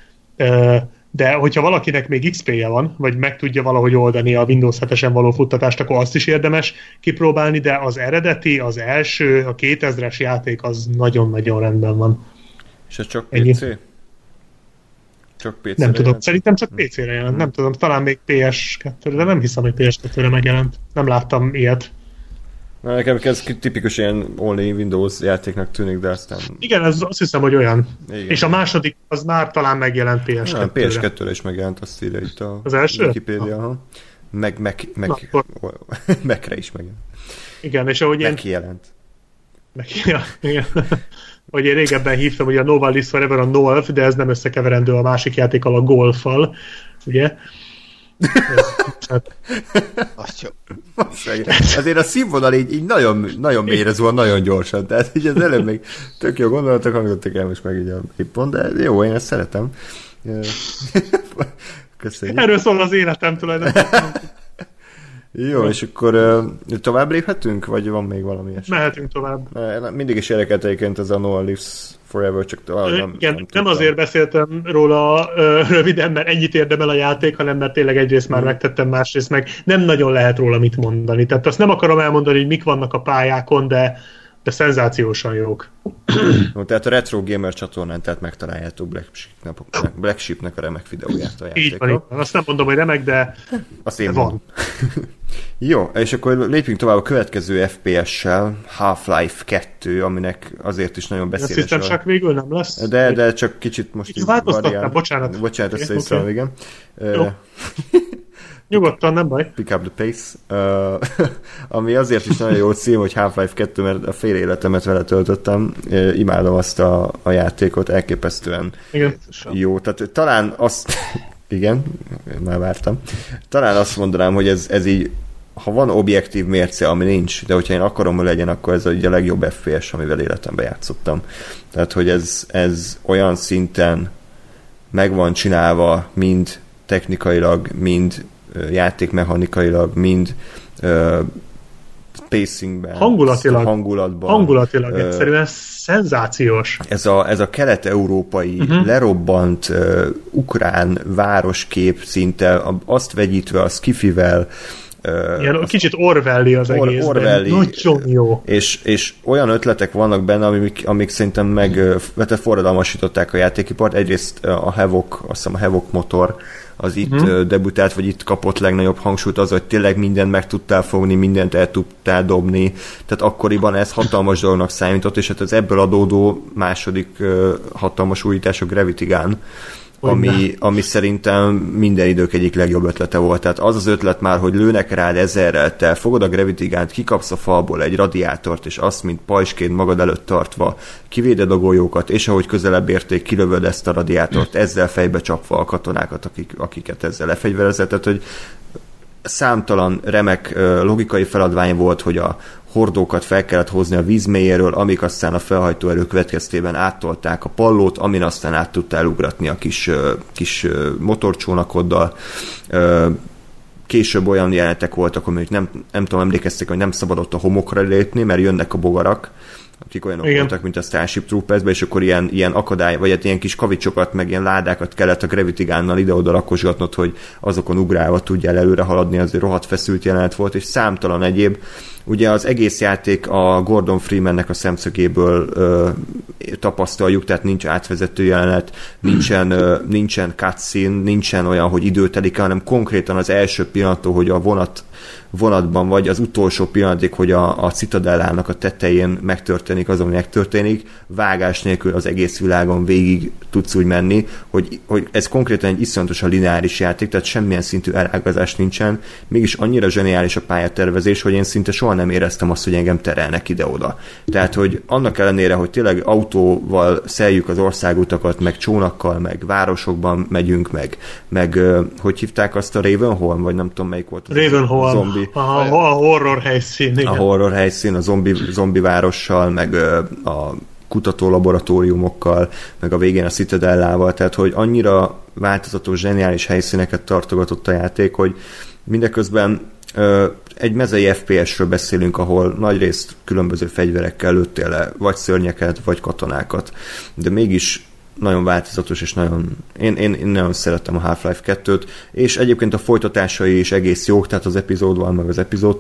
de hogyha valakinek még XP-je van, vagy meg tudja valahogy oldani a Windows 7-esen való futtatást, akkor azt is érdemes kipróbálni, de az eredeti, az első, a 2000-es játék az nagyon-nagyon rendben van. És ez csak PC? Csak PC-re nem tudom, szerintem csak PC-re jelent, nem tudom, talán még PS2-re, de nem hiszem, hogy PS2-re megjelent. Nem láttam ilyet. Na, nekem ez tipikus ilyen only Windows játéknak tűnik, de aztán... Igen, azt hiszem, hogy olyan. Igen. És a második, az már talán megjelent PS2-re. PS2-re is megjelent, azt írja itt a az első? Wikipedia. Mac-re is megjelent. Igen, és ahogy megjelent. Igen. Hogy én régebben hívtam, hogy a No One Lives Forever a Nolf, de ez nem összekeverendő a másik játékkal, a Golffal, ugye? Azért a színvonal így nagyon, nagyon mélyre zuhan, nagyon gyorsan. Tehát így az előbb még tök jó gondolatok hangzottak el most meg így a hippon, de jó, én ezt szeretem. Köszönjük. Erről szól az életem tulajdonképpen. Jó, és akkor tovább léphetünk, vagy van még valami eset? Mehetünk tovább. Mindig is érdekelt egyébként ez a Noah Lives Forever, csak nem azért beszéltem róla röviden, mert ennyit érdemel a játék, hanem mert tényleg egyrészt már megtettem, másrészt meg nem nagyon lehet róla mit mondani. Tehát azt nem akarom elmondani, hogy mik vannak a pályákon, de szenzációsan jók. Tehát a Retro Gamer csatornán tehát megtaláljátok Black Sheepnek a remek videóját a játékra. Így van. Azt nem mondom, hogy remek, de azt én van. Jó, és akkor lépjünk tovább a következő FPS-sel, Half-Life 2, aminek azért is nagyon beszédes. System Shock végül nem lesz? De csak kicsit most így változtattam, bocsánat. Bocsánat, össze-vissza, igen. Jó. Nyugodtan, nem baj. Pick up the pace. Ami azért is nagyon jó cím, hogy Half-Life 2, mert a fél életemet vele töltöttem. Imádom azt a játékot, elképesztően igen. Jó. Tehát talán azt... Igen, már vártam. Talán azt mondanám, hogy ez így, ha van objektív mérce, ami nincs, de hogyha én akarom, hogy legyen, akkor ez a legjobb FPS, amivel életemben játszottam. Tehát, hogy ez olyan szinten meg van csinálva, mind technikailag, mind játékmechanikailag, mind pacingben, hangulatilag egyszerűen szenzációs. Ez a kelet-európai lerobbant ukrán városkép szinte, azt vegyítve a skifivel, ilyen kicsit Orwelli az egész. Orwelli, nagyon jó. És olyan ötletek vannak benne, amik szerintem forradalmasították a játékipart. Egyrészt a Havok, azt hiszem a Havok motor, az itt debütált, vagy itt kapott legnagyobb hangsúlyt az, hogy tényleg mindent meg tudtál fogni, mindent el tudtál dobni. Tehát akkoriban ez hatalmas dolognak számított, és hát az ebből adódó második hatalmas újítás a Gravity Gun, ami szerintem minden idők egyik legjobb ötlete volt. Tehát az ötlet már, hogy lőnek rád ezerrel, te fogod a Gravity Gun-t, kikapsz a falból egy radiátort, és azt, mint pajsként magad előtt tartva, kivéded a golyókat, és ahogy közelebb érték, kilövöd ezt a radiátort, ezzel fejbe csapva a katonákat, akiket ezzel lefegyverezett. Tehát, hogy számtalan remek logikai feladvány volt, hogy a hordókat fel kellett hozni a víz mélyéről, amik aztán a felhajtóerő következtében áttolták a pallót, amin aztán át tudtál ugratni a kis motorcsónakoddal. Később olyan jelenetek voltak, amik nem tudom, emlékeztek, hogy nem szabad ott a homokra lépni, mert jönnek a bogarak, akik olyanok voltak, mint a Starship Troopers-ben, és akkor ilyen akadály, vagy ilyen kis kavicsokat, meg ilyen ládákat kellett a Gravity Gunnal ide-oda rakosgatnod, hogy azokon ugrálva tudjál előre haladni, az rohadt feszült jelenet volt, és számtalan egyéb. Ugye az egész játék a Gordon Freemannek a szemszögéből tapasztaljuk, tehát nincs átvezető jelenet, nincsen cutscene, nincsen olyan, hogy idő telik, hanem konkrétan az első pillanattól, hogy a vonatban, vagy az utolsó pillanatig, hogy a Citadellának a tetején megtörténik az, ami megtörténik, vágás nélkül az egész világon végig tudsz úgy menni, hogy ez konkrétan egy iszonyatosan lineáris játék, tehát semmilyen szintű elágazás nincsen, mégis annyira zseniális a pályatervezés, hogy én szinte soha nem éreztem azt, hogy engem terelnek ide-oda. Tehát, hogy annak ellenére, hogy tényleg autóval szeljük az országutakat, meg csónakkal, meg városokban megyünk, meg hogy hívták azt a Ravenholm, vagy nem tudom melyik volt. Ravenholm, a horror helyszín. Igen. A horror helyszín, a zombi várossal, meg a kutatólaboratóriumokkal, meg a végén a Citadellával, tehát, hogy annyira változatos, zseniális helyszíneket tartogatott a játék, hogy mindeközben egy mezei FPS-ről beszélünk, ahol nagyrészt különböző fegyverekkel lőttél le, vagy szörnyeket, vagy katonákat, de mégis nagyon változatos, és én nagyon szerettem a Half-Life 2-t, és egyébként a folytatásai is egész jók, tehát az Episode 1 meg az Episode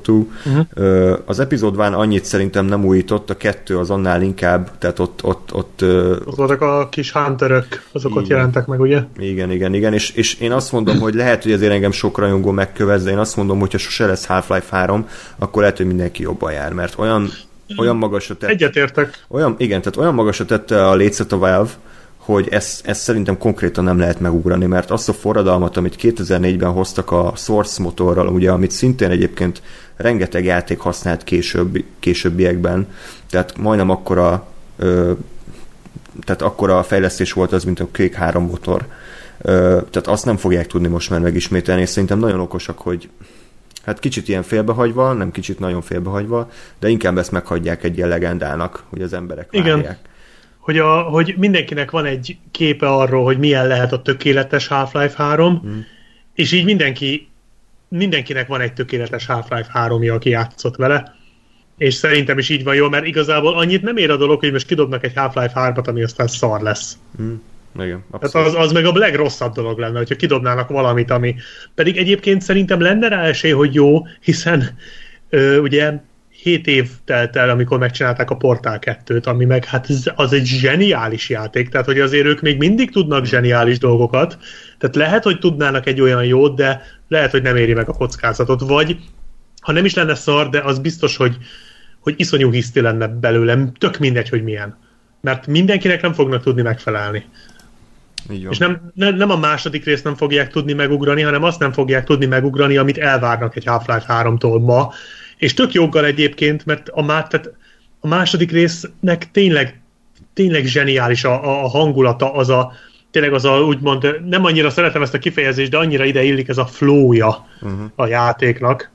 2. Az Episode 1 annyit szerintem nem újított, a 2 az annál inkább, tehát ott voltak a kis hunterök, azok ott jelentek meg, ugye? Igen, és én azt mondom, hogy lehet, hogy azért engem sok rajongó megkövez, de én azt mondom, hogyha sose lesz Half-Life 3, akkor lehet, hogy mindenki jobban jár, mert olyan magasra tette. Egyetértek. Olyan magasra tette a lécet a Valve, hogy ezt szerintem konkrétan nem lehet megugrani, mert azt a forradalmat, amit 2004-ben hoztak a Source motorral, ugye, amit szintén egyébként rengeteg játék használt későbbiekben, tehát majdnem akkora fejlesztés volt az, mint a Quake 3 motor. Tehát azt nem fogják tudni most már megismételni, és szerintem nagyon okosak, hogy hát kicsit ilyen félbehagyva, nem kicsit nagyon félbehagyva, de inkább ezt meghagyják egy ilyen legendának, hogy az emberek várják. Igen. Hogy mindenkinek van egy képe arról, hogy milyen lehet a tökéletes Half-Life 3, és így mindenkinek van egy tökéletes Half-Life 3-ja, aki játszott vele, és szerintem is így van jó, mert igazából annyit nem ér a dolog, hogy most kidobnak egy Half-Life 3-at, ami aztán szar lesz. Igen, tehát az meg a legrosszabb dolog lenne, hogyha kidobnának valamit, ami pedig egyébként szerintem lenne rá esély, hogy jó, hiszen ugye 7 év telt el, amikor megcsinálták a Portal 2-t, ami meg hát az egy zseniális játék, tehát hogy azért ők még mindig tudnak zseniális dolgokat, tehát lehet, hogy tudnának egy olyan jót, de lehet, hogy nem éri meg a kockázatot, vagy ha nem is lenne szar, de az biztos, hogy iszonyú hiszti lenne belőlem, tök mindegy, hogy milyen. Mert mindenkinek nem fognak tudni megfelelni. És nem a második részt nem fogják tudni megugrani, hanem azt nem fogják tudni megugrani, amit elvárnak egy Half-Life 3-tól ma. És tök joggal egyébként, mert tehát a második résznek tényleg zseniális a hangulata, tényleg úgymond, nem annyira szeretem ezt a kifejezést, de annyira ide illik ez a flow-ja a játéknak,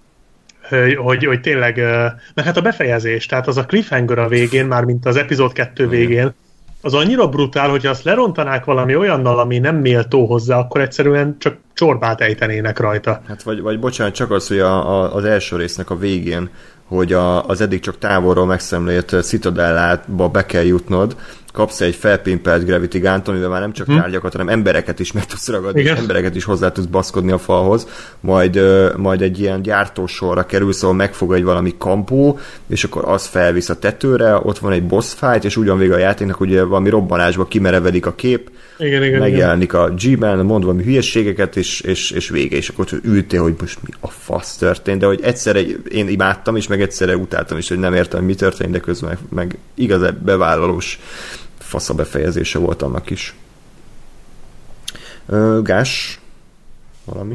hogy tényleg, meg hát a befejezés, tehát az a cliffhanger a végén, már mint az epizód 2 végén, az annyira brutál, hogyha azt lerontanák valami olyannal, ami nem méltó hozzá, akkor egyszerűen csak csorbát ejtenének rajta. Hát vagy bocsánat, csak az, hogy az első résznek a végén, hogy az eddig csak távolról megszemlélt Citadellába be kell jutnod, kapsz egy felpimpelt Gravity Gun-t, amivel már nem csak tárgyakat, hanem embereket is meg tudsz ragadni, és embereket is hozzá tudsz baszkodni a falhoz, majd egy ilyen gyártósorra kerülsz, ahol megfog egy valami kampó, és akkor az felvisz a tetőre, ott van egy boss fight, és ugyan vége a játéknak, ugye valami robbanásba kimerevedik a kép, megjelenik a G-ben, mond valami hülyességeket, és vége, és akkor ültél, hogy most mi a fasz történt, de hogy egyszerre én imádtam, és meg egyszerre utáltam is, hogy nem értem, hogy mi történt, de közben meg igaz bevállalós fasza befejezése volt annak is. Gás? Valami?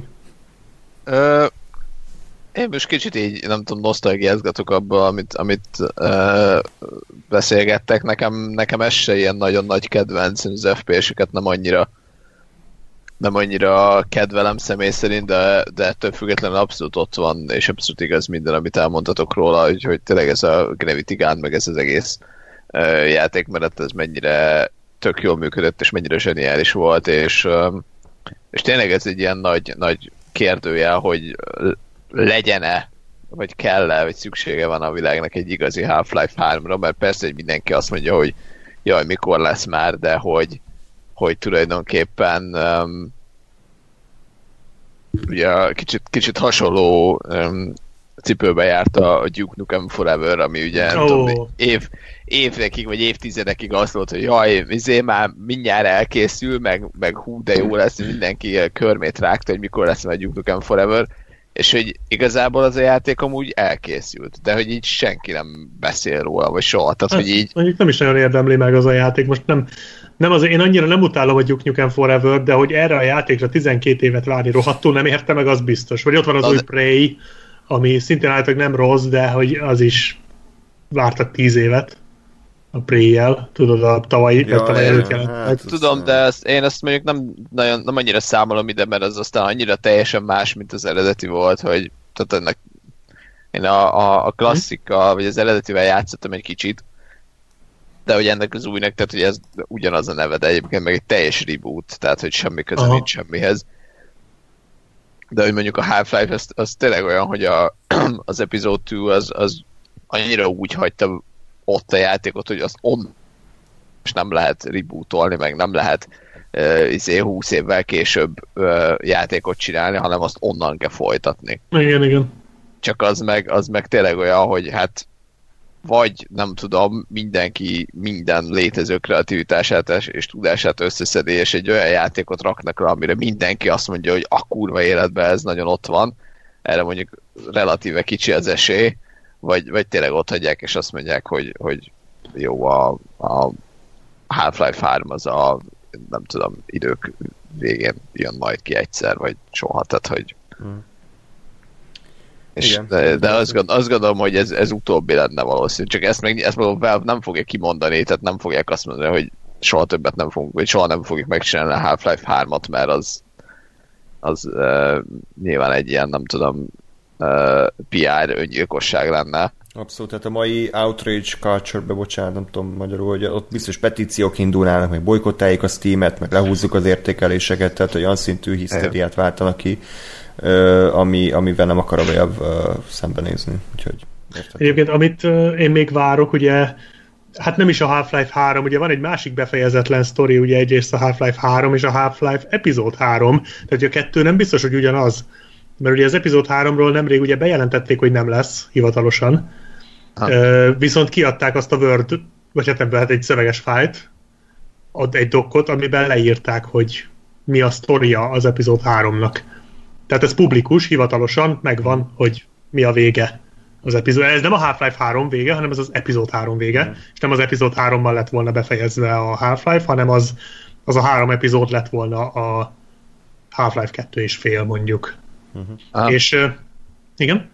Én most kicsit így, nem tudom, nosztalgiázgatok abba, amit beszélgettek. Nekem ez se ilyen nagyon nagy kedvenc, az FPS-eket nem annyira kedvelem személy szerint, de ettől függetlenül abszolút ott van, és abszolút igaz minden, amit elmondhatok róla, hogy tényleg ez a Gravity Gun, meg ez az egész játékmenet, ez mennyire tök jól működött, és mennyire zseniális volt, és tényleg ez egy ilyen nagy kérdőjel, hogy legyen-e, vagy kell-e, vagy szüksége van a világnak egy igazi Half-Life 3-ra, mert persze, hogy mindenki azt mondja, hogy jaj, mikor lesz már, de hogy tulajdonképpen ugye kicsit hasonló cipőbe járt a Duke Nukem Forever, ami ugye tudom, évekig vagy évtizedekig az volt, hogy jaj, már mindjárt elkészül, meg hú, de jó lesz, mindenki körmét rágta, hogy mikor lesz már Duke Nukem Forever, és hogy igazából az a játék amúgy elkészült, de hogy így senki nem beszél róla, vagy soha, tehát hogy így... Mondjuk nem is nagyon érdemli meg az a játék, most nem azért, én annyira nem utálom a Duke Nukem Forever, de hogy erre a játékra 12 évet várni rohadtul nem érte meg, az biztos. Vagy ott van az új Prey, ami szintén állítólag nem rossz, de hogy az is vártak 10 évet a Prey-jel, tudod, a tavaly előtt jelent. Hát, tudom, de én ezt mondjuk nem annyira számolom ide, mert az aztán annyira teljesen más, mint az eredeti volt, hogy tehát ennek én a klasszikkal, vagy az eredetivel játszottam egy kicsit, de hogy ennek az újnak, tehát hogy ez ugyanaz a neve, de egyébként meg egy teljes reboot, tehát hogy semmi köze nincs semmihez. De hogy mondjuk a Half-Life az tényleg olyan, hogy az Episode 2 az annyira úgy hagyta ott a játékot, hogy azt és nem lehet rebootolni, meg nem lehet 20 évvel később játékot csinálni, hanem azt onnan kell folytatni. Igen. Csak az meg tényleg olyan, hogy hát vagy nem tudom, mindenki minden létező kreativitását és tudását összeszedi, és egy olyan játékot raknak rá, amire mindenki azt mondja, hogy a kurva életben ez nagyon ott van, erre mondjuk relatíve kicsi az esély, vagy tényleg ott hagyják, és azt mondják, hogy jó, a Half-Life 3 az a nem tudom, idők végén jön majd ki egyszer, vagy soha, tehát hogy és de azt gondolom, hogy ez utóbbi lenne valószínű. Csak ezt Valve nem fogja kimondani, tehát nem fogják azt mondani, hogy soha többet nem fogunk, vagy soha nem fogjuk megcsinálni a Half-Life 3-at, mert az nyilván egy ilyen, nem tudom, PR öngyilkosság lenne. Abszolút, tehát a mai outrage culture-be, bocsánat, nem tudom magyarul, hogy ott biztos petíciók indulnának, meg bolykottáljuk a Steam-et, meg lehúzzuk az értékeléseket, tehát olyan szintű hisztériát váltanak ki, amivel nem akar a szembenézni. Úgyhogy értem. Egyébként, amit én még várok, ugye, hát nem is a Half-Life 3, ugye van egy másik befejezetlen sztori, ugye egyrészt a Half-Life 3 és a Half-Life Episode 3, tehát a kettő nem biztos, hogy ugyanaz. Mert ugye az Episode 3-ról nemrég ugye bejelentették, hogy nem lesz hivatalosan. Viszont kiadták azt a Word, vagy hát ebben egy szöveges fájlt, egy dokkot, amiben leírták, hogy mi a sztoria az Episode 3-nak. Tehát ez publikus, hivatalosan megvan, hogy mi a vége az epizód. Ez nem a Half-Life 3 vége, hanem ez az Episode 3 vége, és nem az Episode 3-mal lett volna befejezve a Half-Life, hanem az a 3 epizód lett volna a Half-Life 2 és fél, mondjuk. És igen?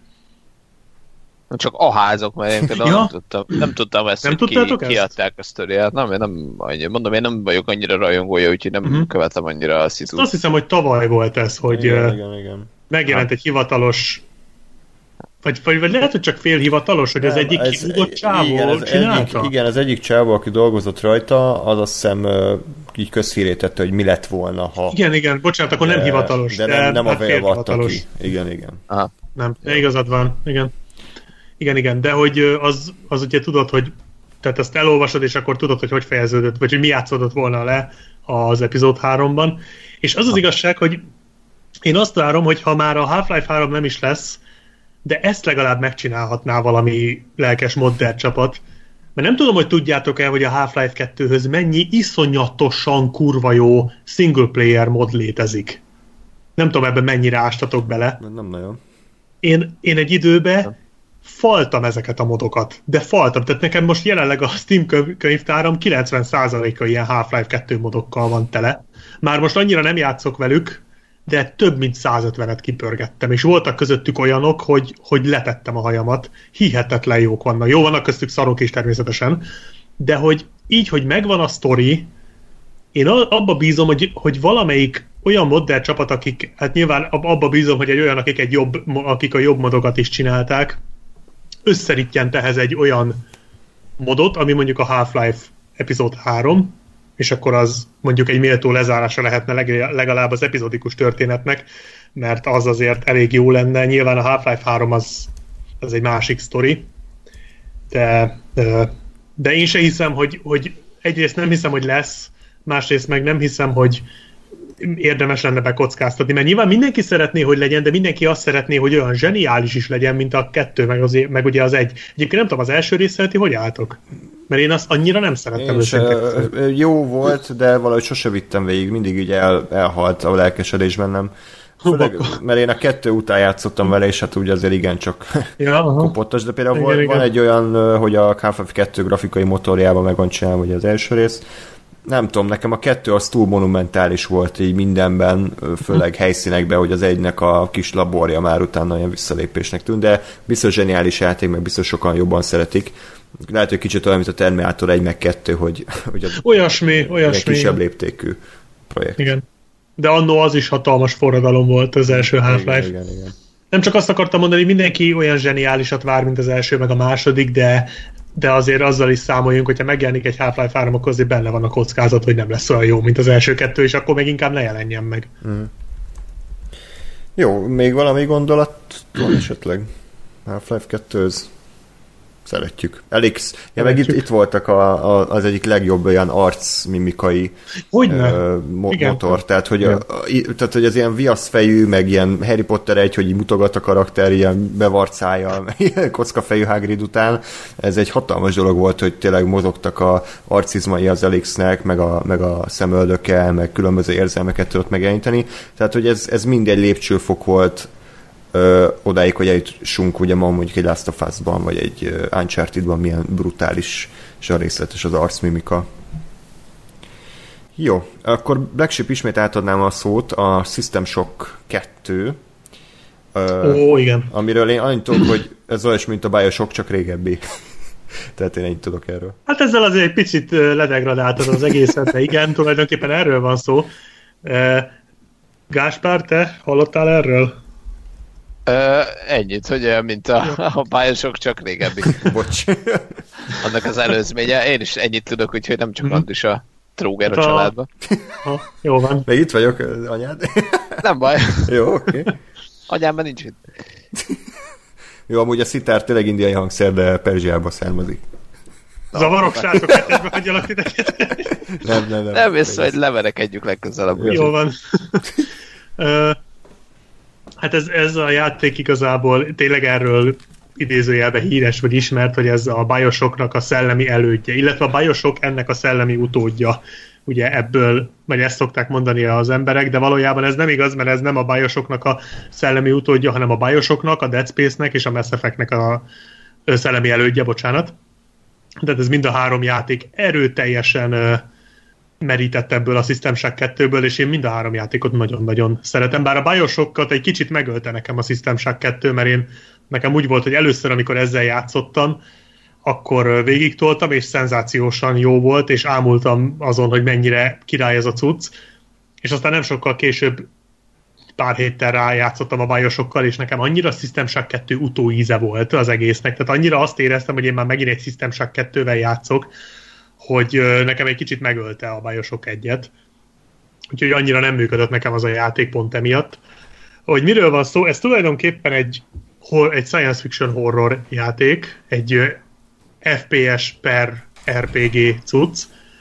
Csak a házok, mert én például nem tudtam ezt, nem hogy kiadták a sztoriát. Mondom, én nem vagyok annyira rajongója, úgyhogy nem követem annyira a szitut. Azt hiszem, hogy tavaly volt ez, hogy igen. megjelent egy hivatalos, vagy lehet, hogy csak félhivatalos, hogy az egyik kifogott csávó csinálta? Igen, az egyik csávó, aki dolgozott rajta, az azt hiszem így közhírét tette, hogy mi lett volna, ha... Igen, bocsánat, akkor nem hivatalos. De nem a Valve adta ki. Igen. Aha. Nem, igazad van, igen, de hogy az ugye tudod, hogy tehát ezt elolvasod, és akkor tudod, hogy fejeződött, vagy hogy mi játszódott volna le az Episode 3-ban. És az igazság, hogy én azt várom, hogy ha már a Half-Life 3 nem is lesz, de ezt legalább megcsinálhatná valami lelkes modder csapat. Mert nem tudom, hogy tudjátok-e, hogy a Half-Life 2-höz mennyi iszonyatosan kurva jó single player mod létezik. Nem tudom, ebben mennyire ástatok bele. Nem nagyon. Én egy időben faltam ezeket a modokat, de faltam. Tehát nekem most jelenleg a Steam könyvtáram 90%-a ilyen Half-Life 2 modokkal van tele. Már most annyira nem játszok velük, de több mint 150-et kipörgettem, és voltak közöttük olyanok, hogy letettem a hajamat. Hihetetlen jók vannak. Jó, vannak köztük szarok is természetesen, de hogy így, hogy megvan a sztori, én abba bízom, hogy valamelyik olyan modder csapat, akik, hát nyilván abba bízom, hogy egy olyan, akik a jobb modokat is csinálták, összerítjen ehhez egy olyan modot, ami mondjuk a Half-Life Episode 3, és akkor az mondjuk egy méltó lezárása lehetne legalább az epizódikus történetnek, mert az azért elég jó lenne. Nyilván a Half-Life 3 az egy másik sztori, de én se hiszem, hogy egyrészt nem hiszem, hogy lesz, másrészt meg nem hiszem, hogy érdemes lenne bekockáztatni, mert nyilván mindenki szeretné, hogy legyen, de mindenki azt szeretné, hogy olyan zseniális is legyen, mint a 2, meg ugye az 1. Egyébként nem tudom, az első részt hogy álltok? Mert én azt annyira nem szerettem őszintén. Jó volt, de valahogy sose vittem végig, mindig így elhalt a lelkesedés bennem. Főleg, mert én a 2 után játszottam vele, és hát ugye azért igencsak kopottas, de például van egy olyan, hogy a Half-Life 2 grafikai motorjában meg van csinálva, ugye az első rész. Nem tudom, nekem a 2 az túl monumentális volt így mindenben, főleg helyszínekben, hogy az 1-nek a kis laborja már utána olyan visszalépésnek tűnt, de biztos zseniális játék, meg biztos sokan jobban szeretik. Lehet, hogy kicsit olyan, mint a Terminator 1 meg 2, hogy az olyasmi. Kisebb léptékű projekt. Igen. De annó az is hatalmas forradalom volt az első Half-Life. Igen. Nem csak azt akartam mondani, hogy mindenki olyan zseniálisat vár, mint az első, meg a második, de azért azzal is számoljunk, hogyha megjelenik egy Half-Life 3, akkor azért benne van a kockázat, hogy nem lesz olyan jó, mint az első 2, és akkor meg inkább ne jelenjen meg. Jó, még valami gondolat van esetleg? Half-Life 2-höz szeretjük. Elix. Ja, meg itt voltak az egyik legjobb olyan arcmimikai motor. Tehát hogy hogy az ilyen viaszfejű, meg ilyen Harry Potter 1, hogy így mutogat a karakter, ilyen bevart szájjal, ilyen kockafejű Hagrid után. Ez egy hatalmas dolog volt, hogy tényleg mozogtak a arcizmai az Elixnek, meg a szemöldöke, meg különböző érzelmeket tudott megjeleníteni. Tehát, hogy ez mind egy lépcsőfok volt odáig, hogy eljussunk ugye ma mondjuk egy Last of Us-ban, vagy egy Uncharted-ban milyen brutális és a részletes az arcmimika. Jó, akkor Black Sheep ismét átadnám a szót, a System Shock 2. Igen. Amiről én annyit tudok, hogy ez olyas, mint a BioShock, csak régebbi. Tehát én ennyit tudok erről. Hát ezzel azért egy picit ledegradáltad az egészet, de igen, tulajdonképpen erről van szó. Gáspár, te hallottál erről? Ennyit, hogy olyan, mint a Bioshock, csak régebbi. Bocs. Annak az előzménye. Én is ennyit tudok, úgyhogy nem csak Andis a tróger a családban. Jó van. Még itt vagyok, anyád? Nem baj. Jó, oké. Okay. Anyámban nincs itt. Jó, amúgy a szitár tényleg indiai hangszer, de Perzsiába származik. Zavarok, srácok, kettesbe hagyjalak titeket. Nem. Nem vissza, hogy leverekedjük legközelebb. Jó van. Hát ez a játék igazából tényleg erről idézőjelben híres vagy ismert, hogy ez a Bioshocknak a szellemi elődje, illetve a Bioshock ennek a szellemi utódja. Ugye ebből, vagy ezt szokták mondani az emberek, de valójában ez nem igaz, mert ez nem a Bioshocknak a szellemi utódja, hanem a Bioshocknak, a Dead Space-nek és a Mass Effect-nek a szellemi elődje, bocsánat. Tehát ez mind a három játék erőteljesen merített ebből a System Shock 2-ből, és én mind a három játékot nagyon-nagyon szeretem. Bár a Bioshock-ot egy kicsit megölte nekem a System Shock 2, mert nekem úgy volt, hogy először, amikor ezzel játszottam, akkor végigtoltam, és szenzációsan jó volt, és ámultam azon, hogy mennyire király ez a cucc. És aztán nem sokkal később pár héttel rájátszottam a Bioshockkal, és nekem annyira System Shock 2 utóíze volt az egésznek. Tehát annyira azt éreztem, hogy én már megint egy System Shock 2-vel játszok, hogy nekem egy kicsit megölte a Bioshock 1-et. Úgyhogy annyira nem működött nekem az a játék pont emiatt. Hogy miről van szó? Ez tulajdonképpen egy science fiction horror játék, egy FPS per RPG cucc.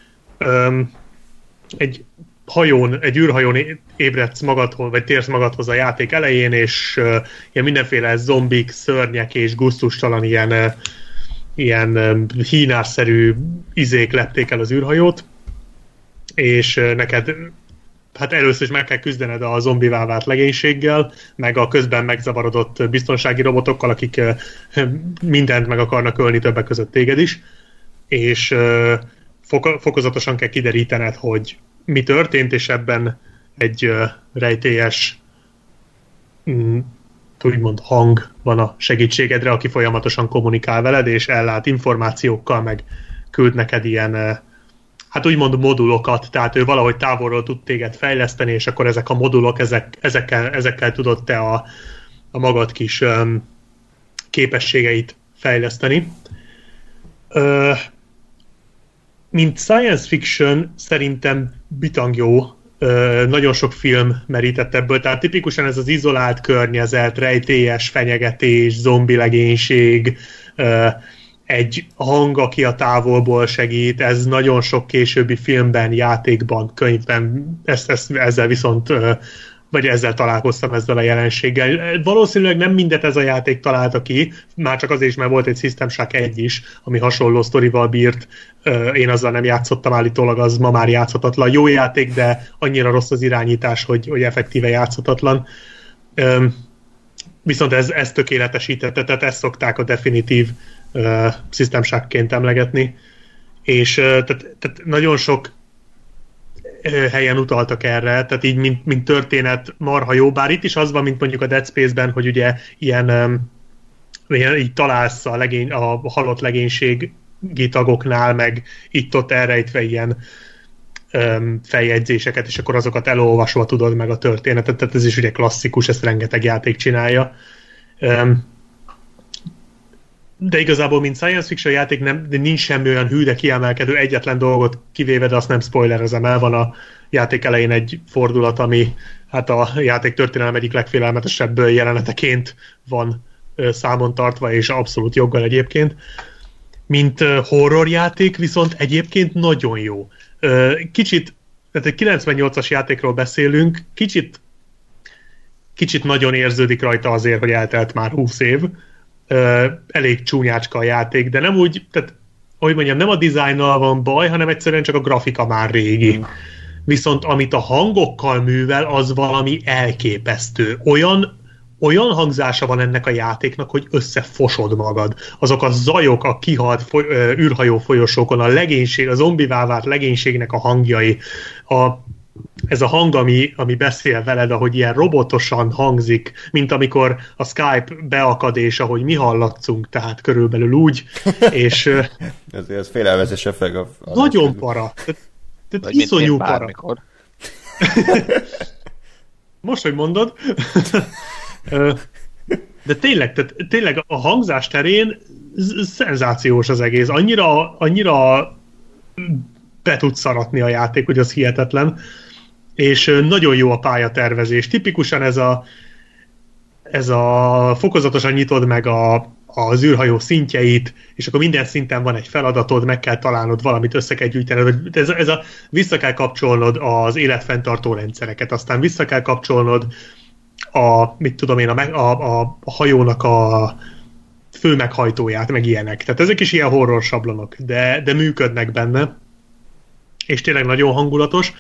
Egy űrhajón ébredsz magadhoz, vagy térsz magadhoz a játék elején, és ilyen mindenféle zombik, szörnyek és gusztustalan ilyen hínárszerű izék lepték el az űrhajót, és neked hát először is meg kell küzdened a zombivá vált legénységgel, meg a közben megzavarodott biztonsági robotokkal, akik mindent meg akarnak ölni, többek között téged is, és fokozatosan kell kiderítened, hogy mi történt, és ebben egy rejtélyes úgymond hang van a segítségedre, aki folyamatosan kommunikál veled, és ellát információkkal, meg küld neked ilyen, hát úgymond modulokat, tehát ő valahogy távolról tud téged fejleszteni, és akkor ezek a modulok, ezekkel tudod te a magad kis képességeit fejleszteni. Mint science fiction szerintem bitang jó, nagyon sok film merített ebből, tehát tipikusan ez az izolált környezet, rejtélyes fenyegetés, zombi legénység, egy hang, aki a távolból segít, ez nagyon sok későbbi filmben, játékban, könyvben, ezzel viszont, vagy ezzel találkoztam ezzel a jelenséggel. Valószínűleg nem mindet ez a játék találta ki, már csak azért is, mert volt egy System Shock 1 is, ami hasonló sztorival bírt. Én azzal nem játszottam, állítólag az ma már játszhatatlan. Jó játék, de annyira rossz az irányítás, hogy effektíve játszhatatlan. Viszont ez tökéletesítette, tehát ezt szokták a definitív System Shock-ként emlegetni. És tehát nagyon sok helyen utaltak erre, tehát így mint történet marha jó, bár itt is az van, mint mondjuk a Dead Space-ben, hogy ugye ilyen így találsz a halott legénységi tagoknál, meg itt-ott elrejtve ilyen feljegyzéseket, és akkor azokat elolvasva tudod meg a történetet, tehát ez is ugye klasszikus, ezt rengeteg játék csinálja. De igazából, mint science fiction játék, de nincs semmi olyan hű, de kiemelkedő egyetlen dolgot kivéve, de azt nem spoilerezem el. Van a játék elején egy fordulat, ami hát a játék történelem egyik legfélelmetesebb jeleneteként van számon tartva, és abszolút joggal egyébként. Mint horrorjáték viszont egyébként nagyon jó. Kicsit, tehát egy 98-as játékról beszélünk, kicsit nagyon érződik rajta azért, hogy eltelt már 20 év. Elég csúnyácska a játék, de nem úgy, tehát, hogy mondjam, nem a dizájnnal van baj, hanem egyszerűen csak a grafika már régi. Viszont amit a hangokkal művel, az valami elképesztő. Olyan hangzása van ennek a játéknak, hogy összefosod magad. Azok a zajok, a kihalt űrhajó folyosókon, a legénység, a zombivá vált legénységnek a hangjai, ez a hang, ami beszél veled, ahogy ilyen robotosan hangzik, mint amikor a Skype beakad, és ahogy mi hallatszunk, tehát körülbelül úgy, és... Ez félelmetes effekt. Nagyon para. Tehát iszonyú para. Most, hogy mondod. De tényleg a hangzás terén szenzációs az egész. Annyira be tud szaratni a játék, hogy az hihetetlen. És nagyon jó a pályatervezés. Tipikusan ez a fokozatosan nyitod meg az űrhajó szintjeit, és akkor minden szinten van egy feladatod, meg kell találnod valamit, össze kell gyűjtened. Vissza kell kapcsolnod az életfenntartó rendszereket, aztán vissza kell kapcsolnod a hajónak a fő meghajtóját, meg ilyenek. Tehát ezek is ilyen horror sablonok, de működnek benne, és tényleg nagyon hangulatos.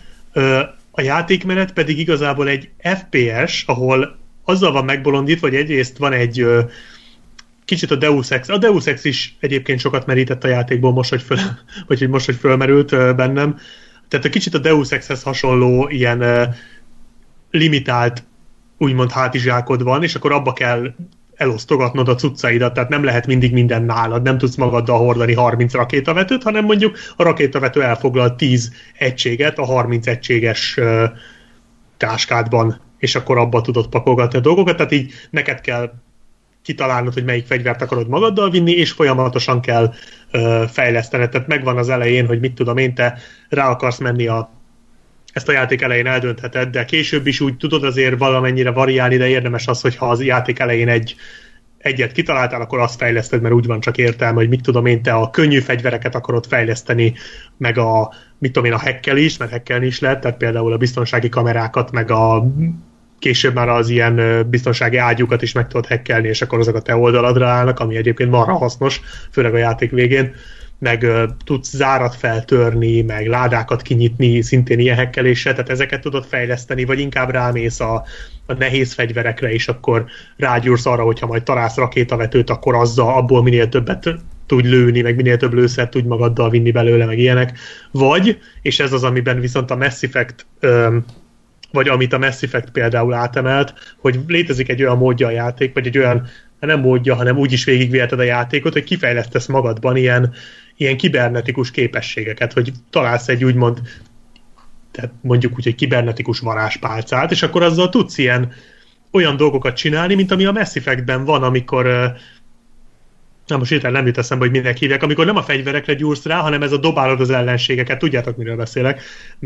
A játékmenet pedig igazából egy FPS, ahol azzal van megbolondítva, hogy egyrészt van egy kicsit a Deus Ex. A Deus Ex is egyébként sokat merített a játékból most, hogy fölmerült bennem. Tehát a kicsit a Deus Exhez hasonló ilyen limitált, úgymond hátizsákod van, és akkor abba kell elosztogatnod a cuccaidat, tehát nem lehet mindig minden nálad, nem tudsz magaddal hordani 30 rakétavetőt, hanem mondjuk a rakétavető elfoglal 10 egységet a 30 egységes táskádban, és akkor abba tudod pakolgatni a dolgokat, tehát így neked kell kitalálnod, hogy melyik fegyvert akarod magaddal vinni, és folyamatosan kell fejlesztened. Tehát megvan az elején, hogy mit tudom én, te rá akarsz menni ezt a játék elején eldöntheted, de később is úgy tudod azért valamennyire variálni, de érdemes az, hogyha az játék elején egyet kitaláltál, akkor azt fejleszted, mert úgy van csak értelme, hogy mit tudom én, te a könnyű fegyvereket akarod fejleszteni, meg a hekkelést, mert hekkelni is lehet, tehát például a biztonsági kamerákat, meg később már az ilyen biztonsági ágyúkat is meg tudod hekkelni, és akkor azok a te oldaladra állnak, ami egyébként marha hasznos, főleg a játék végén, meg tudsz zárat feltörni, meg ládákat kinyitni, szintén ilyen hekkeléssel, tehát ezeket tudod fejleszteni, vagy inkább rámész a nehéz fegyverekre, és akkor rágyúrsz arra, hogyha majd találsz rakétavetőt, akkor abból minél többet tudj lőni, meg minél több lőszert tudj magaddal vinni belőle, meg ilyenek. Vagy, és ez az, amiben viszont a Mass Effect vagy amit a Mass Effect például átemelt, hogy létezik egy olyan módja a játék, vagy egy olyan, nem módja, hanem úgy is végigviheted a játékot, hogy kifejlesztesz magadban ilyen kibernetikus képességeket, hogy találsz egy úgymond, tehát mondjuk úgy egy kibernetikus varázspálcát, és akkor azzal tudsz olyan dolgokat csinálni, mint ami a Mass Effectben van, amikor most hirtelen nem jut eszembe, hogy minek hívják, amikor nem a fegyverekre gyúrsz rá, hanem ez a dobálod az ellenségeket, tudjátok, miről beszélek,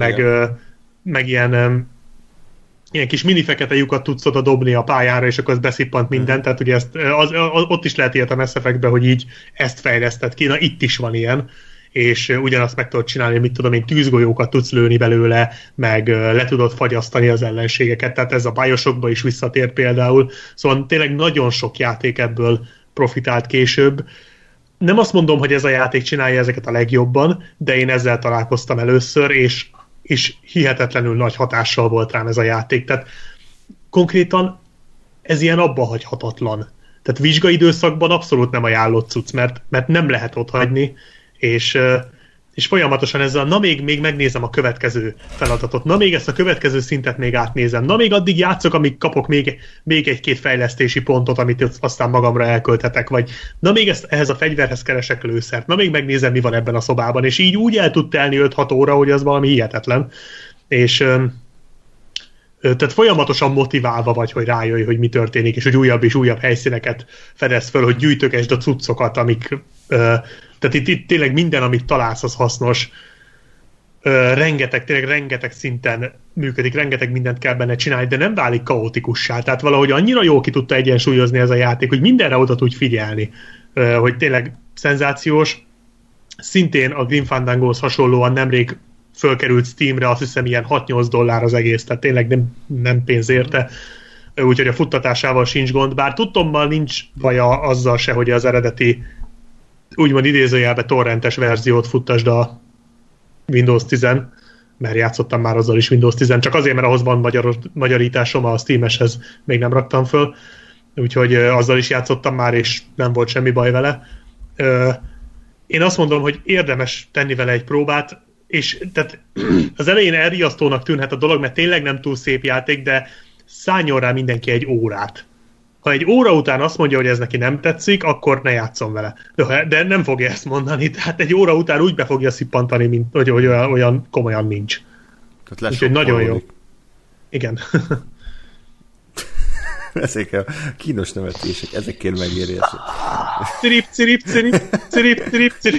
meg ilyen kis mini fekete lyukat tudsz oda dobni a pályára, és akkor az beszippant mindent, tehát ugye ott is lehet ilyet a Mass Effectben, hogy így ezt fejleszted ki, na itt is van ilyen, és ugyanazt meg tudod csinálni, mit tudom én, tűzgolyókat tudsz lőni belőle, meg le tudod fagyasztani az ellenségeket, tehát ez a Bioshockba is visszatér például, szóval tényleg nagyon sok játék ebből profitált később. Nem azt mondom, hogy ez a játék csinálja ezeket a legjobban, de én ezzel találkoztam először, és hihetetlenül nagy hatással volt rám ez a játék. Tehát konkrétan ez ilyen abbahagyhatatlan. Tehát vizsgaidőszakban abszolút nem ajánlott cucc, mert nem lehet otthagyni, és folyamatosan ezzel, na még megnézem a következő feladatot, na még ezt a következő szintet még átnézem, na még addig játszok, amíg kapok még egy-két fejlesztési pontot, amit aztán magamra elkölthetek, vagy na még ehhez a fegyverhez keresek lőszert, na még megnézem, mi van ebben a szobában, és így úgy el tud telni 5-6 óra, hogy az valami hihetetlen. És tehát folyamatosan motiválva vagy, hogy rájöjj, hogy mi történik, és hogy újabb és újabb helyszíneket fedez föl, hogy gyűjtögesd a cuccokat, amik tehát itt tényleg minden, amit találsz, az hasznos. Rengeteg szinten működik, rengeteg mindent kell benne csinálni, de nem válik kaotikussá. Tehát valahogy annyira jól ki tudta egyensúlyozni ez a játék, hogy mindenre oda tudj figyelni. Hogy tényleg szenzációs. Szintén a Grim Fandangohoz hasonlóan nemrég fölkerült Steamre, azt hiszem ilyen $6-8 az egész, tehát tényleg nem pénz érte. Úgyhogy a futtatásával sincs gond, bár tudtommal nincs baja azzal se, hogy az eredeti úgymond idézőjelbe torrentes verziót futtasd a Windows 10-en, mert játszottam már azzal is Windows 10-en, csak azért, mert ahhoz van magyarításom, a Steam-eshez még nem raktam föl, úgyhogy azzal is játszottam már, és nem volt semmi baj vele. Én azt mondom, hogy érdemes tenni vele egy próbát, és tehát az elején elriasztónak tűnhet a dolog, mert tényleg nem túl szép játék, de szálljon rá mindenki egy órát. Ha egy óra után azt mondja, hogy ez neki nem tetszik, akkor ne játszom vele. De nem fogja ezt mondani, tehát egy óra után úgy be fogja szippantani, mint hogy olyan komolyan nincs. Úgyhogy nagyon jó. Igen. Ezek a kínos nevetések, ezekért megéri ezt. Cirip, cirip, cirip, cirip, cirip, cirip.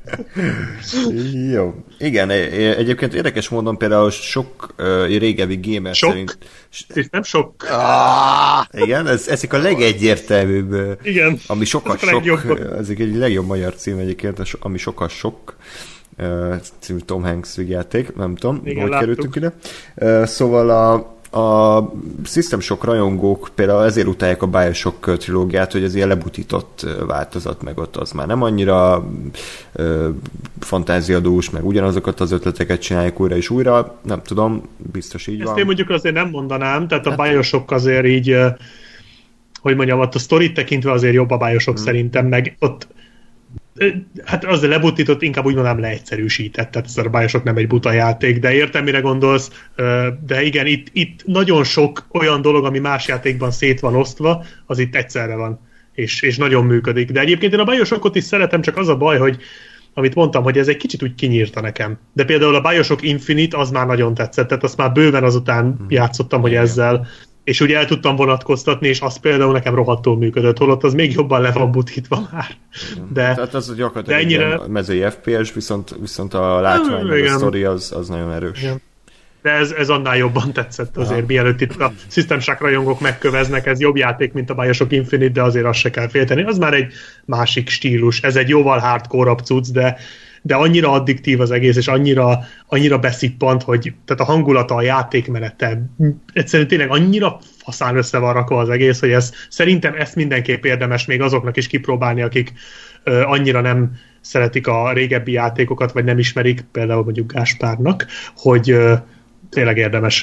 Jó. Igen, egyébként érdekes módon például sok régebbi gamer szerint... Nem sok. Igen, ezek a legegyértelműbb... Igen. Ami sokat sok. Ezek egy legjobb magyar cím egyébként, ami sokat sok. Című Tom Hanks játék, nem tudom, igen, hogy kerültünk ide. Szóval a System Shock rajongók például ezért utálják a BioShock trilógiát, hogy ez ilyen lebutított változat, meg ott az már nem annyira fantáziadús, meg ugyanazokat az ötleteket csinálják újra és újra, nem tudom, biztos így van. Ezt én mondjuk azért nem mondanám, tehát a BioShock azért így, hogy mondjam, ott a sztorit tekintve azért jobb a BioShock szerintem, meg ott hát az lebutított, inkább úgy mondanám leegyszerűsített, tehát ez a BioShock nem egy buta játék, de értem, mire gondolsz, de igen, itt nagyon sok olyan dolog, ami más játékban szét van osztva, az itt egyszerre van, és nagyon működik. De egyébként én a BioShockot is szeretem, csak az a baj, hogy amit mondtam, hogy ez egy kicsit úgy kinyírta nekem. De például a BioShock Infinite az már nagyon tetszett, tehát azt már bőven azután játszottam, hogy ezzel, és úgy el tudtam vonatkoztatni, és az például nekem rohadtul működött, holott az még jobban le van butítva már. De, tehát az gyakorlatilag ennyire... mezői FPS, viszont a látvány, a sztori az nagyon erős. Igen. De ez annál jobban tetszett azért, mielőtt itt a System Shock rajongók megköveznek, ez jobb játék, mint a BioShock Infinite, de azért azt se kell félteni. Az már egy másik stílus, ez egy jóval hardcore-abb cucc, de annyira addiktív az egész, és annyira beszippant, hogy tehát a hangulata, a játékmenete, egyszerűen tényleg annyira faszán össze van rakva az egész, hogy szerintem ezt mindenképp érdemes még azoknak is kipróbálni, akik annyira nem szeretik a régebbi játékokat, vagy nem ismerik, például mondjuk Gáspárnak, hogy tényleg érdemes.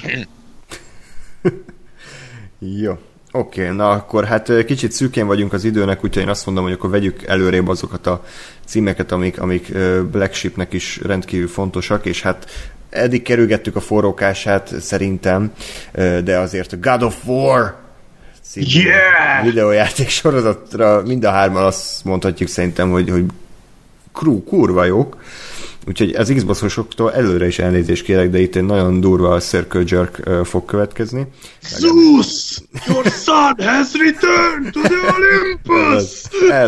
Jó. Oké, na akkor hát kicsit szűkén vagyunk az időnek, úgyhogy én azt mondom, hogy akkor vegyük előrébb azokat a címeket, amik Black Sheepnek is rendkívül fontosak, és hát eddig kerülgettük a forrókását szerintem, de azért a God of War videójáték sorozatra mind a hárman azt mondhatjuk szerintem, hogy kurva jók. Úgyhogy az Xbox-osoktól előre is elnézést kérek, de itt egy nagyon durva circle jerk fog következni. Zeus! Your son has returned to the Olympus!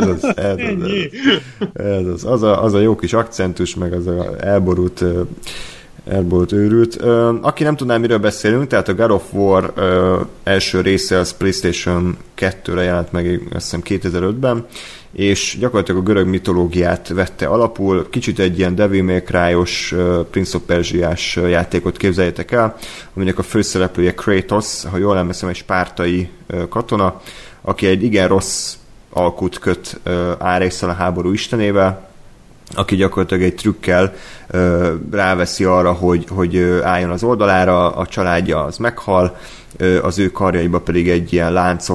Ez az. Az a jó kis akcentus, meg az a elborult őrült. Aki nem tudná, miről beszélünk, tehát a God of War első része az PlayStation 2-re jelent meg, azt hiszem 2005-ben, és gyakorlatilag a görög mitológiát vette alapul, kicsit egy ilyen Devil May Cry-os, Prince of Persia-s játékot képzeljétek el, aminek a főszereplője Kratos, ha jól emlékszem, egy spártai katona, aki egy igen rossz alkut köt Árésszel, a háború istenével, aki gyakorlatilag egy trükkel ráveszi arra, hogy álljon az oldalára, a családja az meghal, az ő karjaiba pedig egy ilyen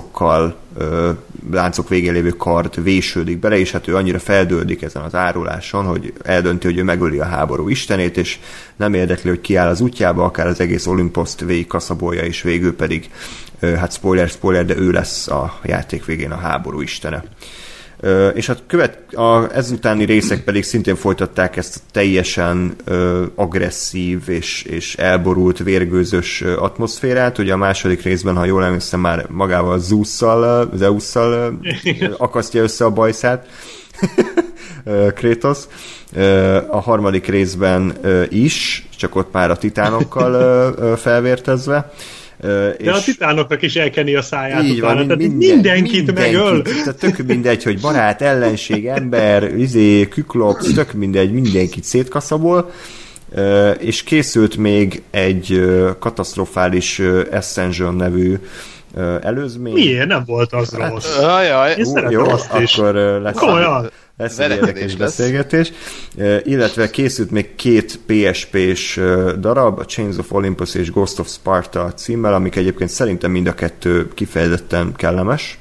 láncok végén lévő kard vésődik bele, és hát ő annyira feldőldik ezen az áruláson, hogy eldönti, hogy ő megöli a háború istenét, és nem érdekli, hogy kiáll az útjába, akár az egész Olympuszt végig kaszabolja, és végül pedig, hát spoiler, de ő lesz a játék végén a háború istene. És hát ezutáni részek pedig szintén folytatták ezt a teljesen agresszív és elborult, vérgőzös atmoszférát. Ugye a második részben, ha jól emlékszem, már magával Zeusszal akasztja össze a bajszát Kratos. A harmadik részben is, csak ott már a titánokkal felvértezve. De a titánoknak is elkeni a száját utána, tehát mindenkit megöl. Tehát tök mindegy, hogy barát, ellenség, ember, Küklops, tök mindegy, mindenkit szétkaszabol, és készült még egy katasztrofális Ascension nevű előzmény. Miért? Nem volt az rossz. Én szeretem azt is. Akkor lesz egy érdekes beszélgetés. Illetve készült még 2 PSP-s darab, a Chains of Olympus és Ghost of Sparta címmel, amik egyébként szerintem mind a kettő kifejezetten kellemes.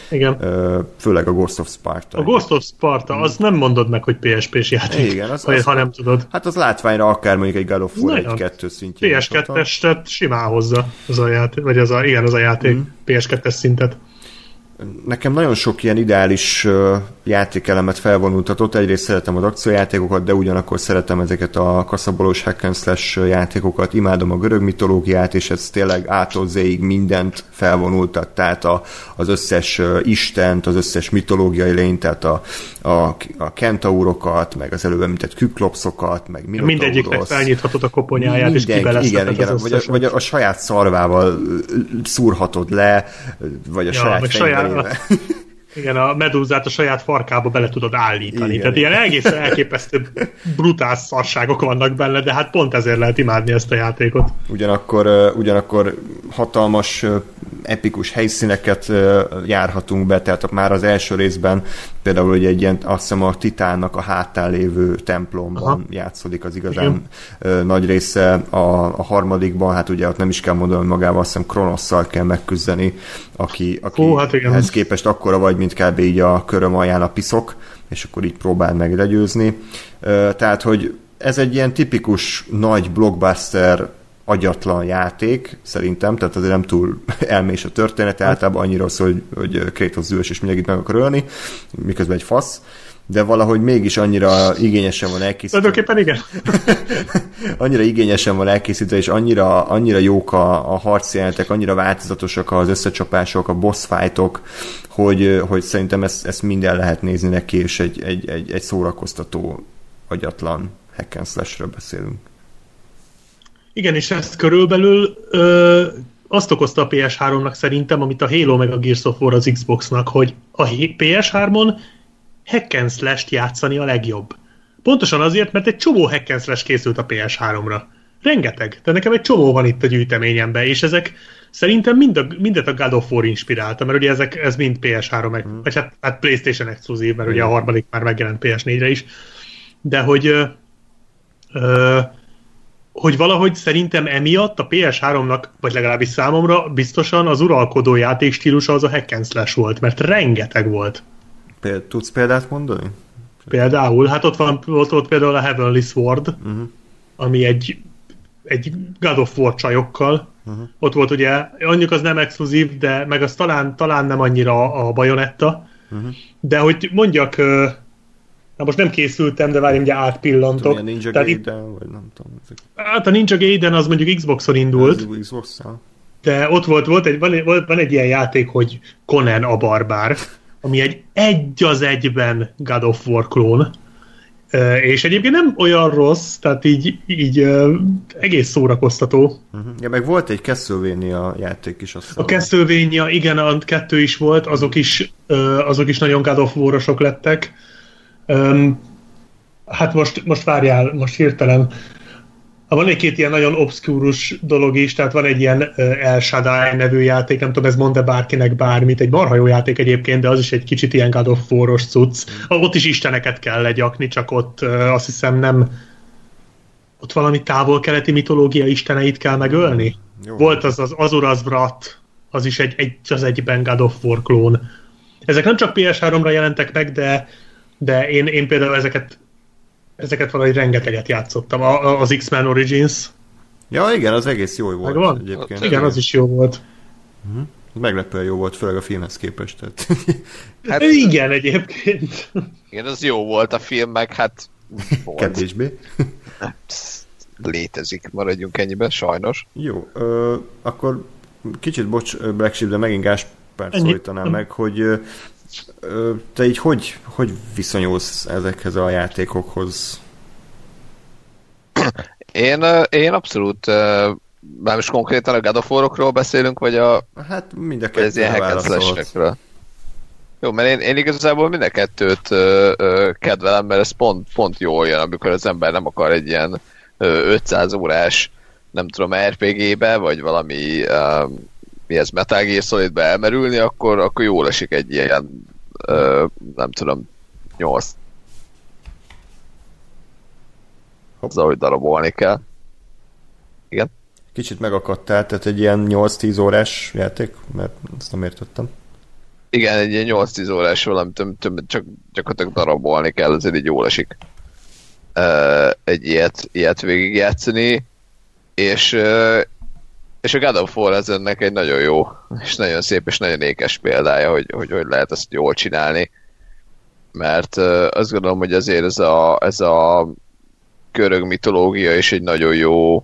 Igen. Főleg a Ghost of Sparta. A Ghost of Sparta, az nem mondod meg, hogy PSP-s játék. Igen, ha nem tudod. Hát az látványra akár mondjuk egy God of War 1-2 szintjén. PS2-est simán hozza az a játék, vagy az a játék PS2-es szintet. Nekem nagyon sok ilyen ideális játékelemet felvonultatott. Egyrészt szeretem az akciójátékokat, de ugyanakkor szeretem ezeket a kaszabolós hack and slash játékokat. Imádom a görög mitológiát, és ez tényleg A-tól Z-ig mindent felvonultat. Tehát az összes istent, az összes mitológiai lényt, tehát a kentaurokat, meg az előbb említett küklopszokat, meg minotaurosz. Mindegyiknek felnyithatod a koponyáját, és kibelezheted igen, vagy a saját szarvával szúrhatod le, vagy a saját fenyverével. Igen, a medúzát a saját farkába bele tudod állítani. Igen. Tehát ilyen egészen elképesztő brutál szarságok vannak benne, de hát pont ezért lehet imádni ezt a játékot. Ugyanakkor hatalmas, epikus helyszíneket járhatunk be, tehát már az első részben például ugye egy ilyen, azt hiszem a Titánnak a hátán lévő templomban játszódik az igazán nagy része. A harmadikban, hát ugye ott nem is kell mondani magával, azt hiszem Kronosszal kell megküzdeni, akihez képest akkora vagy, mint kb. Így a köröm alján a piszok, és akkor így próbáld meg legyőzni. Tehát, hogy ez egy ilyen tipikus nagy blockbuster agyatlan játék, szerintem, tehát azért nem túl elmés a történet, általában annyira szól, hogy Kratos zűrös és mindenkit meg akar ölni, miközben egy fasz, de valahogy mégis annyira igényesen van elkészítve. Tulajdonképpen igen. Annyira igényesen van elkészítve, és annyira jók a harcjelenetek, annyira változatosak az összecsapások, a boss fightok, hogy szerintem ezt minden lehet nézni neki, és egy szórakoztató, agyatlan hack and slash-ről beszélünk. Igen, és ezt körülbelül azt okozta a PS3-nak szerintem, amit a Halo meg a Gears of War az Xboxnak, hogy a PS3-on hack and slash-t játszani a legjobb. Pontosan azért, mert egy csomó hack and slash készült a PS3-ra. Rengeteg. De nekem egy csomó van itt a gyűjteményemben, és ezek szerintem mindet a God of War inspirálta, mert ugye ez mind PS3, vagy hát PlayStation exkluzív, mert ugye a harmadik már megjelent PS4-re is. De hogy valahogy szerintem emiatt a PS3-nak, vagy legalábbis számomra biztosan az uralkodó játékstílusa az a hack and slash volt, mert rengeteg volt. Tudsz példát mondani? Például, hát ott például a Heavenly Sword, ami egy God of War csajokkal. Ott volt ugye, mondjuk az nem exkluzív, de meg az talán nem annyira a Bayonetta, de hogy mondjak, na most nem készültem, de várjunk, ugye átpillantok. Tudom, Ninja Gaiden, vagy nem tudom. Hát a Ninja Gaiden az mondjuk Xboxon indult. De ott van egy ilyen játék, hogy Conan a Barbár, ami egy az egyben God of War klón. És egyébként nem olyan rossz, tehát így egész szórakoztató. Ja, meg volt egy Castlevania játék is. A Castlevania, igen, a 2 is volt, azok is nagyon God of War-osok lettek. Hát most várjál, most hirtelen. Van egy-két ilyen nagyon obszkúrus dolog is, tehát van egy ilyen El Shaddai nevű játék, nem tudom, ez mond-e bárkinek bármit, egy marha jó játék egyébként, de az is egy kicsit ilyen God of War-os cucc. Ott is isteneket kell legyakni, csak ott azt hiszem nem... Ott valami távol-keleti mitológia isteneit kell megölni. Jó. Volt az Azuras Vrat, az is az egyben God of War klón. Ezek nem csak PS3-ra jelentek meg, de én például ezeket valahogy rengeteget játszottam. Az X-Men Origins. Ja, igen, az egész jó volt. Megvan? Egyébként. Igen, az is jó volt. Meglepően jó volt, főleg a filmhez képest. Tehát. Hát, igen, egyébként. Igen, az jó volt a film, meg hát volt. Kevésbé. Létezik, maradjunk ennyiben, sajnos. Jó, akkor kicsit bocs, Black Sheep, de megint Gáspárt szólítanám meg, hogy te így hogy viszonyulsz ezekhez a játékokhoz? Én abszolút, már most konkrétan a God of War-okról beszélünk, vagy hát mind a kettőre válaszolt. Jó, mert én igazából mind a kettőt kedvelem, mert ez pont jól jön, amikor az ember nem akar egy ilyen 500 órás, nem tudom, RPG-be, vagy valami mi ez, Metal Gear Solid-be elmerülni, akkor jól esik egy ilyen nem tudom, 8 azzal, hogy darabolni kell. Igen? Kicsit megakadtál, tehát egy ilyen 8-10 órás játék, mert ezt nem értettem. Igen, egy ilyen 8-10 órás valamit, csak gyakorlatilag darabolni kell, azért így jól esik egy ilyet végigjátszani, és a God of War ez ennek egy nagyon jó, és nagyon szép, és nagyon ékes példája, hogy lehet ezt jól csinálni, mert azt gondolom, hogy azért ez a görög mitológia is egy nagyon jó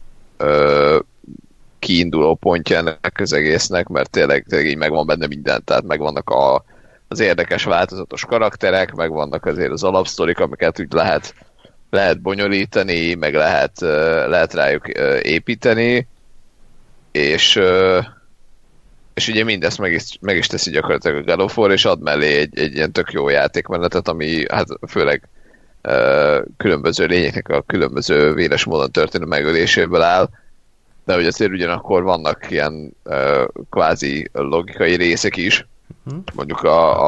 kiinduló pontja ennek az egésznek, mert tényleg így megvan benne minden, tehát megvannak az érdekes változatos karakterek, megvannak azért az alapsztorik, amiket úgy lehet bonyolítani, meg lehet rájuk építeni, és ugye mindezt meg is teszi gyakorlatilag a God of War, és ad mellé egy ilyen tök jó játékmenetet, ami hát főleg különböző lényeknek a különböző véres módon történő megöléséből áll, de hogy azért ugyanakkor vannak ilyen kvázi logikai részek is. Mondjuk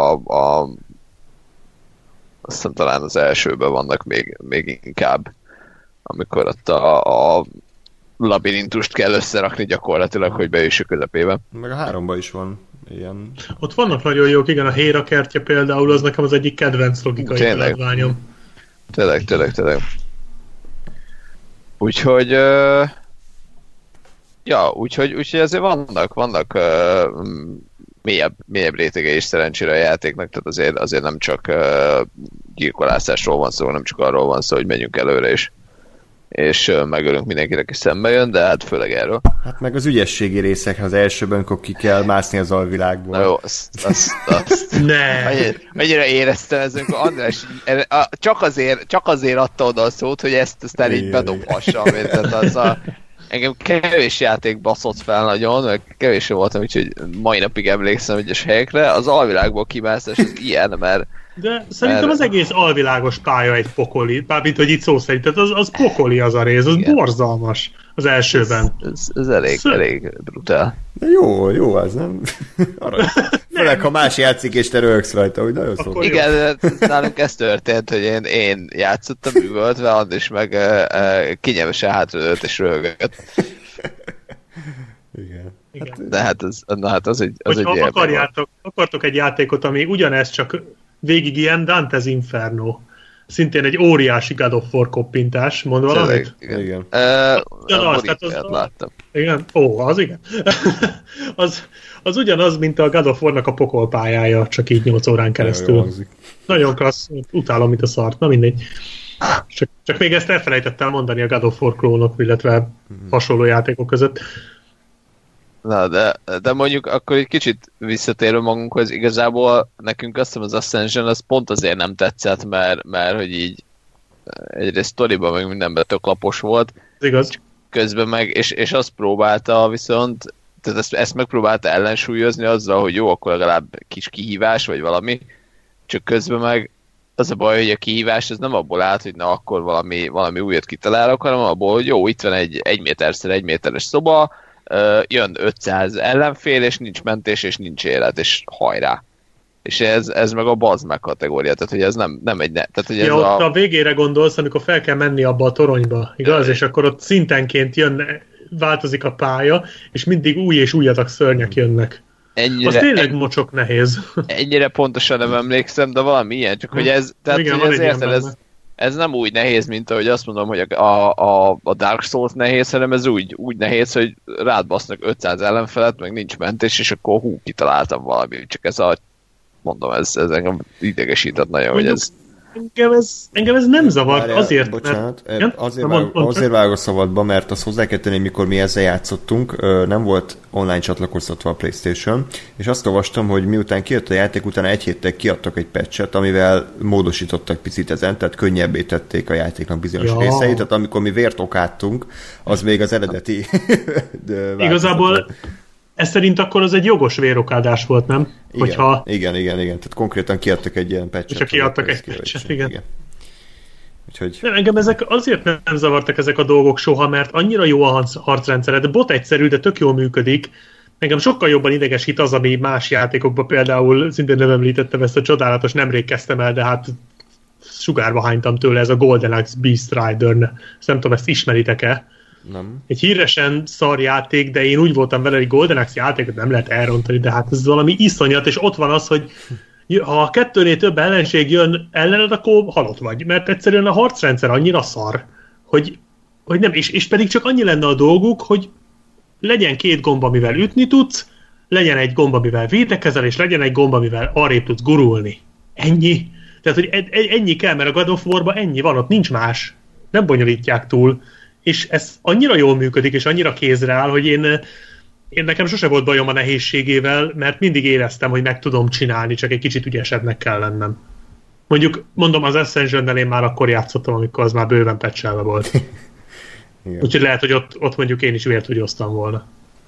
azt hiszem talán az elsőben vannak még inkább, amikor ott a labirintust kell összerakni gyakorlatilag, hogy beüssük közepébe. Meg a 3-ban is van ilyen. Ott vannak nagyon jók, igen, a Héra kertje például, az nekem az egyik kedvenc logikai feladványom. Tényleg. Úgyhogy úgyhogy azért vannak mélyebb rétege is szerencsére a játéknak, tehát azért nem csak gyilkolászásról van szó, nem csak arról van szó, hogy menjünk előre és megölünk mindenkinek, aki szembe jön, de hát főleg erről. Hát meg az ügyességi részek az elsőben, amikor ki kell mászni az alvilágból. Na jó, azt ne. Mennyire éreztem ez, amikor András csak azért adta oda a szót, hogy ezt aztán így bedobhassa, engem kevés játék baszott fel nagyon, meg kevés voltam, úgyhogy mai napig emlékszem egyes helyekre. Az alvilágból kimászás az ilyen, mert... De szerintem az egész alvilágos pálya egy pokoli, bármint, hogy itt szó szerint, tehát az pokoli az a rész, az igen. Borzalmas az elsőben. Ez elég brutál. De jó, az nem... Főleg, ha más játszik, és te röhögsz rajta, hogy nagyon szó. Igen, nálunk ez történt, hogy én játszottam üvöltve, Andris meg kényelmesen hátradőlt és röhögött. Igen. De hát az egy akartok egy játékot, ami ugyanez, csak végig ilyen Dante's Inferno. Szintén egy óriási God of War koppintás, mond valamit? Igen. Láttam. Igen? Az igen. az ugyanaz, mint a God of War-nak a pokolpályája, csak így 8 órán keresztül. Nagyon klassz, utálom, mint a szart. Na mindegy. Csak még ezt elfelejtettem mondani a God of War klónok, illetve hasonló játékok között. Na, de mondjuk akkor egy kicsit visszatérő magunkhoz, igazából nekünk azt hiszem az Ascension az pont azért nem tetszett, mert hogy így egyrészt sztoriban meg mindenben tök lapos volt. Ez igaz. Közben meg, és azt próbálta viszont, tehát ezt megpróbálta ellensúlyozni azzal, hogy jó, akkor legalább kis kihívás, vagy valami, csak közben meg az a baj, hogy a kihívás ez nem abból állt, hogy na akkor valami újat kitalálok, hanem abból, hogy jó, itt van egy 1 méter 1 méteres szoba, jön 500 ellenfél, és nincs mentés, és nincs élet, és hajrá. És ez meg a bazd meg kategória, tehát hogy ez nem egy... Tehát, hogy ez ott a végére gondolsz, amikor fel kell menni abba a toronyba, igaz? És akkor ott szintenként változik a pálya, és mindig új és újabb szörnyek jönnek. Az tényleg mocsok nehéz. Ennyire pontosan nem emlékszem, de valami ilyen, csak hogy ez... Tehát, igen, hogy ez nem úgy nehéz, mint ahogy azt mondom, hogy a Dark Souls nehéz, hanem ez úgy nehéz, hogy rád basznak 500 ellenfelet, meg nincs mentés, és akkor kitaláltam valami. Csak mondom, ez engem idegesített nagyon, hogy ez... Engem ez nem zavart, azért, bocsánat, mert... Azért vágok szabadba, mert azt hozzá kell tenni, mikor mi ezzel játszottunk, nem volt online csatlakoztatva a PlayStation, és azt olvastam, hogy miután kijött a játék, utána 1 héttel kiadtak egy patchet, amivel módosítottak picit ezen, tehát könnyebbé tették a játéknak bizonyos részeit, tehát amikor mi vért okáttunk, az még az eredeti... Igazából ez szerint akkor az egy jogos vérokádás volt, nem? Igen. Tehát konkrétan kiadtak egy ilyen patchet. Hogyha kiadtak egy patchet, igen. Úgyhogy... Nem, engem ezek azért nem zavartak ezek a dolgok soha, mert annyira jó a harcrendszere, de bot egyszerű, de tök jól működik. Engem sokkal jobban idegesít az, ami más játékokban például, szintén nem említettem ezt a csodálatos, nemrég kezdtem el, de hát sugárba hánytam tőle, ez a Golden Axe Beast Rider. Nem tudom, ezt ismeritek-e? Nem. Egy híresen szar játék, de én úgy voltam vele, hogy Golden Axe játékot nem lehet elrontani, de hát ez valami iszonyat, és ott van az, hogy ha a 2-nél több ellenség jön ellened, akkor halott vagy, mert egyszerűen a harcrendszer annyira szar, hogy nem, és pedig csak annyi lenne a dolguk, hogy legyen 2 gomb, amivel ütni tudsz, legyen egy gomb, amivel védekezel, és legyen egy gomb, amivel arrébb tudsz gurulni. Ennyi. Tehát, hogy ennyi kell, mert a God of War-ban ennyi van, ott nincs más. Nem bonyolítják túl. És ez annyira jól működik, és annyira kézre áll, hogy én nekem sose volt bajom a nehézségével, mert mindig éreztem, hogy meg tudom csinálni, csak egy kicsit ügyesebbnek kell lennem. Mondjuk, mondom, az Ascension-nel én már akkor játszottam, amikor az már bőven patchelve volt. Úgyhogy lehet, hogy ott mondjuk én is vért húgyoztam volna.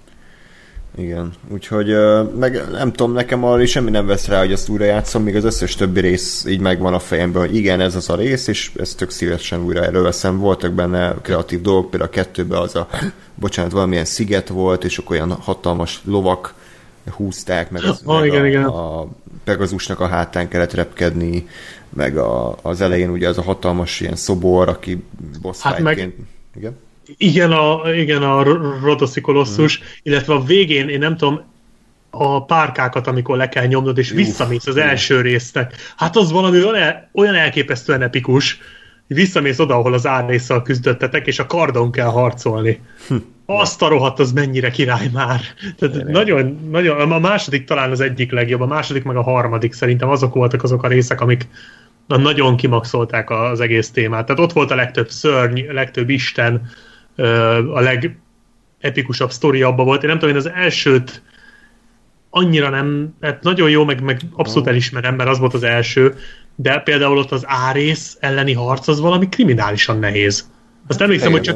Igen, úgyhogy meg nem tudom, nekem arra semmi nem vesz rá, hogy azt újra játszom, míg az összes többi rész így megvan a fejemben, hogy igen, ez az a rész, és ezt tök szívesen újra előveszem. Voltak benne kreatív dolgok, például a 2-ben az valamilyen sziget volt, és akkor olyan hatalmas lovak húzták, meg, igen. A Pegazusnak a hátán kellett repkedni, meg az elején ugye az a hatalmas ilyen szobor, aki boss fightként... Igen? Igen, a Rodoszi kolosszus, illetve a végén, én nem tudom, a párkákat, amikor le kell nyomnod, és visszamész az első résznek. Hát az valami olyan elképesztően epikus, hogy visszamész oda, ahol az Árésszal küzdöttetek, és a kardon kell harcolni. Azt a rohadt, az mennyire király már. Tehát nagyon, a második talán az egyik legjobb, a második meg a harmadik szerintem azok voltak azok a részek, amik nagyon kimaxolták az egész témát. Tehát ott volt a legtöbb szörny, a legtöbb isten, a legepikusabb sztori abban volt. Én nem tudom, én az elsőt annyira nem, hát nagyon jó, meg abszolút elismerem, mert az volt az első, de például ott az Árész elleni harc az valami kriminálisan nehéz. Azt emlékszem, hogy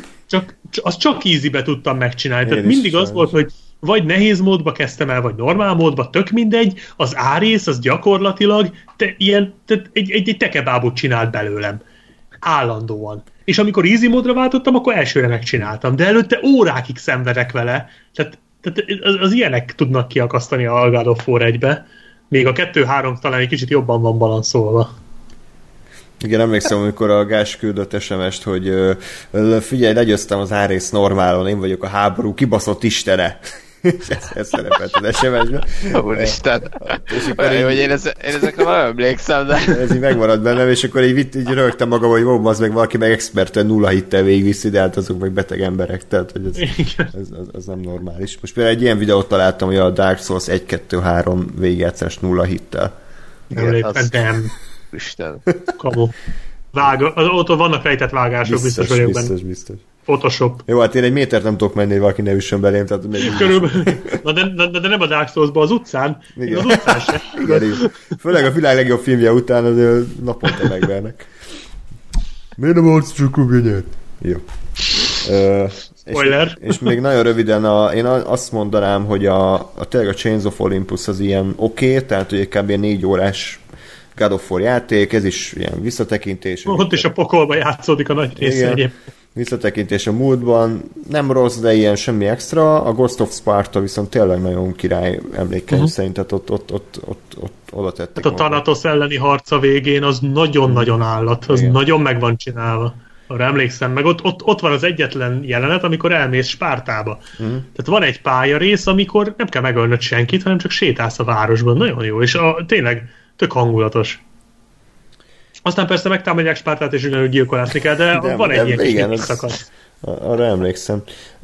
csak easybe tudtam megcsinálni. Tehát mindig az volt, hogy vagy nehéz módba kezdtem el, vagy normál módba, tök mindegy, az Árész az gyakorlatilag egy tekebábot csinált belőlem. Állandóan. És amikor easy módra váltottam, akkor elsőre megcsináltam. De előtte órákig szenvedek vele. Tehát az ilyenek tudnak kiakasztani a God of War 1-be. Még a 2-3 talán egy kicsit jobban van balanszolva. Igen, emlékszem, amikor a Gás küldött SMS-t, hogy figyelj, legyőztem az Árész normálon, én vagyok a háború kibaszott istene. Ez szerepelt az SMS-ben. Úristen. Én ezekre már emlékszem, de... Ez így megmaradt bennem, és akkor így rögtem magam, hogy az meg valaki meg experten 0 hittel végigviszi, de hát azok meg beteg emberek, tehát hogy ez nem normális. Most például egy ilyen videót találtam, hogy a Dark Souls 1-2-3 végigjátszás 0 hittel. Nem. Isten. Kamu. Ott vannak rejtett vágások, biztos vagyok benne. Biztos. Photoshop. Jó, hát én egy métert nem tudok menni, hogy valaki ne üssön belém. Tehát körülbelül. De nem a Dark Souls-ban, az utcán. Igen. Az utcán se. Igen. Főleg a világ legjobb filmje után azért naponta megvernek. Miért nem adsz csak a genyet? Jó. Spoiler. És még nagyon röviden, én azt mondanám, hogy tényleg a Chains of Olympus az ilyen oké, tehát hogy kb. 4 órás God of War játék, ez is ilyen visszatekintés. Ott is a pokolba játszódik a nagy rész egyébként. Visszatekintés a múltban, nem rossz, de ilyen semmi extra. A Ghost of Sparta viszont tényleg nagyon király emlékeim szerint, tehát ott oda tették. Hát a Thanatos elleni harca végén az nagyon-nagyon állat, az nagyon meg van csinálva. Arra emlékszem, meg ott van az egyetlen jelenet, amikor elmész Spártába. Tehát van egy pályarész, amikor nem kell megölnöd senkit, hanem csak sétálsz a városban. Nagyon jó, és tényleg tök hangulatos. Aztán persze megtámadják Spártát, és ugyanúgy gyilkolásni kell, de van egy ilyen kis szakasz. Arra emlékszem.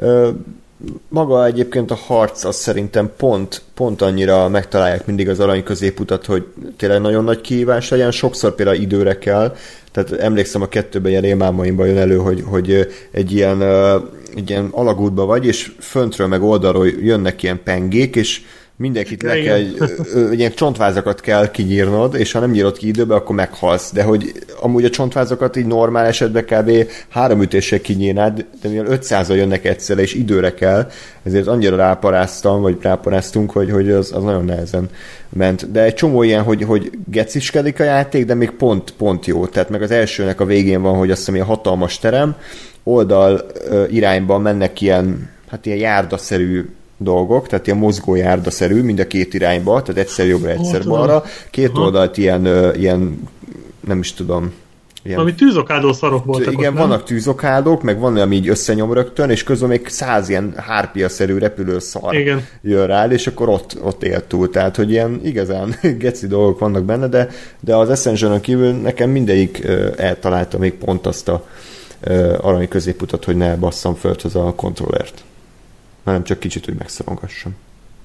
Maga egyébként a harc az szerintem pont annyira megtalálják mindig az arany középutat, hogy tényleg nagyon nagy kihívás legyen, sokszor például időre kell. Tehát emlékszem a 2-ben ilyen rémálmaimban jön elő, hogy egy ilyen alagútba vagy, és föntről meg oldalról jönnek ilyen pengék, és mindenkit le kell, ilyen csontvázakat kell kinyírnod, és ha nem nyírod ki időbe, akkor meghalsz. De hogy amúgy a csontvázakat így normál esetben kb. 3 ütéssel kinyírnád, de mivel 500-al jönnek egyszerre, és időre kell, ezért annyira ráparáztunk, hogy az nagyon nehezen ment. De egy csomó ilyen, hogy geciskedik a játék, de még pont jó. Tehát meg az elsőnek a végén van, hogy azt hiszem, ilyen hatalmas terem, oldal irányban mennek ilyen járdaszerű dolgok, tehát ilyen mozgójárdaszerű, mind a 2 irányba, tehát egyszer jobbra, egyszer balra. 2 oldalt ilyen nem is tudom, Valami tűzokádó szarok voltak. Igen, ott, vannak tűzokádók, meg van, ami így összenyom rögtön, és közben még 100 ilyen hárpia-szerű repülő szar jön rá, és akkor ott élt túl. Tehát, hogy ilyen igazán geci dolgok vannak benne, de az Ascension-on kívül nekem mindegyik eltalálta még pont azt a arany középutat, hogy ne basszam földhöz a kontrollert. Hanem csak kicsit, hogy megszorongassam.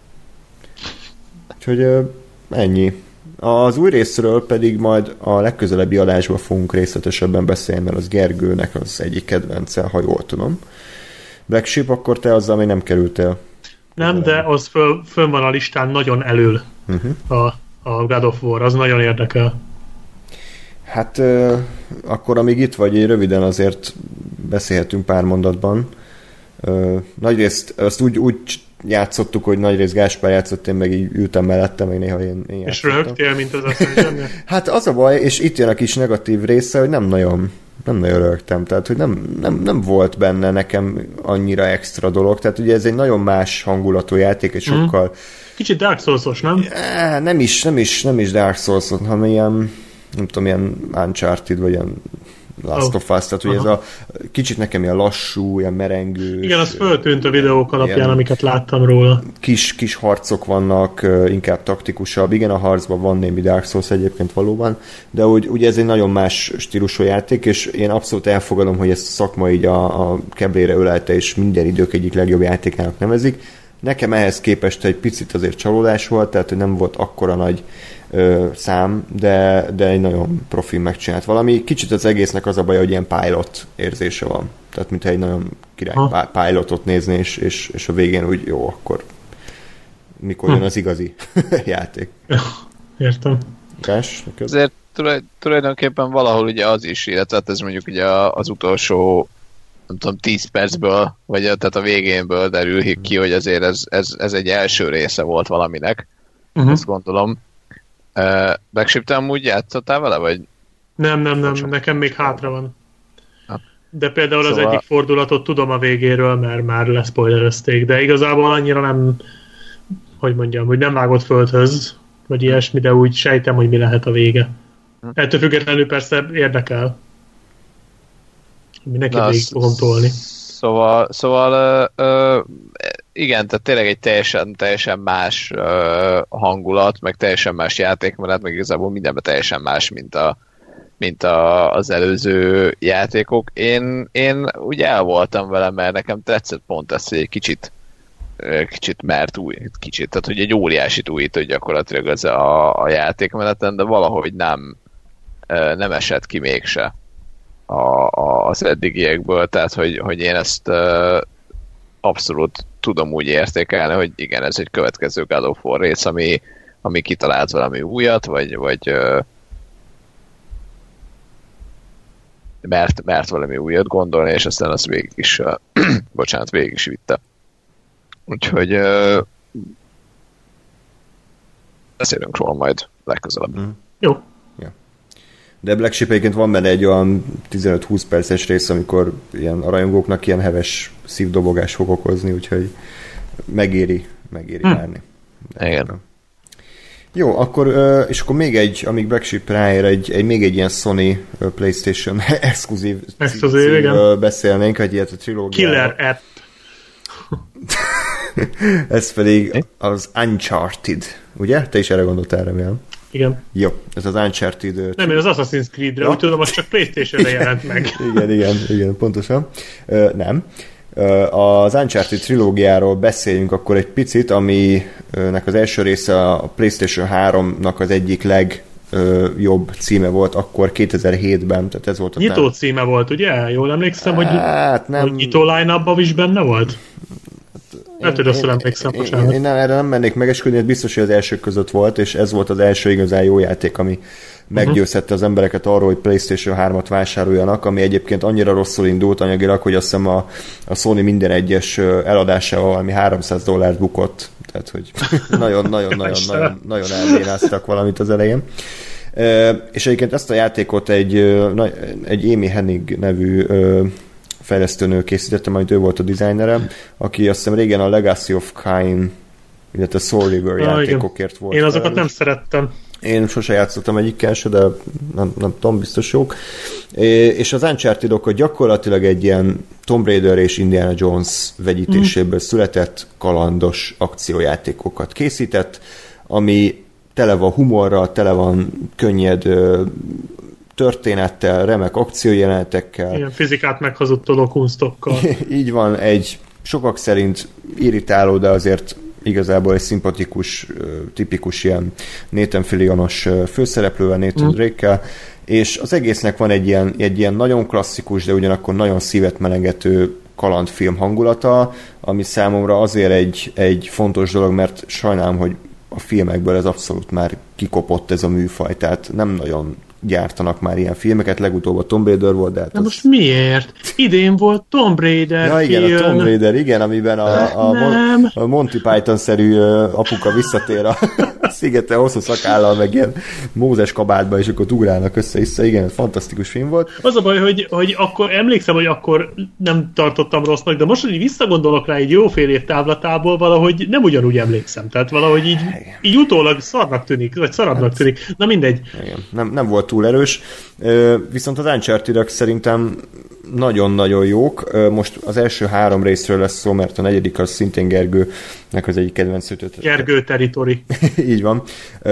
Úgyhogy ennyi. Az új részről pedig majd a legközelebbi adásban fogunk részletesebben beszélni, mert az Gergőnek az egyik kedvence, ha jól tudom. Black Sheep, akkor te azzal még nem kerültél? Nem, de az fönn van a listán nagyon elől a God of War, az nagyon érdekel. Hát akkor amíg itt vagy, röviden azért beszélhetünk pár mondatban. Nagyrészt azt úgy játszottuk, hogy nagyrészt Gáspár játszott, én meg így ültem mellette, meg néha én játszottam. És röhögtél, mint az Ascension-nél? Hát az a baj, és itt jön a kis negatív része, hogy nem nagyon röhögtem, tehát hogy nem volt benne nekem annyira extra dolog, tehát ugye ez egy nagyon más hangulatú játék, egy sokkal... Kicsit Dark Souls-os, nem? Nem is Dark Souls, hanem ilyen, nem tudom, ilyen Uncharted, vagy ilyen Last of Us, tehát hogy ez a kicsit nekem ilyen lassú, ilyen merengő. Igen, az föltűnt a videók alapján, amiket láttam róla. Kis harcok vannak, inkább taktikusabb. Igen, a harcban van némi Dark Souls egyébként valóban, de ugye ez egy nagyon más stílusú játék, és én abszolút elfogadom, hogy ezt a szakma így a keblére ölelte, és minden idők egyik legjobb játékának nevezik. Nekem ehhez képest egy picit azért csalódás volt, tehát hogy nem volt akkora nagy szám, de egy nagyon profi megcsinált valami. Kicsit az egésznek az a baj, hogy ilyen pilot érzése van. Tehát mintha egy nagyon király pilotot nézni, és a végén úgy jó, akkor mikor jön az igazi játék. Értem. Kás, azért tulajdonképpen valahol ugye az is, illetve ez mondjuk ugye az utolsó nem tudom, 10 percből, vagy tehát a végénből derül ki, hogy azért ez egy első része volt valaminek. Azt gondolom. Black Sheep, te amúgy játszottál vele, vagy? Nem, nekem még hátra van. De például az egyik fordulatot tudom a végéről, mert már leszpoilerezték, de igazából annyira nem, hogy mondjam, hogy nem vágott földhöz, vagy ilyesmi, de úgy sejtem, hogy mi lehet a vége. Ettől függetlenül persze érdekel. Mindenkit végig fogom tolni. Szóval igen, tehát tényleg egy teljesen más hangulat, meg teljesen más játékmenet, meg igazából mindenben teljesen más, mint az előző játékok. Én úgy el voltam vele, mert nekem tetszett pont ez, hogy egy kicsit mert új, tehát hogy egy óriásit újít, gyakorlatilag ez a játékmeneten, de valahogy nem esett ki mégse az eddigiekből, tehát hogy én ezt abszolút tudom úgy értékelni, hogy igen, ez egy következő God of War rész, ami kitalált valami újat, vagy mert valami újat gondolni, és aztán azt végig is vitte. Úgyhogy beszélünk róla majd legközelebb. Jó. De Black Sheep egyébként van benne egy olyan 15-20 perces rész, amikor ilyen a rajongóknak ilyen heves szívdobogás fog okozni, úgyhogy megéri várni. Igen. Jó, akkor, és akkor még amíg Black Sheep ráér, még egy ilyen Sony PlayStation exkluzív címről beszélnénk, egy ilyet a trilógiáról. Killer App. Ez pedig az Uncharted, ugye? Te is erre gondoltál, remélem. Igen. Jó, ez az Uncharted... Nem, én az Assassin's Creed-re, úgy tudom, az csak PlayStation-re jelent meg. igen, pontosan. Nem. Az Uncharted trilógiáról beszéljünk akkor egy picit, aminek az első része a PlayStation 3-nak az egyik legjobb címe volt akkor 2007-ben, tehát ez volt a... Nyitó címe volt, ugye? Jól emlékszem, hogy nyitó line-upban is benne volt? Lehet, hogy rosszul emlékszem, bocsánat. Én erre nem mennék megesküdni, ez biztos, hogy az elsők között volt, és ez volt az első igazán jó játék, ami meggyőzhette az embereket arról, hogy PlayStation 3-at vásároljanak, ami egyébként annyira rosszul indult anyagilag, hogy azt hiszem a Sony minden egyes eladásával valami $300 bukott. Tehát, hogy nagyon elbéráztak valamit az elején. És egyébként ezt a játékot egy Amy Hennig nevű fejlesztőnő készítette, majd ő volt a designere, aki azt hiszem régen a Legacy of Kain illetve a Soul River játékokért volt. Én azokat nem szerettem. Én sose játszottam egyikkel se, de nem tudom, biztos jók. És az Uncharted-ok gyakorlatilag egy ilyen Tomb Raider és Indiana Jones vegyítéséből született kalandos akciójátékokat készített, ami tele van humorral, tele van könnyed történettel, remek akciójelenetekkel. Ilyen fizikát meghazudtoló kunstokkal. Így van, egy sokak szerint irritáló, de azért igazából egy szimpatikus, tipikus ilyen Nathan Fillion-os főszereplővel, Nathan Drake-kel, és az egésznek van egy ilyen nagyon klasszikus, de ugyanakkor nagyon szívet melengető kalandfilm hangulata, ami számomra azért egy fontos dolog, mert sajnálom, hogy a filmekből ez abszolút már kikopott ez a műfaj, tehát nem nagyon gyártanak már ilyen filmeket, legutóbb a Tomb Raider volt, de hát az... most miért? Idén volt Tomb Raider ja, igen, film. A Tomb Raider, igen, amiben a Monty Python-szerű apuka visszatér a szigete hosszú szakállal, meg ilyen Mózes kabátba, és akkor ugrálnak össze-vissza, igen, fantasztikus film volt. Az a baj, hogy akkor emlékszem, hogy akkor nem tartottam rossznak, de most, hogy visszagondolok rá egy jó fél év távlatából, valahogy nem ugyanúgy emlékszem, tehát valahogy így utólag szarnak tűnik, vagy szarabbnak tűnik, na mindegy. Igen, nem volt túl erős, viszont az Uncharted-ök szerintem nagyon-nagyon jók. Most az első 3 részről lesz szó, mert a negyedik az szintén Gergőnek az egyik kedvenc ötöt. Gergő territory. Így van.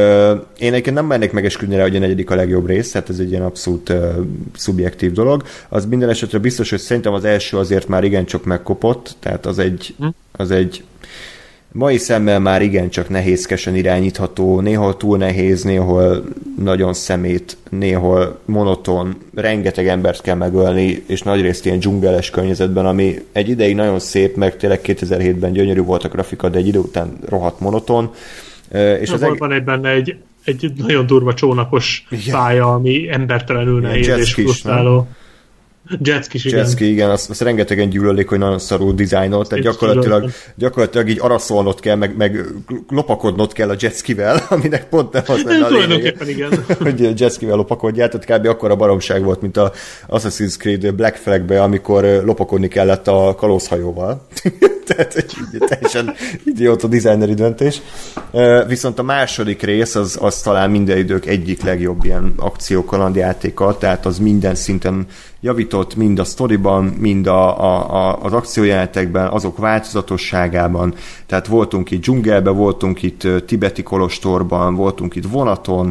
Én egyébként nem mernék megesküdni rá, hogy a negyedik a legjobb rész, hát ez egy ilyen abszolút szubjektív dolog. Az minden esetre biztos, hogy szerintem az első azért már igencsak megkopott, tehát az egy mai szemmel már igencsak nehézkesen irányítható, néhol túl nehéz, néhol nagyon szemét, néhol monoton, rengeteg embert kell megölni, és nagyrészt ilyen dzsungeles környezetben, ami egy ideig nagyon szép, meg tényleg 2007-ben gyönyörű volt a grafika, de egy idő után rohadt monoton. És van benne egy nagyon durva csónakos pálya, ami embertelenül nehéz és frusztráló. Jetski, igen, azt rengetegen gyűlölik, hogy nagyon szarul dizájnolt, tehát gyakorlatilag így araszolnod kell, meg lopakodnod kell a jetskivel, aminek pont nem az lenne a lényeg, hogy jetskivel lopakodjál, tehát kb. Akkora baromság volt, mint a Assassin's Creed Black Flag-be, amikor lopakodni kellett a kalózhajóval. Tehát egy teljesen idióta designeri döntés. Viszont a második rész az talán minden idők egyik legjobb ilyen akciókalandjátéka, tehát az minden szinten javított, mind a sztoriban, mind az akciójelenetekben, azok változatosságában. Tehát voltunk itt dzsungelben, voltunk itt tibeti kolostorban, voltunk itt vonaton,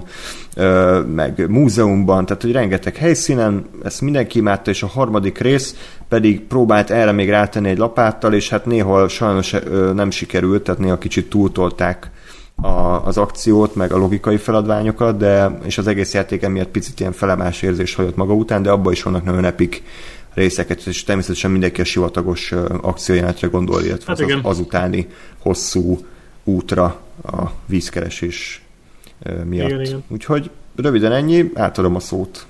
meg múzeumban, tehát hogy rengeteg helyszínen, ezt mindenki imádta, és a harmadik rész pedig próbált erre még rátenni egy lapáttal, és hát néhol sajnos nem sikerült, tehát néha kicsit túltolták az akciót, meg a logikai feladványokat, és az egész játék emiatt picit ilyen felemás érzés hagyott maga után, de abban is vannak nagyon epik részeket, és természetesen mindenki a sivatagos akciójelenetre gondol, illetve hát az utáni hosszú útra a vízkeresés miatt. Igen. Úgyhogy röviden ennyi, átadom a szót.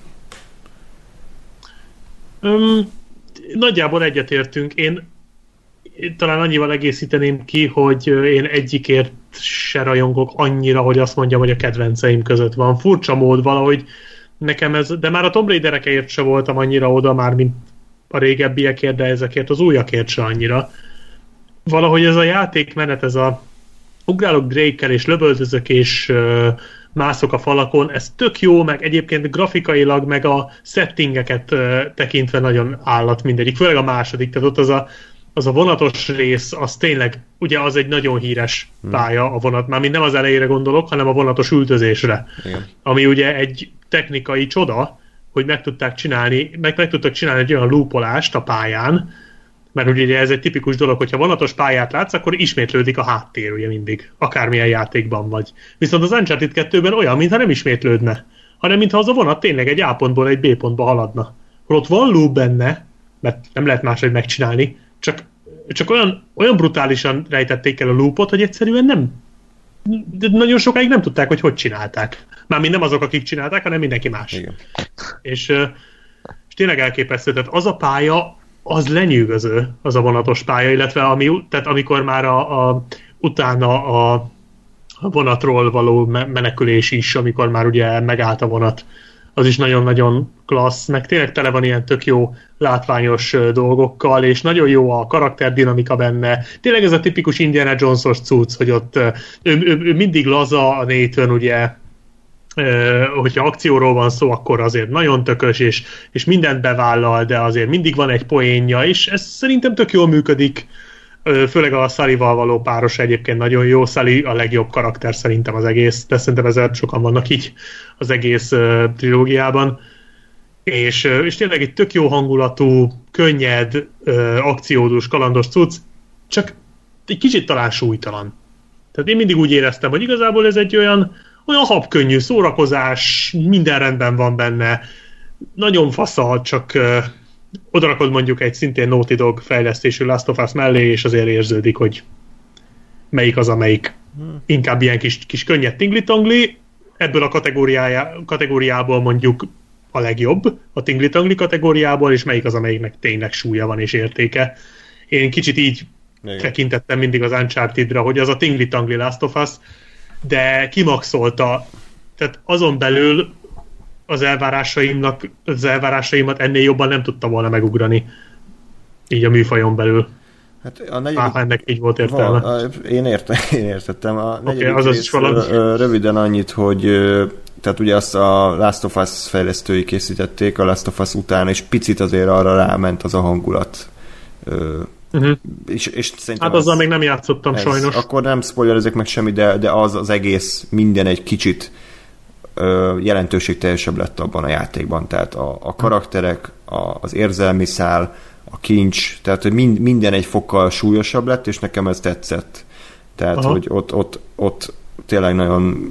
Nagyjából egyetértünk. Én talán annyival egészíteném ki, hogy én egyikért se rajongok annyira, hogy azt mondjam, hogy a kedvenceim között van. Furcsa mód valahogy nekem ez, de már a Tomb Raiderekért se voltam annyira oda, már mint a régebbiekért, de ezekért az újakért se annyira. Valahogy ez a játékmenet, ez a ugrálok Drake-kel és lövöldözök és mászok a falakon, ez tök jó, meg egyébként grafikailag, meg a settingeket tekintve nagyon állat mindegyik, főleg a második, tehát ott az a vonatos rész, az tényleg, ugye az egy nagyon híres pálya a vonat, mármint nem az elejére gondolok, hanem a vonatos üldözésre. Igen. Ami ugye egy technikai csoda, hogy meg tudtak csinálni egy olyan loopolást a pályán, mert ugye ez egy tipikus dolog, hogyha vonatos pályát látsz, akkor ismétlődik a háttér ugye mindig, akármilyen játékban vagy. Viszont az Uncharted 2-ben olyan, mintha nem ismétlődne, hanem mintha az a vonat tényleg egy A pontból egy B pontba haladna. Ott van loop benne, mert nem lehet máshogy megcsinálni, csak olyan brutálisan rejtették el a loopot, hogy egyszerűen nem. De nagyon sokáig nem tudták, hogy csinálták. Mármint nem azok, akik csinálták, hanem mindenki más. Igen. És tényleg elképesztő. Tehát az a pálya, az lenyűgöző, az a vonatos pálya, illetve tehát amikor már utána a vonatról való menekülés is, amikor már ugye megállt a vonat az is nagyon-nagyon klassz, meg tényleg tele van ilyen tök jó látványos dolgokkal, és nagyon jó a karakterdinamika benne. Tényleg ez a tipikus Indiana Jones-os cucc, hogy ott ő mindig laza, a Nathan ugye, hogyha akcióról van szó, akkor azért nagyon tökös, és mindent bevállal, de azért mindig van egy poénja, és ez szerintem tök jól működik, főleg a Sully-val való páros egyébként nagyon jó. Sully a legjobb karakter szerintem az egész, de szerintem ezzel sokan vannak így az egész trilógiában. És tényleg egy tök jó hangulatú, könnyed, akciódús, kalandos cucc, csak egy kicsit talán súlytalan. Tehát én mindig úgy éreztem, hogy igazából ez egy olyan habkönnyű szórakozás, minden rendben van benne, nagyon fasza, csak odarakod mondjuk egy szintén Naughty Dog fejlesztésű Last of Us mellé, és azért érződik, hogy melyik az, amelyik inkább ilyen kis könnyed tingli-tongli, ebből a kategóriából mondjuk a legjobb, a tingli-tongli kategóriából, és melyik az, amelyiknek tényleg súlya van és értéke. Én kicsit így tekintettem mindig az Uncharted-ra, hogy az a tingli-tongli Last of Us, de kimaxolta, tehát azon belül az elvárásaimat ennél jobban nem tudtam volna megugrani. Így a műfajon belül. Hát a negyedik... ennek így volt értelme. Én értettem. A negyedik rész röviden annyit, hogy tehát ugye azt a Last of Us fejlesztői készítették a Last of Us után, és picit azért arra ráment az a hangulat. És hát azzal még nem játszottam sajnos. Akkor nem spoilerezek meg semmi, de az egész minden egy kicsit jelentőségteljesebb lett abban a játékban. Tehát a karakterek, az érzelmi szál, a kincs, tehát hogy minden egy fokkal súlyosabb lett, és nekem ez tetszett. Tehát, hogy ott tényleg nagyon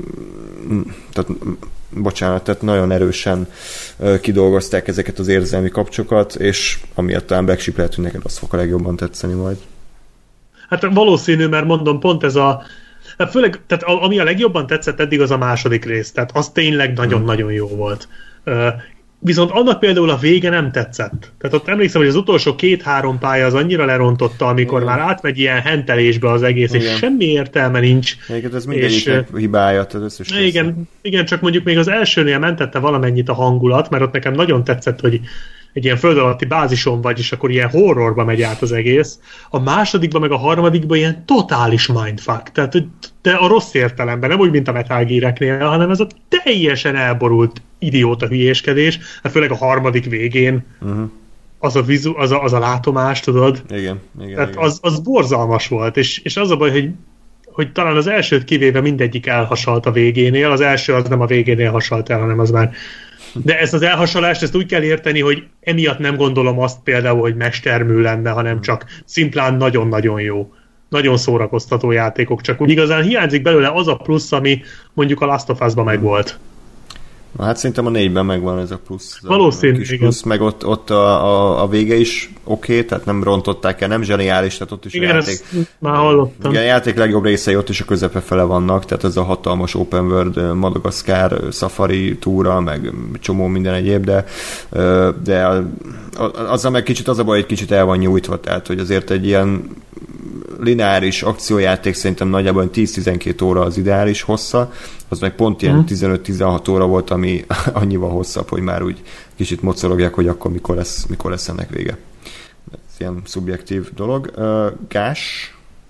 tehát nagyon erősen kidolgozták ezeket az érzelmi kapcsokat, és amiatt talán Black Sheep lehet, hogy neked az fog a legjobban tetszeni majd. Hát valószínű, mert mondom, pont ez hát főleg, tehát ami a legjobban tetszett eddig, az a második rész, tehát az tényleg nagyon-nagyon jó volt. Viszont annak például a vége nem tetszett. Tehát ott emlékszem, hogy az utolsó 2-3 pálya az annyira lerontotta, amikor már átmegy ilyen hentelésbe az egész, és semmi értelme nincs. Igen, ez mindegyiknek hibája. Igen, csak mondjuk még az elsőnél mentette valamennyit a hangulat, mert ott nekem nagyon tetszett, hogy egy ilyen föld alatti bázison vagy, és akkor ilyen horrorba megy át az egész. A másodikban meg a harmadikban ilyen totális mindfuck. Tehát, de a rossz értelemben, nem úgy, mint a Metal Gear-eknél, hanem ez a teljesen elborult idióta hülyéskedés, hát főleg a harmadik végén az a látomás, tudod? Igen. Tehát az borzalmas volt, és az a baj, hogy talán az elsőt kivéve mindegyik elhasalt a végénél, az első az nem a végénél hasalt el, hanem az már... De ezt az elhasalást, ezt úgy kell érteni, hogy emiatt nem gondolom azt például, hogy mestermű lenne, hanem csak szimplán nagyon-nagyon jó. Nagyon szórakoztató játékok, csak úgy igazán hiányzik belőle az a plusz, ami mondjuk a Last of Us-ban megvolt. Hát szerintem a 4-ben megvan ez a plusz. Valószínű, igen. Plusz, meg ott a vége is oké, tehát nem rontották el, nem zseniális, tehát ott is igen, a játék... már hallottam. Igen, a játék legjobb részei ott is a közepe fele vannak, tehát ez a hatalmas open world, Madagaszkár, Safari túra, meg csomó minden egyéb, de azzal meg kicsit az a baj, hogy kicsit el van nyújtva, tehát hogy azért egy ilyen lineáris akciójáték szerintem nagyjából 10-12 óra az ideális hossza, az meg pont ilyen 15-16 óra volt, ami annyival hosszabb, hogy már úgy kicsit mocorogják, hogy akkor mikor lesz ennek vége. Ez ilyen szubjektív dolog. Gás?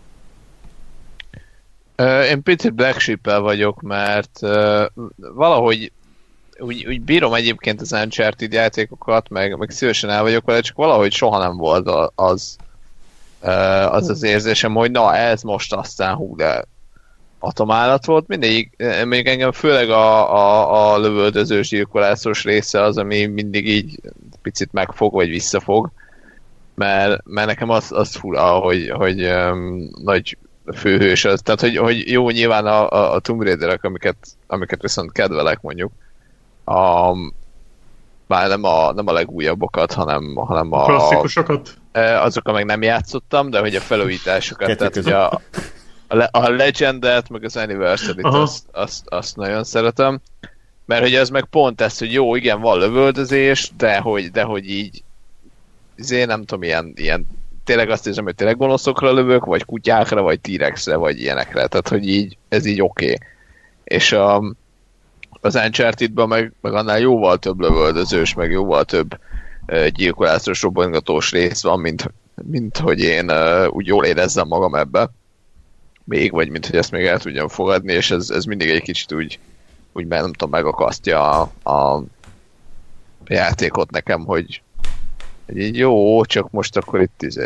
Én picit Black Sheep-el vagyok, mert valahogy úgy bírom egyébként az Uncharted játékokat, meg szívesen el vagyok vele, csak valahogy soha nem volt az érzésem, hogy na ez most aztán de atomálat volt. Mindig, még engem főleg a lövöldözős gyilkolászos része az, ami mindig így picit megfog, vagy visszafog, mert nekem az fura, hogy nagy főhős az. Tehát, hogy jó, nyilván a Tomb Raiderek, amiket viszont kedvelek mondjuk, bár nem a legújabbakat, hanem a klasszikusokat? Azokkal meg nem játszottam, de hogy a felújításokat, tehát hogy a Legendet, meg az Anniversary-t azt nagyon szeretem, mert hogy ez meg pont ez, hogy jó, igen, van lövöldözés, de hogy így nem tudom, ilyen tényleg azt érzem, hogy tényleg gonoszokra lövök, vagy kutyákra, vagy T-rexre, vagy ilyenekre, tehát hogy így, ez így oké. És az Uncharted-ban meg annál jóval több lövöldözős, meg jóval több gyilkolászos, robbangatós rész van, mint hogy én úgy jól érezzem magam ebbe. Még, vagy mint hogy ezt még el tudjam fogadni, és ez mindig egy kicsit úgy nem tudom, megakasztja a játékot nekem, hogy így jó, csak most akkor itt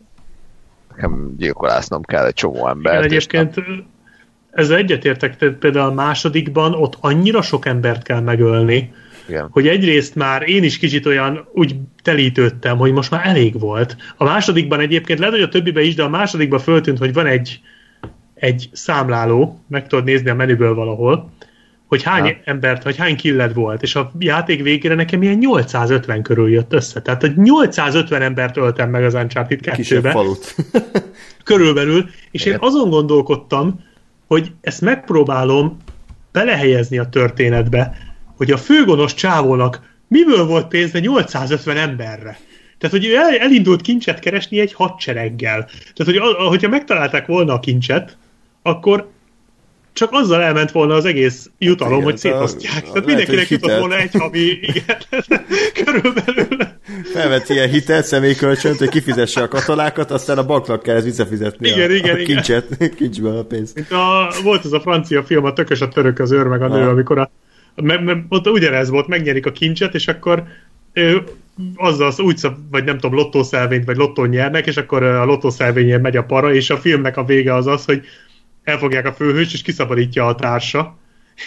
nekem gyilkolásznom kell egy csomó embert. Igen, egyébként ezzel egyetértek, például a másodikban ott annyira sok embert kell megölni, igen, hogy egyrészt már én is kicsit olyan úgy telítődtem, hogy most már elég volt. A másodikban egyébként, lehet, hogy a többiben is, de a másodikban föltűnt, hogy van egy számláló, meg tudod nézni a menüből valahol, hogy hány embert, vagy hány killed volt, és a játék végére nekem ilyen 850 körül jött össze. Tehát, hogy 850 embert öltem meg az Uncharted 2-be. Kisebb falut. Körülbelül, és én azon gondolkodtam, hogy ezt megpróbálom belehelyezni a történetbe, hogy a főgonosz csávónak miből volt pénze 850 emberre. Tehát, hogy ő elindult kincset keresni egy hadsereggel. Tehát, hogyha megtalálták volna a kincset, akkor csak azzal elment volna az egész jutalom, igen, hogy szétosztják. Tehát mindenkinek jutott volna egy havi, igen, körülbelül. Felvett ilyen hitelt, személykölcsönt, hogy kifizesse a katonákat, aztán a banknak kell ezt visszafizetni a kincset, kincsből a pénzt. Volt az a francia film, a Tökös a török, az őr meg a nő, amikor ott ugyanez volt, megnyerik a kincset, és akkor azzal vagy nem tudom, lottószelvényt, vagy lottón nyernek, és akkor a lottószelvényen megy a para, és a filmnek a vége az, hogy elfogják a főhős, és kiszabadítja a társa.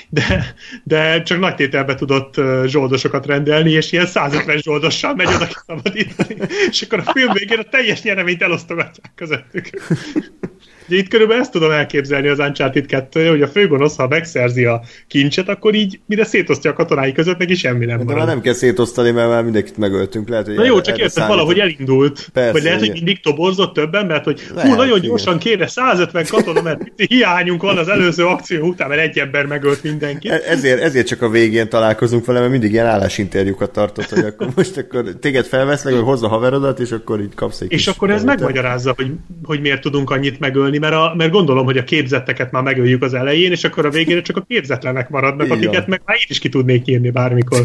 De csak nagy tételbe tudott zsoldosokat rendelni, és ilyen 150 zsoldossal megy oda kiszabadítani. És akkor a film végén a teljes nyereményt elosztogatják közöttük. De itt körülbelül ezt tudom elképzelni az Uncharted 2, hogy a főgonosz, ha megszerzi a kincset, akkor így mire szétosztja a katonái között, neki semmi nem marad. De már nem kell szétosztani, mert már mindenkit megöltünk. Lehet, hogy na jó, csak érted, valahogy elindult. Persze, vagy lehet, hogy mindig toborzott többen, mert hogy nagyon gyorsan kéne 150 katona, mert hiányunk van az előző akció után, mert egy ember megölt mindenkit. Ezért csak a végén találkozunk vele, mert mindig ilyen állásinterjúkat tartott, hogy akkor most akkor téged felvesznek, hogy hozza haverodat, és akkor így kapsz egy és akkor ez megmagyarázza, hogy miért tudunk annyit megölni, mert gondolom, hogy a képzetteket már megöljük az elején, és akkor a végére csak a képzetlenek maradnak, akiket meg már én is ki tudnék írni bármikor.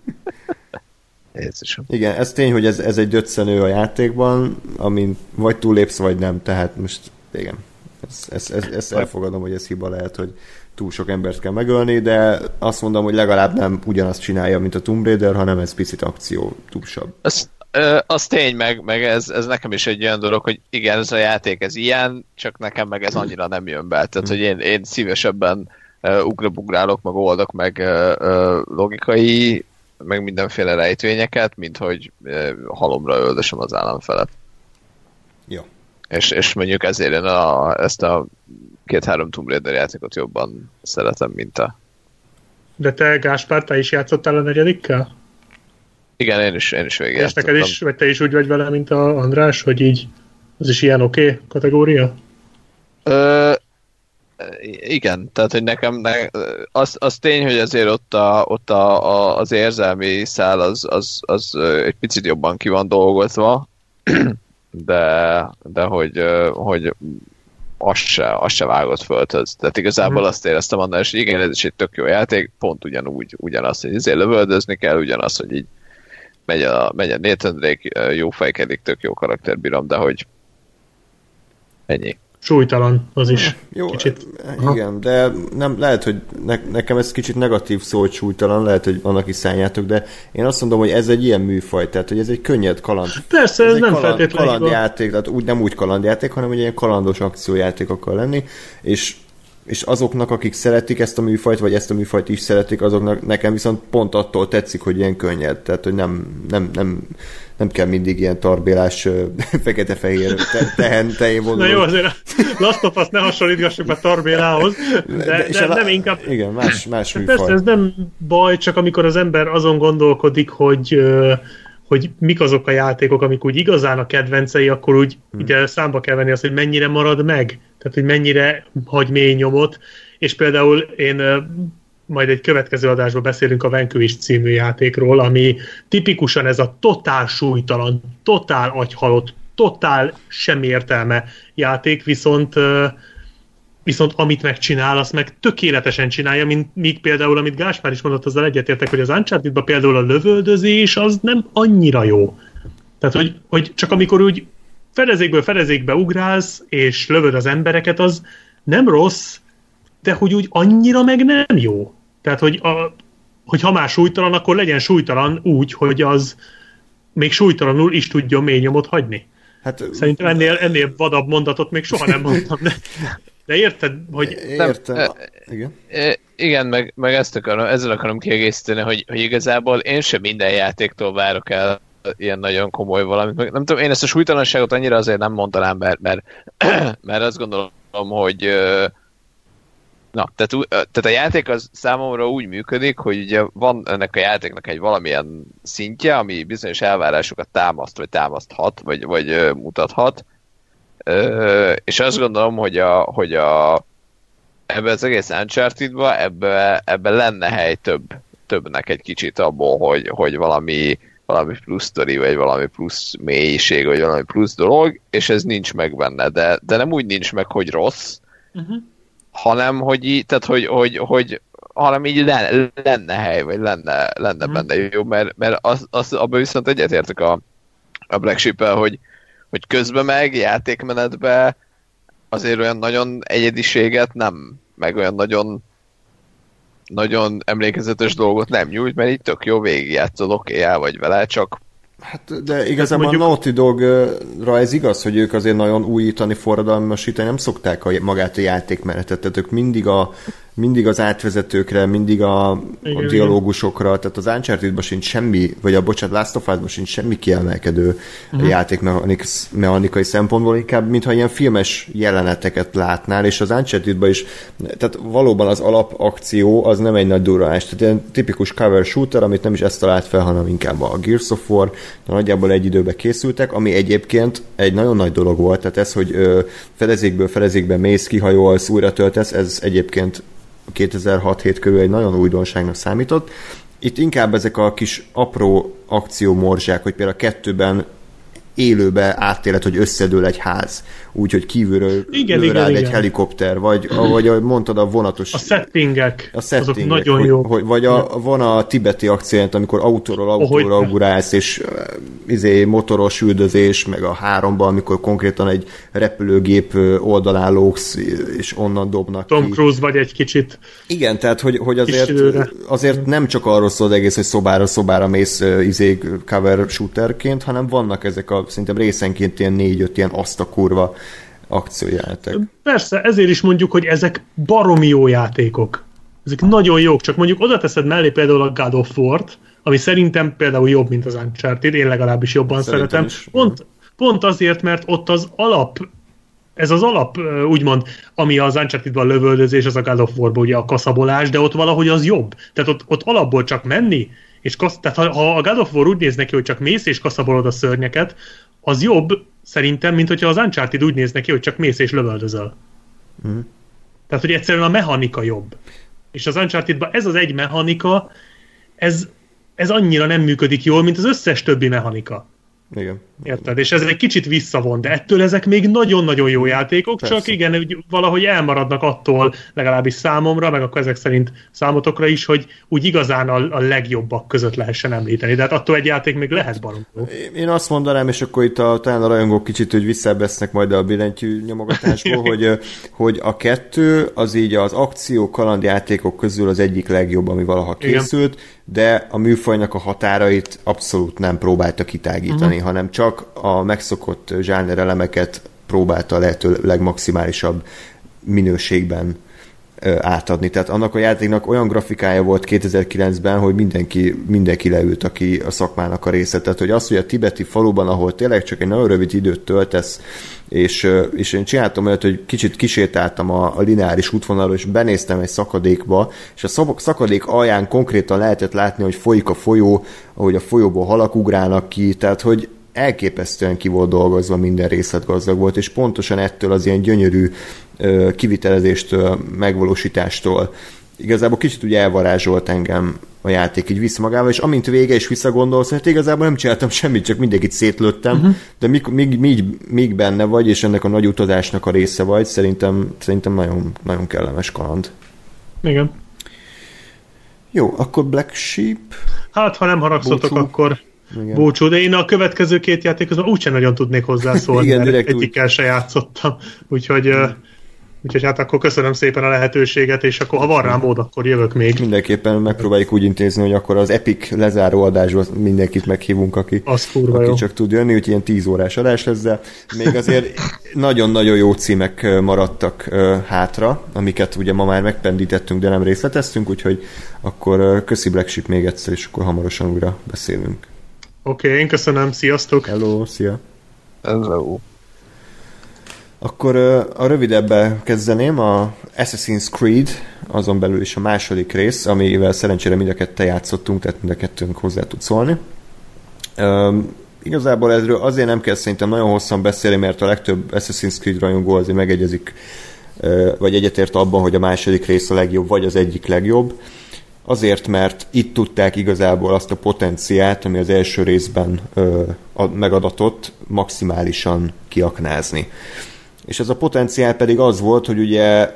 Igen, ez tény, hogy ez egy döccenő a játékban, amin vagy túllépsz, vagy nem, tehát most igen, ezt elfogadom, hogy ez hiba lehet, hogy túl sok embert kell megölni, de azt mondom, hogy legalább nem ugyanazt csinálja, mint a Tomb Raider, hanem ez picit akció túlsabb. Az tény, meg ez nekem is egy olyan dolog, hogy igen, ez a játék ez ilyen, csak nekem meg ez annyira nem jön be. Tehát, hogy én szívesebben ugrabugrálok, meg oldok meg logikai, meg mindenféle rejtvényeket, mint hogy halomra öldösöm az ellenfelet. Jó. És mondjuk ezért én ezt a 2-3 Tomb Raider játékot jobban szeretem, mint a... De te, Gáspár, te is játszottál a negyedikkel? Igen, én is végigjátszottam. És neked is, vagy te is úgy vagy vele, mint a András, hogy így az is ilyen oké kategória? Igen, tehát hogy nekem az tény, hogy azért ott az érzelmi szál az egy picit jobban ki van dolgozva, de hogy az se vágott földhöz. Tehát igazából azt éreztem annál, hogy igen, ez is egy tök jó játék, pont ugyanaz, hogy azért lövöldözni kell, ugyanaz, hogy így megy a Nathan Drake, jó fejkedik, tök jó karakterbírom, de hogy ennyi. Súlytalan, az is. Jó, kicsit. Igen, de nem, lehet, hogy nekem ez kicsit negatív szó, hogy súlytalan, lehet, hogy annak is szálljátok, de én azt mondom, hogy ez egy ilyen műfaj, tehát hogy ez egy könnyed kaland. Persze, ez nem feltétlenül kalandjáték, tehát nem úgy kalandjáték, hanem egy ilyen kalandos akciójáték akar lenni, és azoknak, akik szeretik ezt a műfajt, vagy ezt a műfajt is szeretik, azoknak nekem viszont pont attól tetszik, hogy ilyen könnyed, tehát hogy nem kell mindig ilyen tarbélás, fekete-fehér tehén vonuló. Na jó, azért a Last of Us ne hasonlítgassuk a tarbélához, de nem inkább... Igen, más műfaj. Persze ez nem baj, csak amikor az ember azon gondolkodik, hogy mik azok a játékok, amik úgy igazán a kedvencei, akkor úgy ugye számba kell venni azt, hogy mennyire marad meg, tehát hogy mennyire hagy mély nyomot, és például én majd egy következő adásban beszélünk a Vanquish című játékról, ami tipikusan ez a totál súlytalan, totál agyhalott, totál semmi értelme játék, viszont viszont amit megcsinál, azt meg tökéletesen csinálja, mint míg például, amit Gáspár is mondott, azzal egyetértek, hogy az Uncharted-ban például a lövöldözés az nem annyira jó. Tehát, hogy csak amikor úgy fedezékből fedezékbe ugrálsz, és lövöd az embereket, az nem rossz, de hogy úgy annyira meg nem jó. Tehát, hogy ha már súlytalan, akkor legyen súlytalan úgy, hogy az még súlytalanul is tudjon mély nyomot hagyni. Hát, szerintem ennél vadabb mondatot még soha nem mondtam, de érted, hogy... Értem. Igen. Igen, meg ezzel akarom kiegészíteni, hogy igazából én sem minden játéktól várok el ilyen nagyon komoly valamit. Nem tudom, én ezt a súlytalanságot annyira azért nem mondanám, mert azt gondolom, hogy tehát a játék az számomra úgy működik, hogy ugye van ennek a játéknak egy valamilyen szintje, ami bizonyos elvárásokat támaszt, vagy támaszthat, vagy mutathat. És azt gondolom, hogy ebben az egész Uncharted-ba ebben lenne hely többnek egy kicsit abból, hogy valami plusz sztori, vagy valami plusz mélység, vagy valami plusz dolog, és ez nincs meg benne. De nem úgy nincs meg, hogy rossz, hanem hanem így lenne hely, vagy lenne benne jó, mert abban viszont egyetértek a Black Sheep-el, hogy közben meg játékmenetben azért olyan nagyon egyediséget nem, meg olyan nagyon emlékezetes dolgot nem nyújt, mert így tök jó végigjátszod, oké, el vagy vele, csak hát, de igazából mondjuk... a Naughty Dogra ez igaz, hogy ők azért nagyon újítani, forradalmasítani nem szokták magát a játékmenetet, tehát ők mindig az átvezetőkre, mindig a dialógusokra, tehát az Uncharted-ban sincs semmi, vagy Last of Us-ban sincs semmi kiemelkedő játékmechanikai szempontból, inkább mintha ilyen filmes jeleneteket látnál, és az Uncharted-ban is, tehát valóban az alapakció az nem egy nagy durranás, tehát ilyen tipikus cover shooter, amit nem is ezt talált fel, hanem inkább a Gears of War, de nagyjából egy időben készültek, ami egyébként egy nagyon nagy dolog volt, tehát ez, hogy fedezékbe mész, kihajolsz, újra töltesz, ez egyébként 2006-7 körül egy nagyon újdonságnak számított. Itt inkább ezek a kis apró akciómorzsák, hogy például a 2-ben élőbe átéled, hogy összedől egy ház, úgyhogy kívülről lő rád egy helikopter, vagy ahogy mondtad, a vonatos... A settingek azok nagyon jók. Van a tibeti akcióját, amikor autóról ugrálsz, és motoros üldözés, meg a 3-ban, amikor konkrétan egy repülőgép oldalán lógsz, és onnan dobnak Tom Cruise vagy egy kicsit. Igen, tehát, hogy azért nem csak arról szól az egész, hogy szobára mész cover shooterként, hanem vannak ezek a szerintem részenként ilyen 4-5 ilyen azt a kurva akciójáték. Persze, ezért is mondjuk, hogy ezek baromi jó játékok. Ezek nagyon jók, csak mondjuk oda teszed mellé például a God of War-t, ami szerintem például jobb, mint az Uncharted, én legalábbis jobban szeretem. Pont azért, mert ott ez az alap, úgymond, ami az Uncharted-ban lövöldözés, az a God of War-ban ugye a kaszabolás, de ott valahogy az jobb. Tehát ott alapból csak menni, és tehát ha a God of War úgy néz neki, hogy csak mész és kaszabolod a szörnyeket, az jobb szerintem, mint hogyha az Uncharted úgy néz neki, hogy csak mész és lövöldözöl. Tehát, hogy egyszerűen a mechanika jobb. És az Uncharted-ban ez az egy mechanika, ez annyira nem működik jól, mint az összes többi mechanika. Igen. Érted? És ez egy kicsit visszavon, de ettől ezek még nagyon-nagyon jó játékok, persze. Csak igen, valahogy elmaradnak attól, legalábbis számomra, meg akkor ezek szerint számotokra is, hogy úgy igazán a legjobbak között lehessen említeni. De hát attól egy játék még lehet barom. Én azt mondanám, és akkor itt talán a rajongók kicsit, hogy visszavesznek majd a billentyű nyomogatásból, hogy a 2 az így az akció kalandjátékok közül az egyik legjobb, ami valaha készült, igen. De a műfajnak a határait abszolút nem próbálta kitágítani, hanem csak a megszokott zsánerelemeket próbálta a lehető legmaximálisabb minőségben átadni. Tehát annak a játéknak olyan grafikája volt 2009-ben, hogy mindenki leült, aki a szakmának a része. Tehát, hogy az, hogy a tibeti faluban, ahol tényleg csak egy nagyon rövid időt töltesz, és én csináltam olyat, hogy kicsit kisétáltam a lineáris útvonalról, és benéztem egy szakadékba, és a szakadék alján konkrétan lehetett látni, hogy folyik a folyó, ahogy a folyóból halak ugrálnak ki, tehát, hogy elképesztően ki volt dolgozva, minden részletgazdag volt, és pontosan ettől az ilyen gyönyörű kivitelezéstől, megvalósítástól igazából kicsit úgy elvarázsolt engem a játék így visz magával, és amint vége és visszagondolsz, hát igazából nem csináltam semmit, csak mindenkit szétlőttem, de míg benne vagy, és ennek a nagy utazásnak a része vagy, szerintem nagyon, nagyon kellemes kaland. Igen. Jó, akkor Black Sheep. Hát, ha nem haragszotok, Búcsú. akkor Igen. búcsú, de én a következő 2 játékhoz úgysem nagyon tudnék hozzászólni, Igen, mert direkt egyikkel se játszottam, úgyhogy hát akkor köszönöm szépen a lehetőséget, és akkor ha van rá mód, akkor jövök még. Mindenképpen megpróbáljuk úgy intézni, hogy akkor az Epic lezáró adásban mindenkit meghívunk, aki Jó. csak tud jönni, úgyhogy ilyen 10 órás adás lesz, de még azért nagyon-nagyon jó címek maradtak hátra, amiket ugye ma már megpendítettünk, de nem részleteztünk, úgyhogy akkor köszi Black Sheep még egyszer, és akkor hamarosan újra beszélünk. Oké, én köszönöm, sziasztok! Hello, szia! Hello. Akkor a rövidebben kezdeném, a Assassin's Creed, azon belül is a második rész, amivel szerencsére mind a ketten játszottunk, tehát mind a kettőnk hozzá tud szólni. Igazából ezről azért nem kell szerintem nagyon hosszan beszélni, mert a legtöbb Assassin's Creed rajongó azért megegyezik, vagy egyetért abban, hogy a második rész a legjobb, vagy az egyik legjobb. Azért, mert itt tudták igazából azt a potenciált, ami az első részben megadatott, maximálisan kiaknázni. És ez a potenciál pedig az volt, hogy ugye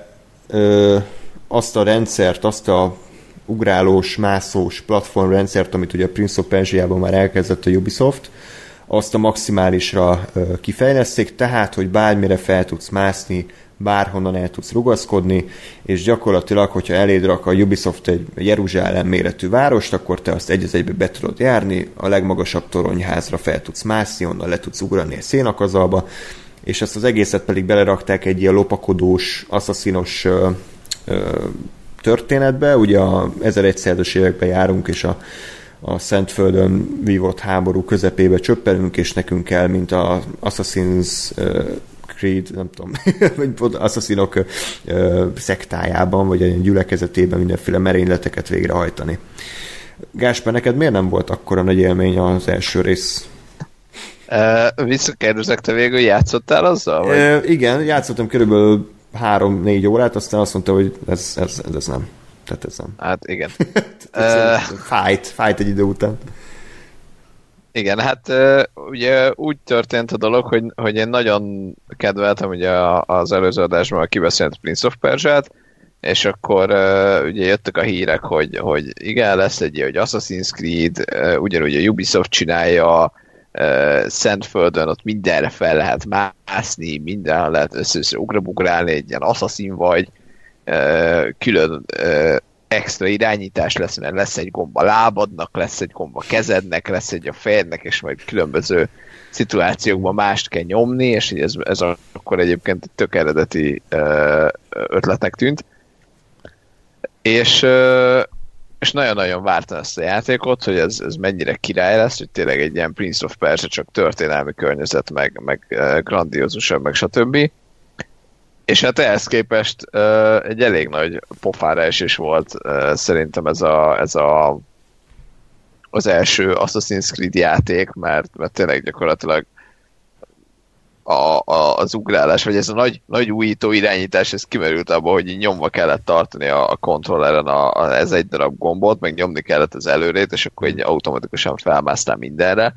azt a rendszert, azt a ugrálós, mászós platformrendszert, amit ugye a Prince of Persia-ban már elkezdett a Ubisoft, azt a maximálisra kifejleszték, tehát, hogy bármire fel tudsz mászni, bárhonnan el tudsz rugaszkodni, és gyakorlatilag, hogyha eléd rak a Ubisoft egy Jeruzsálem méretű várost, akkor te azt egy egybe be tudod járni, a legmagasabb toronyházra fel tudsz mászni, onnan le tudsz ugrani egy szénakazalba, és ezt az egészet pedig belerakták egy ilyen lopakodós, asszasszinos történetbe, ugye a 1100-as években járunk, és a Szentföldön vívott háború közepébe csöppelünk, és nekünk kell, mint a Assassin's Creed, nem tudom, vagy asszaszinok szektájában, vagy egy gyülekezetében mindenféle merényleteket végrehajtani. Gáspár, neked miért nem volt akkora nagy élmény az első rész? Visszakérdezek, te végül játszottál azzal? Vagy? Igen, játszottam körülbelül 3-4 órát, aztán azt mondta, hogy ez nem. Tehát ez nem. Hát igen. Fájt egy idő után. Igen, hát ugye úgy történt a dolog, hogy én nagyon kedveltem ugye az előző adásban a kibeszélt Prince of Persia-t, és akkor ugye jöttek a hírek, hogy igen, lesz egy ilyen, hogy Assassin's Creed, ugyanúgy a Ubisoft csinálja, Szentföldön ott mindenre fel lehet mászni, mindenre lehet össze ugrabugrálni, egy ilyen assassin vagy, külön extra irányítás lesz, mert lesz egy gomb a lábadnak, lesz egy gomb a kezednek, lesz egy a fejednek, és majd különböző szituációkban mást kell nyomni, és ez akkor egyébként tök eredeti ötletnek tűnt. És nagyon-nagyon vártam ezt a játékot, hogy ez mennyire király lesz, hogy tényleg egy ilyen Prince of Persia, csak történelmi környezet, meg grandiózusabb, meg stb. És hát ehhez képest egy elég nagy pofára is volt szerintem ez az első Assassin's Creed játék, mert tényleg gyakorlatilag az ugrálás, vagy ez a nagy újító irányítás, ez kimerült abban, hogy nyomva kellett tartani a kontrolleren ez egy darab gombot, meg nyomni kellett az előrét, és akkor így automatikusan felmásztál mindenre.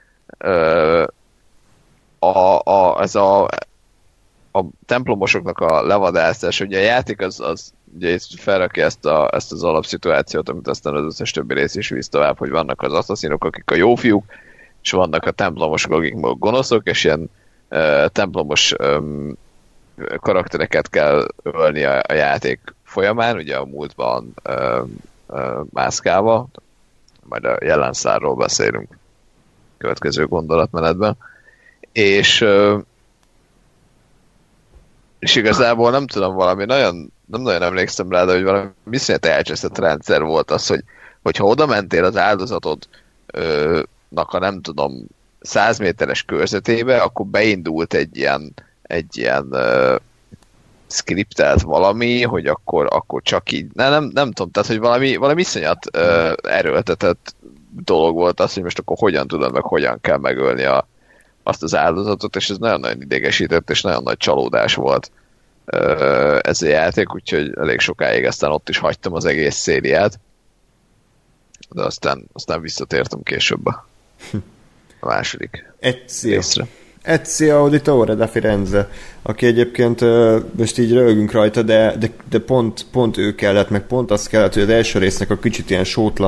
A templomosoknak a levadászás, ugye a játék az ugye felrakja ezt az alapszituációt, amit aztán az összes többi rész is visz tovább, hogy vannak az asszaszinok, akik a jó fiúk, és vannak a templomosok, akik meg gonoszok, és ilyen templomos karaktereket kell ölni a játék folyamán, ugye a múltban mászkálva, majd a jelenszárról beszélünk következő gondolatmenetben, és igazából nem tudom, nem nagyon emlékszem rá, de hogy valami viszonyat elcseszett rendszer volt az, hogy ha oda mentél az áldozatodnak a nem tudom 100 méteres körzetébe, akkor beindult egy ilyen skriptelt valami, hogy akkor csak így, nem tudom, tehát hogy valami iszonyat erőltetett dolog volt az, hogy most akkor hogyan tudod, meg hogyan kell megölni azt az áldozatot, és ez nagyon-nagyon idegesített, és nagyon nagy csalódás volt ez a játék, úgyhogy elég sokáig aztán ott is hagytam az egész szériát. de aztán visszatértem később a második részre. Ezio Auditore da Firenze, aki egyébként most így röhögünk rajta, de pont ő kellett, meg pont az kellett, hogy az első résznek a kicsit ilyen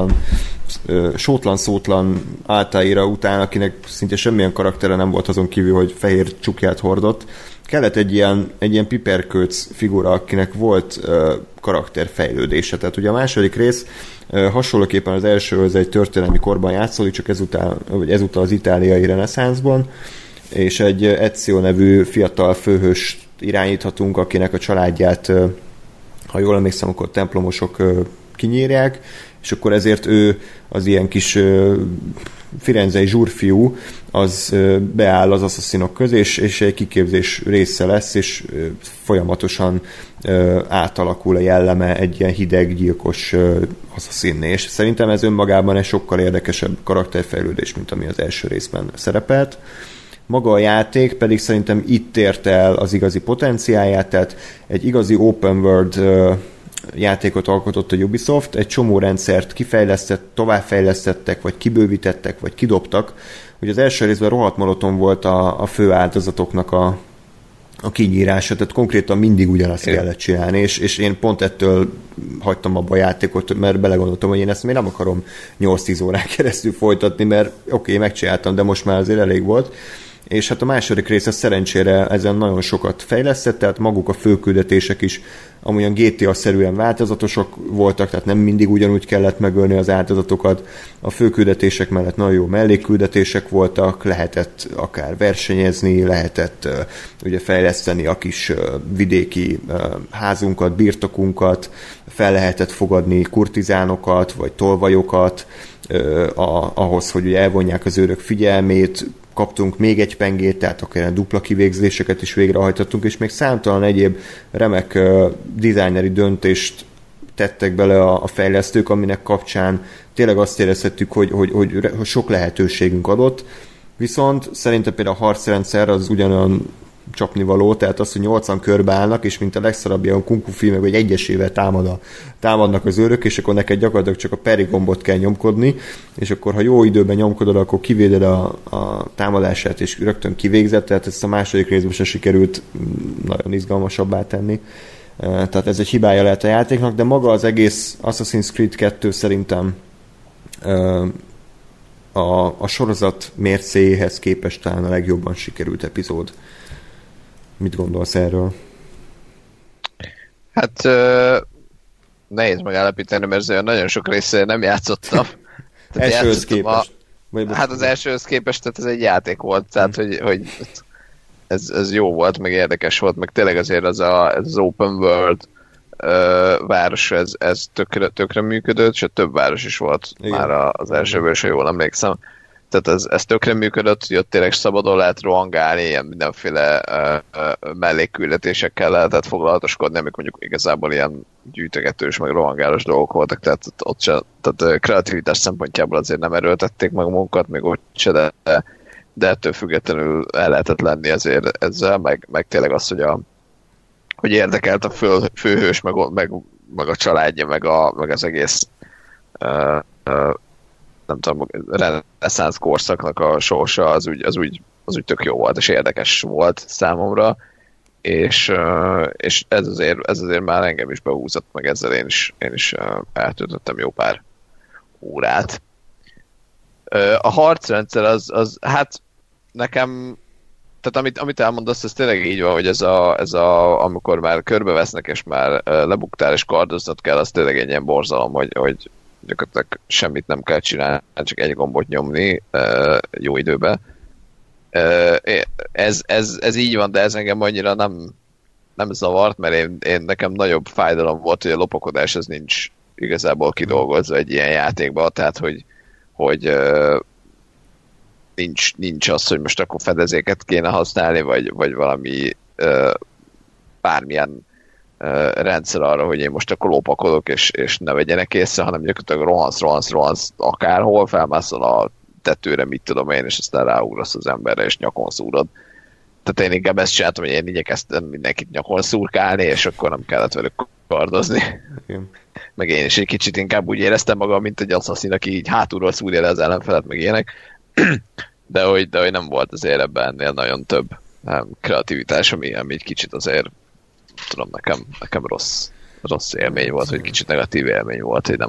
sótlan-szótlan Altaira után, akinek szinte semmilyen karaktere nem volt azon kívül, hogy fehér csukját hordott, kellett egy ilyen piperkőc figura, akinek volt karakterfejlődése. Tehát ugye a második rész hasonlóképpen az elsőhöz egy történelmi korban játszódik, csak ezúttal az itáliai reneszánszban, és egy Ezio nevű fiatal főhőst irányíthatunk, akinek a családját, ha jól emlékszem, akkor templomosok kinyírják, és akkor ezért ő az ilyen kis firenzei zsúrfiú, az beáll az asszaszinok közé, és egy kiképzés része lesz, és folyamatosan átalakul a jelleme egy ilyen hideg, gyilkos asszaszinné. És szerintem ez önmagában egy sokkal érdekesebb karakterfejlődés, mint ami az első részben szerepelt. Maga a játék pedig szerintem itt ért el az igazi potenciáját, tehát egy igazi open world játékot alkotott a Ubisoft, egy csomó rendszert továbbfejlesztettek, vagy kibővítettek, vagy kidobtak. Ugye az első részben rohadt monoton volt a fő áldozatoknak a kinyírása, tehát konkrétan mindig ugyanazt kellett csinálni, és én pont ettől hagytam abba a játékot, mert belegondoltam, hogy én ezt még nem akarom 8-10 órán keresztül folytatni, mert oké, megcsináltam, de most már azért elég volt. És hát a második része szerencsére ezen nagyon sokat fejlesztett, tehát maguk a főküldetések is amolyan GTA-szerűen változatosak voltak, tehát nem mindig ugyanúgy kellett megölni az áldozatokat. A főküldetések mellett nagyon jó mellékküldetések voltak, lehetett akár versenyezni, lehetett ugye fejleszteni a kis vidéki házunkat, birtokunkat, fel lehetett fogadni kurtizánokat, vagy tolvajokat, ahhoz, hogy ugye elvonják az őrök figyelmét, kaptunk még egy pengét, tehát akár dupla kivégzéseket is végrehajtottunk, és még számtalan egyéb remek designeri döntést tettek bele a fejlesztők, aminek kapcsán tényleg azt érezhettük, hogy sok lehetőségünk adott, viszont szerintem például a harcrendszer az ugyanolyan csapnivaló, tehát az, hogy 80 körbe állnak, és mint a legszarabb ilyen kung fu filmek, hogy egyesével támadnak az őrök, és akkor neked gyakorlatilag csak a peri gombot kell nyomkodni, és akkor ha jó időben nyomkodod, akkor kivéded a támadását, és rögtön kivégzett, tehát ezt a második részben se sikerült nagyon izgalmasabbá tenni. Tehát ez egy hibája lehet a játéknak, de maga az egész Assassin's Creed 2 szerintem a sorozat mércéhez képest talán a legjobban sikerült epizód. Mit gondolsz erről? Hát nehéz megállapítani, mert nagyon sok része nem játszottam. Elsőhöz képest. Hát az elsőhöz képest, tehát ez egy játék volt, tehát hogy ez jó volt, meg érdekes volt, meg tényleg azért ez az open world város, ez tökre működött, és több város is volt. Igen. Már az elsőből, és jól emlékszem. Tehát ez tökre működött, hogy ott tényleg szabadon lehet rohangálni, ilyen mindenféle mellékküldetésekkel lehetett foglalatoskodni, amik mondjuk igazából ilyen gyűjtögetős, meg rohangálós dolgok voltak, tehát kreativitás szempontjából azért nem erőltették meg magukat, még ott se, de ettől függetlenül el lehetett lenni azért ezzel, meg tényleg az, hogy érdekelt a főhős, meg a családja, meg az egész nem tudom, reneszánsz korszaknak a sorsa az úgy tök jó volt, és érdekes volt számomra, és ez azért már engem is behúzott, meg ezzel én is eltöltöttem jó pár órát. A harcrendszer az hát nekem, tehát amit elmondasz, ez tényleg így van, hogy ez amikor már körbevesznek, és már lebuktál, és kardoznod kell, az tényleg egy ilyen borzalom, hogy gyakorlatilag semmit nem kell csinálni, csak egy gombot nyomni jó időben. Ez így van, de ez engem annyira nem zavart, mert nekem nagyobb fájdalom volt, hogy a lopakodás az nincs igazából kidolgozva egy ilyen játékban, tehát hogy nincs az, hogy most akkor fedezéket kéne használni, vagy valami bármilyen rendszer arra, hogy én most akkor lopakodok, és ne vegyenek észre, hanem gyakorlatilag rohansz akárhol, felmászol a tetőre, mit tudom én, és aztán ráugrasz az emberre, és nyakon szúrod. Tehát én inkább ezt csináltam, hogy én igyekeztem mindenkit nyakon szurkálni, és akkor nem kellett velük kardozni. Igen. Meg én is egy kicsit inkább úgy éreztem magam, mint egy asszaszín, aki így hátulról szúrja le az ellenfelet, meg ilyenek. De hogy nem volt azért ebben ennél nagyon több kreativitás, ami egy kicsit azért, tudom, nekem rossz élmény volt, vagy kicsit negatív élmény volt, hogy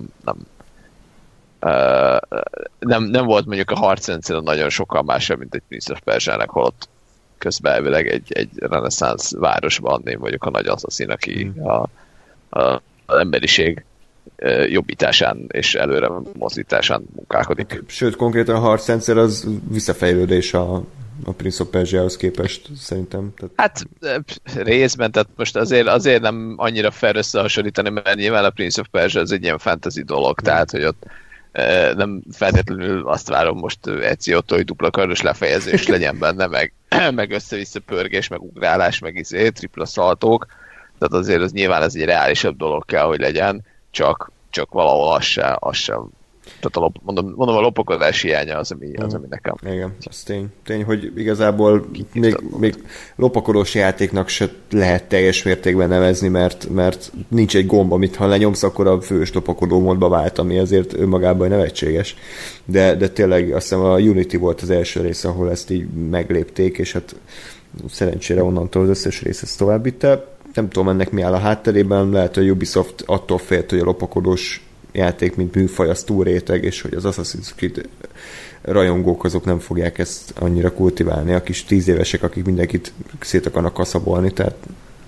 nem volt mondjuk a harcrendszer nagyon sokkal másabb, mint egy Prince of Persia-nek, holott közben elvileg egy reneszánsz városban én vagyok a nagy asszaszín, aki az emberiség jobbításán és előre mozdításán munkálkodik. Sőt, konkrétan a harcrendszer az visszafejlődés a Prince of Persia-hoz képest, szerintem. Hát részben, tehát most azért nem annyira fel összehasonlítani, mert nyilván a Prince of Persia az egy ilyen fantasy dolog, tehát hogy ott nem feltétlenül azt várom most Ezio-tól, hogy dupla kardos lefejezés legyen benne, meg össze-vissza pörgés, meg ugrálás, meg tripla szaltók, tehát azért az nyilván ez egy reálisabb dolog kell, hogy legyen, csak valahol az sem. Tehát mondom, a lopakodás hiánya az, ami nekem. Igen, az tény, hogy igazából még lopakodós játéknak se lehet teljes mértékben nevezni, mert nincs egy gomb, amit ha lenyomsz, akkor a fős lopakodó módba vált, ami azért önmagában nevetséges. De tényleg azt hiszem a Unity volt az első rész, ahol ezt így meglépték, és hát szerencsére onnantól az összes rész ezt tovább vitte. Nem tudom, ennek mi áll a hátterében, lehet, hogy Ubisoft attól félt, hogy a lopakodós játék, mint műfaj, az túl réteg, és hogy az Assassin's Creed rajongók azok nem fogják ezt annyira kultiválni, a kis 10 évesek, akik mindenkit szét akarnak kaszabolni, tehát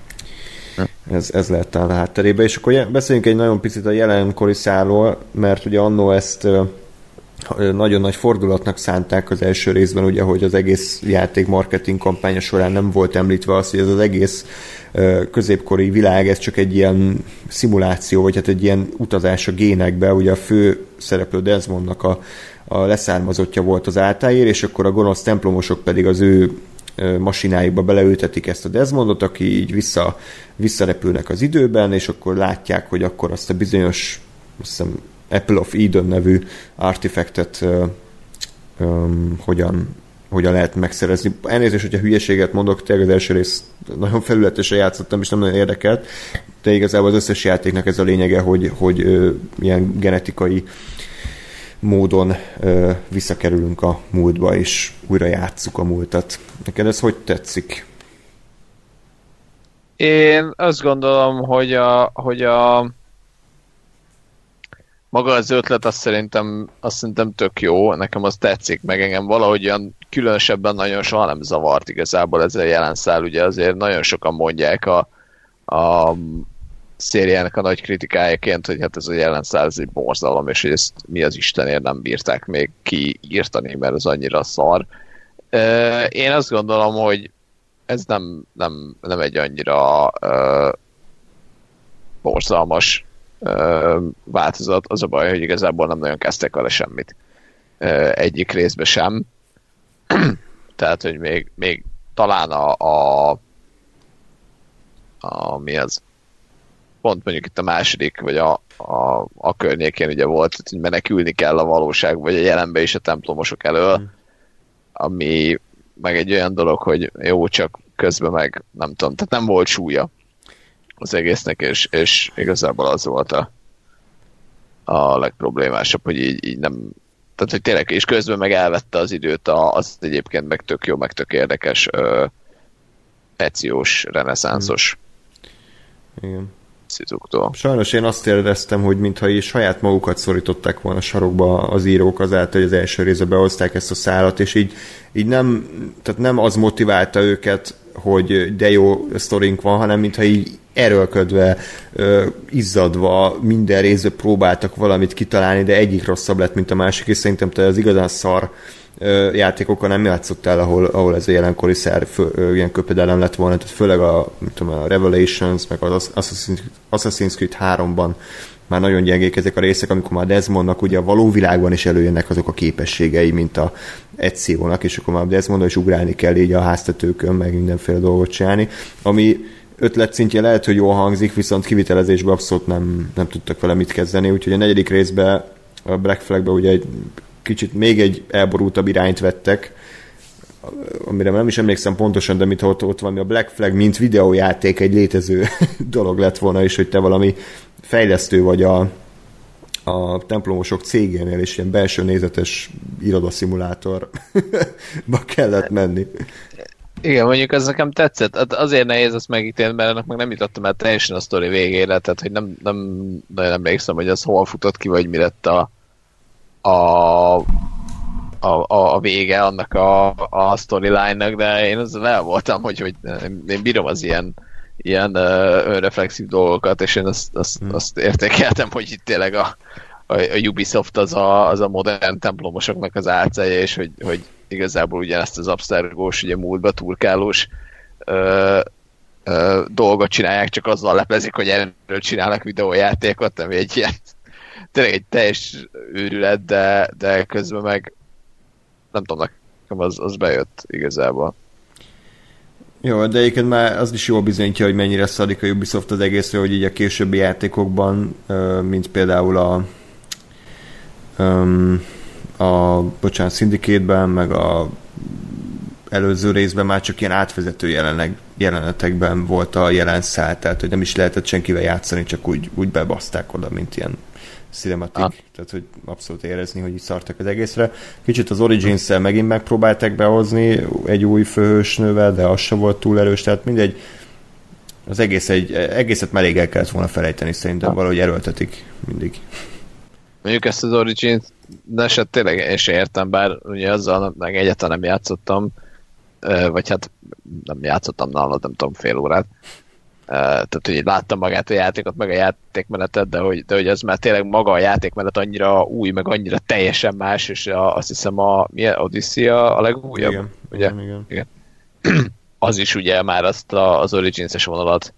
ez lehet talán a hátterébe. És akkor beszéljünk egy nagyon picit a jelenkori szálról, mert ugye annó ezt nagyon nagy fordulatnak szánták az első részben, ugye, hogy az egész játék marketing kampánya során nem volt említve az, hogy ez az egész középkori világ, ez csak egy ilyen szimuláció, vagy hát egy ilyen utazás a génekbe, ugye a fő szereplő Desmondnak a leszármazottja volt az Altair, és akkor a gonosz templomosok pedig az ő masinájukba beleültetik ezt a Desmondot, aki így visszarepülnek az időben, és akkor látják, hogy akkor azt a bizonyos, azt hiszem, Apple of Eden nevű artefaktet hogyan lehet megszerezni. Elnézést, hogyha hülyeséget mondok, tényleg az első rész nagyon felületesen játszottam, és nem nagyon érdekelt, de igazából az összes játéknak ez a lényege, hogy ilyen genetikai módon visszakerülünk a múltba, és újra játsszuk a múltat. Neked ez hogy tetszik? Én azt gondolom, hogy a maga az ötlet azt szerintem tök jó, nekem az tetszik, meg engem valahogy olyan különösebben nagyon soha nem zavart igazából ez a jelenszál, ugye azért nagyon sokan mondják a szériának a nagy kritikájaként, hogy hát ez a jelenszál ez egy borzalom, és hogy ezt mi az Istenért nem bírták még kiírtani, mert az annyira szar. Én azt gondolom, hogy ez nem egy annyira borzalmas változat. Az a baj, hogy igazából nem nagyon kezdtek vele semmit. Egyik részben sem. Tehát, hogy még talán mi az? Pont mondjuk itt a második, vagy a környékén ugye volt, hogy menekülni kell a valóság, vagy a jelenbe is a templomosok elől, ami meg egy olyan dolog, hogy jó, csak közben meg nem tudom, tehát nem volt súlya az egésznek, és igazából az volt a legproblémásabb, hogy így nem, tehát hogy tényleg, és közben meg elvette az időt az egyébként meg tök jó, meg tök érdekes Ezio-s, reneszánszos szizuktól. Sajnos én azt éreztem, hogy mintha is saját magukat szorították volna sarokba az írók azáltal, hogy az első részbe behozták ezt a szálat, és így nem az motiválta őket, hogy de jó sztorink van, hanem mintha így erőlködve, izzadva minden részbe próbáltak valamit kitalálni, de egyik rosszabb lett, mint a másik, és szerintem te az igazán szar játékokkal nem játszottál, ahol ez a jelenkori ilyen köpedelem lett volna, tehát főleg a Revelations, meg az Assassin's Creed 3-ban már nagyon gyengék ezek a részek, amikor már Desmondnak ugye a való világban is előjönnek azok a képességei, mint a Ezio-nak, és akkor már Desmondnak is ugrálni kell így a háztetőkön, meg mindenféle dolgot csinálni, ami ötletszintje lehet, hogy jól hangzik, viszont kivitelezésben abszolút nem tudtak vele mit kezdeni, úgyhogy a negyedik részben, a Black Flagben ugye egy kicsit még egy elborultabb irányt vettek, amire nem is emlékszem pontosan, de mintha ott valami a Black Flag, mint videójáték egy létező dolog lett volna, és hogy te valami fejlesztő vagy a templomosok cégénél, és ilyen belső nézetes irodaszimulátorba kellett menni. Igen, mondjuk ez nekem tetszett. Azért nehéz ezt megítélni, mert ennek meg nem jutottam el teljesen a sztori végére, tehát hogy nem nagyon emlékszem, hogy az hol futott ki, vagy mi lett a vége annak a storyline-nak, de én azzal el voltam, hogy én bírom az ilyen önreflexív dolgokat, és én azt értékeltem, hogy itt tényleg a Ubisoft az a modern templomosoknak az álcája, és hogy igazából ugyanezt az absztragós, ugye múltba turkálós dolgot csinálják, csak azzal leplezik, hogy erről csinálnak videójátékot, ami egy ilyen tényleg egy teljes őrület, de közben meg nem tudom, nekem az bejött igazából. Jó, de egyébként már az is jól bizonyítja, hogy mennyire szadik a Ubisoft az egészre, hogy így a későbbi játékokban, mint például a Syndicate-ben, meg a előző részben már csak ilyen átvezető jelenetekben volt a jelenszál, tehát hogy nem is lehetett senkivel játszani, csak úgy bebaszták oda, mint ilyen cinematic, tehát hogy abszolút érezni, hogy így szartak az egészre. Kicsit az Origins-szel megint megpróbálták behozni egy új főhősnővel, de az sem volt túl erős, tehát mindegy, az egészet már rég el kellett volna felejteni, szerintem valahogy erőltetik mindig. Mondjuk ezt az Origins, de se tényleg én sem értem, bár ugye azzal meg egyáltalán nem játszottam, vagy hát nem játszottam nálad, nem tudom, fél órát. Tehát, hogy láttam magát a játékot, meg a játékmenetet, de hogy ez már tényleg maga a játékmenet annyira új, meg annyira teljesen más, és azt hiszem milyen Odyssey a legújabb? Igen, ugye? Igen. Az is ugye már azt az Origins-es vonalat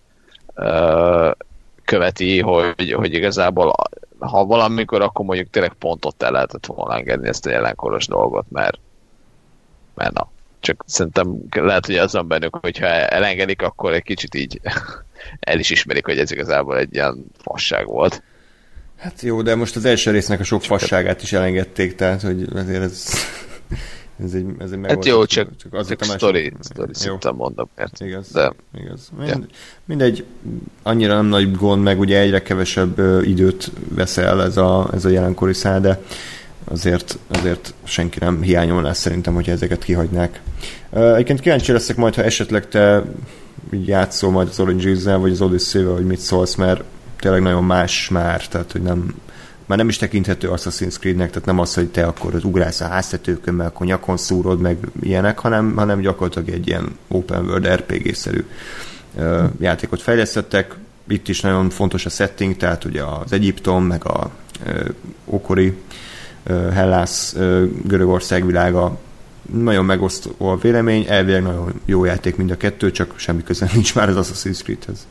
követi, hogy igazából ha valamikor, akkor mondjuk tényleg pont ott el lehetett volna engedni ezt a jelenkoros dolgot, mert na. Csak szerintem lehet, hogy azon bennük, hogyha elengedik, akkor egy kicsit így el is ismerik, hogy ez igazából egy ilyen fasság volt. Hát jó, de most az első résznek a sok fasságát is elengedték, tehát hogy azért ez egy megoldás. Hát jó, csak sztori szinten mondom. Igaz. Igaz. Ja. Mindegy, annyira nem nagy gond, meg ugye egyre kevesebb időt veszel ez a jelenkori szál, de azért senki nem hiányolná szerintem, hogy ezeket kihagynák. Egyébként kíváncsi leszek majd, ha esetleg te játszol majd az Origins-zel, vagy az Odyssey-vel, hogy mit szólsz, mert tényleg nagyon más már, tehát hogy már nem is tekinthető Assassin's Creed-nek, tehát nem az, hogy te akkor ugrálsz a háztetőkön, meg akkor nyakon szúrod, meg ilyenek, hanem gyakorlatilag egy ilyen open world RPG-szerű játékot fejlesztettek. Itt is nagyon fontos a setting, tehát ugye az Egyiptom, meg a ókori Hellász, Görögország világa, nagyon megosztó a vélemény, elvileg nagyon jó játék mind a kettő, csak semmi köze nincs már az Assassin's Creed-hez.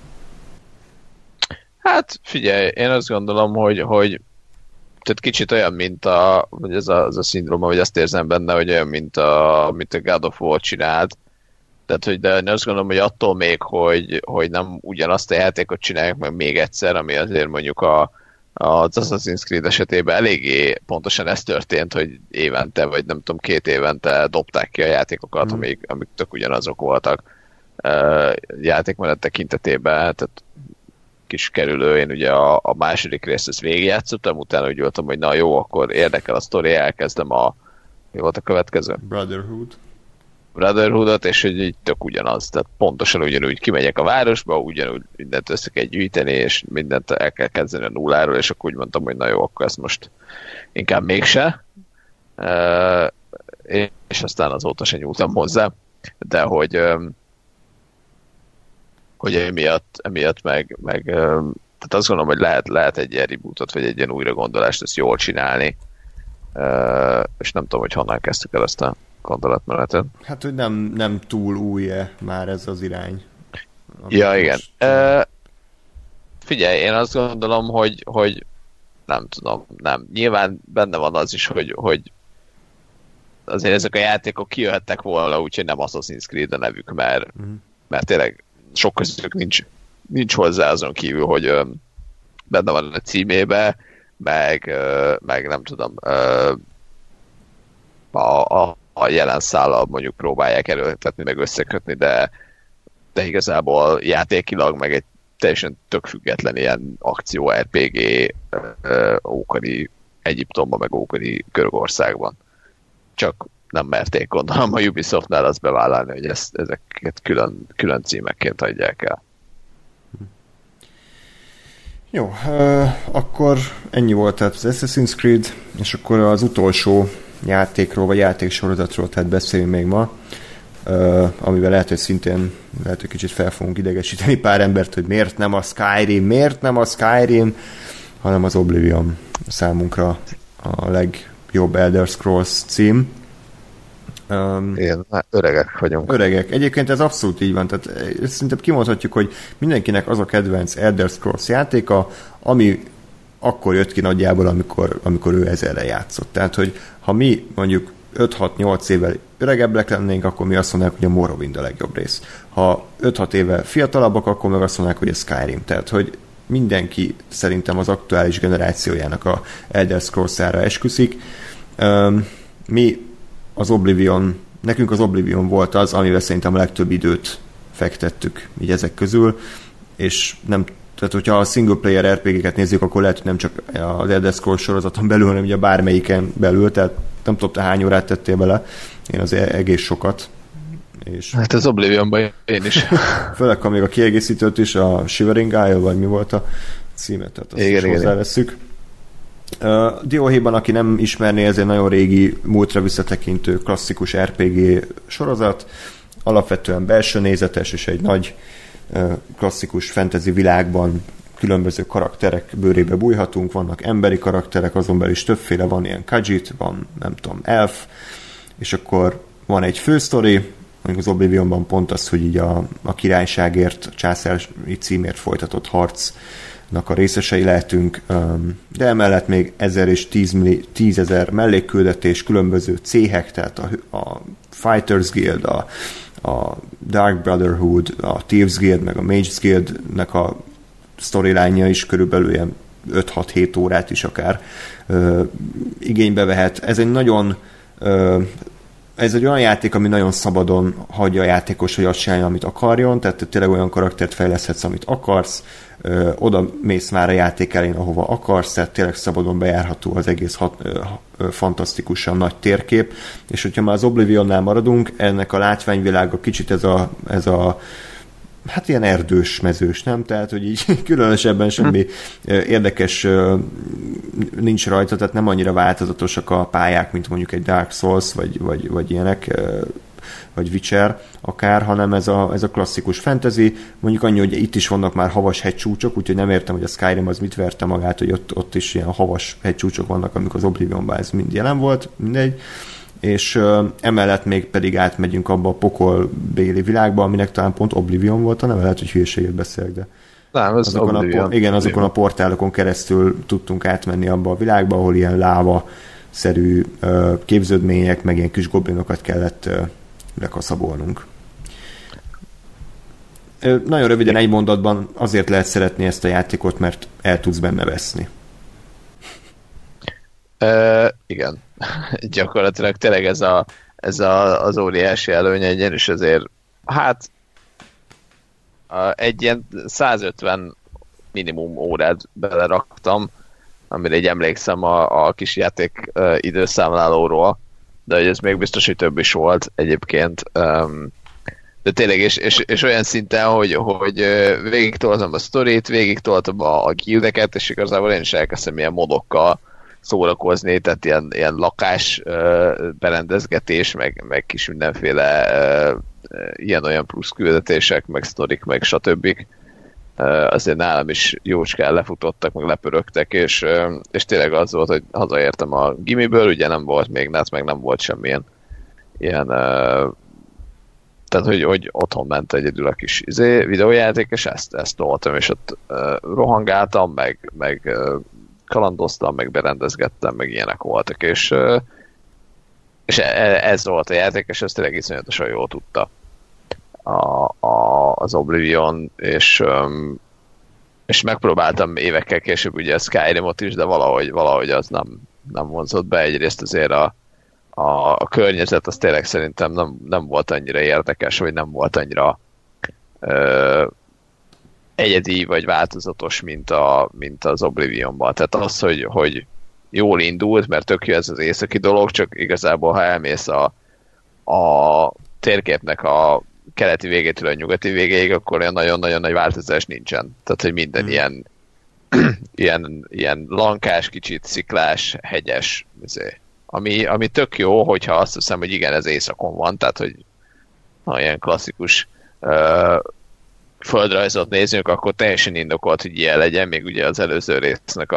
Hát figyelj, én azt gondolom, hogy tehát kicsit olyan, mint vagy ez a szindróma, vagy azt érzem benne, hogy olyan, mint a God of War csinált. Tehát, de én azt gondolom, hogy attól még, hogy nem ugyanazt a játékot csinálják meg még egyszer, ami azért mondjuk az Assassin's Creed esetében eléggé pontosan ez történt, hogy évente, vagy nem tudom, 2 évente dobták ki a játékokat, amik tök ugyanazok voltak játékmenet tekintetében. Tehát kis kerülő, én ugye a második részt ezt végigjátszottam, utána úgy voltam, hogy na jó, akkor érdekel a sztori, elkezdem mi volt a következő? Brotherhoodot, és hogy így tök ugyanaz, tehát pontosan ugyanúgy kimegyek a városba, ugyanúgy mindent össze kell gyűjteni, és mindent el kell kezdeni a nulláról, és akkor úgy mondtam, hogy na jó, akkor ezt most inkább mégse. És aztán azóta sem nyúltam hozzá, de hogy emiatt meg tehát azt gondolom, hogy lehet egy ilyen rebootot, vagy egy ilyen újragondolást ezt jól csinálni, és nem tudom, hogy honnan kezdtük el ezt a gondolatmenetet. Hát, hogy nem túl új-e már ez az irány. Ja, igen. Figyelj, én azt gondolom, hogy nem tudom, nem. Nyilván benne van az is, hogy azért ezek a játékok kijöhettek volna, úgyhogy nem Assassin's Creed a nevük, mert tényleg sok közük nincs hozzá azon kívül, hogy benne van a címébe, meg nem tudom, a jelen szállal mondjuk próbálják erőltetni, meg összekötni, de igazából játékilag meg egy teljesen tök független ilyen akció RPG ókori Egyiptomban, meg ókori Görögországban. Csak nem merték, gondolom, a Ubisoftnál azt bevállalni, hogy ezeket külön címekként adják el. Jó, akkor ennyi volt tehát az Assassin's Creed, és akkor az utolsó játékról, vagy játéksorozatról tehát beszélünk még ma, amivel lehet, hogy szintén kicsit fel fogunk idegesíteni pár embert, hogy miért nem a Skyrim, hanem az Oblivion számunkra a legjobb Elder Scrolls cím. Igen, öregek vagyunk. Öregek. Egyébként ez abszolút így van. Tehát szerintem kimondhatjuk, hogy mindenkinek az a kedvenc Elder Scrolls játéka, ami akkor jött ki nagyjából, amikor ő ezerre játszott. Tehát, hogy ha mi mondjuk 5-6-8 évvel öregebbek lennénk, akkor mi azt mondják, hogy a Morrowind a legjobb rész. Ha 5-6 évvel fiatalabbak, akkor meg azt mondják, hogy a Skyrim. Tehát, hogy mindenki szerintem az aktuális generációjának a Elder Scrolls-ára esküszik. Mi az Oblivion, nekünk az Oblivion volt az, amivel szerintem a legtöbb időt fektettük így ezek közül, és nem, tehát hogyha a single player RPG-ket nézzük, akkor lehet, hogy nem csak az Elder Scrolls sorozaton belül, hanem ugye bármelyiken belül, tehát nem tudom, te hány órát tettél bele, én az egész sokat. És hát az Oblivionban én is. Főleg, ha még a kiegészítőt is, a Shivering Isle, vagy mi volt a címet, tehát azt is hozzávesszük. Dióhéjban, aki nem ismerné, ez egy nagyon régi, múltra visszatekintő klasszikus RPG sorozat, alapvetően belső nézetes, és egy nagy klasszikus fantasy világban különböző karakterek bőrébe bújhatunk, vannak emberi karakterek, azon belül is többféle, van ilyen Khajiit, van nem tudom, elf, és akkor van egy fősztori, mondjuk az Oblivionban pont az, hogy így a királyságért, a császári címért folytatott harcnak a részesei lehetünk, de emellett még 1000 és 10 000 mellékküldetés, különböző céhek, tehát a Fighters Guild, a Dark Brotherhood, a Thieves Guild, meg a Mages Guild-nek a storyline-ja is körülbelül ilyen 5-6-7 órát is akár igénybe vehet. Ez egy nagyon ez egy olyan játék, ami nagyon szabadon hagyja a játékos, hogy azt csinálja, amit akarjon, tehát tényleg olyan karaktert fejleszthetsz, amit akarsz, oda mész már a játék elén, ahova akarsz, tehát tényleg szabadon bejárható az egész fantasztikusan nagy térkép, és hogyha már az Oblivionnál maradunk, ennek a látványvilága kicsit ez a hát ilyen erdős, mezős, nem? Tehát, hogy így különösebben semmi érdekes nincs rajta, tehát nem annyira változatosak a pályák, mint mondjuk egy Dark Souls, vagy ilyenek, vagy Witcher akár, hanem ez a klasszikus fantasy. Mondjuk annyi, hogy itt is vannak már havas hegycsúcsok, úgyhogy nem értem, hogy a Skyrim az mit verte magát, hogy ott is ilyen havas hegycsúcsok vannak, amikor az Oblivionban ez mind jelen volt, mindegy. És emellett még pedig átmegyünk abba a pokolbéli világba, aminek talán pont Oblivion volt, hanem lehet, hogy hülyeséget beszélek, de nem, ez azokon a portálokon keresztül tudtunk átmenni abba a világba, ahol ilyen láva-szerű képződmények, meg ilyen kis goblinokat kellett lekaszabolnunk. Nagyon röviden egy mondatban azért lehet szeretni ezt a játékot, mert el tudsz benne veszni. Igen. Gyakorlatilag tényleg ez az óriási előnye egyen, és azért hát egy ilyen 150 minimum órát beleraktam, amire így emlékszem a kis játék időszámlálóról, de hogy ez még biztos, hogy több is volt egyébként. De tényleg, és olyan szinten, hogy végig toltam a sztorit, végig toltam a guildeket, és igazából én is elkezdtem ilyen modokkal szórakozni, tehát ilyen lakás berendezgetés, meg kis mindenféle ilyen-olyan plusz küldetések, meg sztorik, meg stb. Azért nálam is jócskán lefutottak, meg lepörögtek, és tényleg az volt, hogy hazaértem a gimiből, ugye nem volt még NET, meg nem volt semmilyen ilyen tehát, hogy otthon ment egyedül a kis videójáték, és ezt toltam, és ott rohangáltam, meg kalandoztam, meg berendezgettem, meg ilyenek voltak, és ez volt a játék, és ezt tényleg iszonyatosan jól tudta az Oblivion, és megpróbáltam évekkel később ugye a Skyrimot is, de valahogy az nem vonzott be. Egyrészt azért a környezet az tényleg szerintem nem volt annyira érdekes, vagy nem volt annyira egyedi vagy változatos, mint az Oblivionban. Tehát az, hogy jól indult, mert tök jó ez az északi dolog, csak igazából ha elmész a térképnek a keleti végétől a nyugati végéig, akkor olyan nagyon-nagyon nagy változás nincsen. Tehát, hogy minden ilyen lankás, kicsit sziklás, hegyes, ami tök jó, hogyha azt hiszem, hogy igen, ez északon van, tehát, hogy ilyen klasszikus földrajzot nézzünk, akkor teljesen indokolt, hogy ilyen legyen, még ugye az előző résznek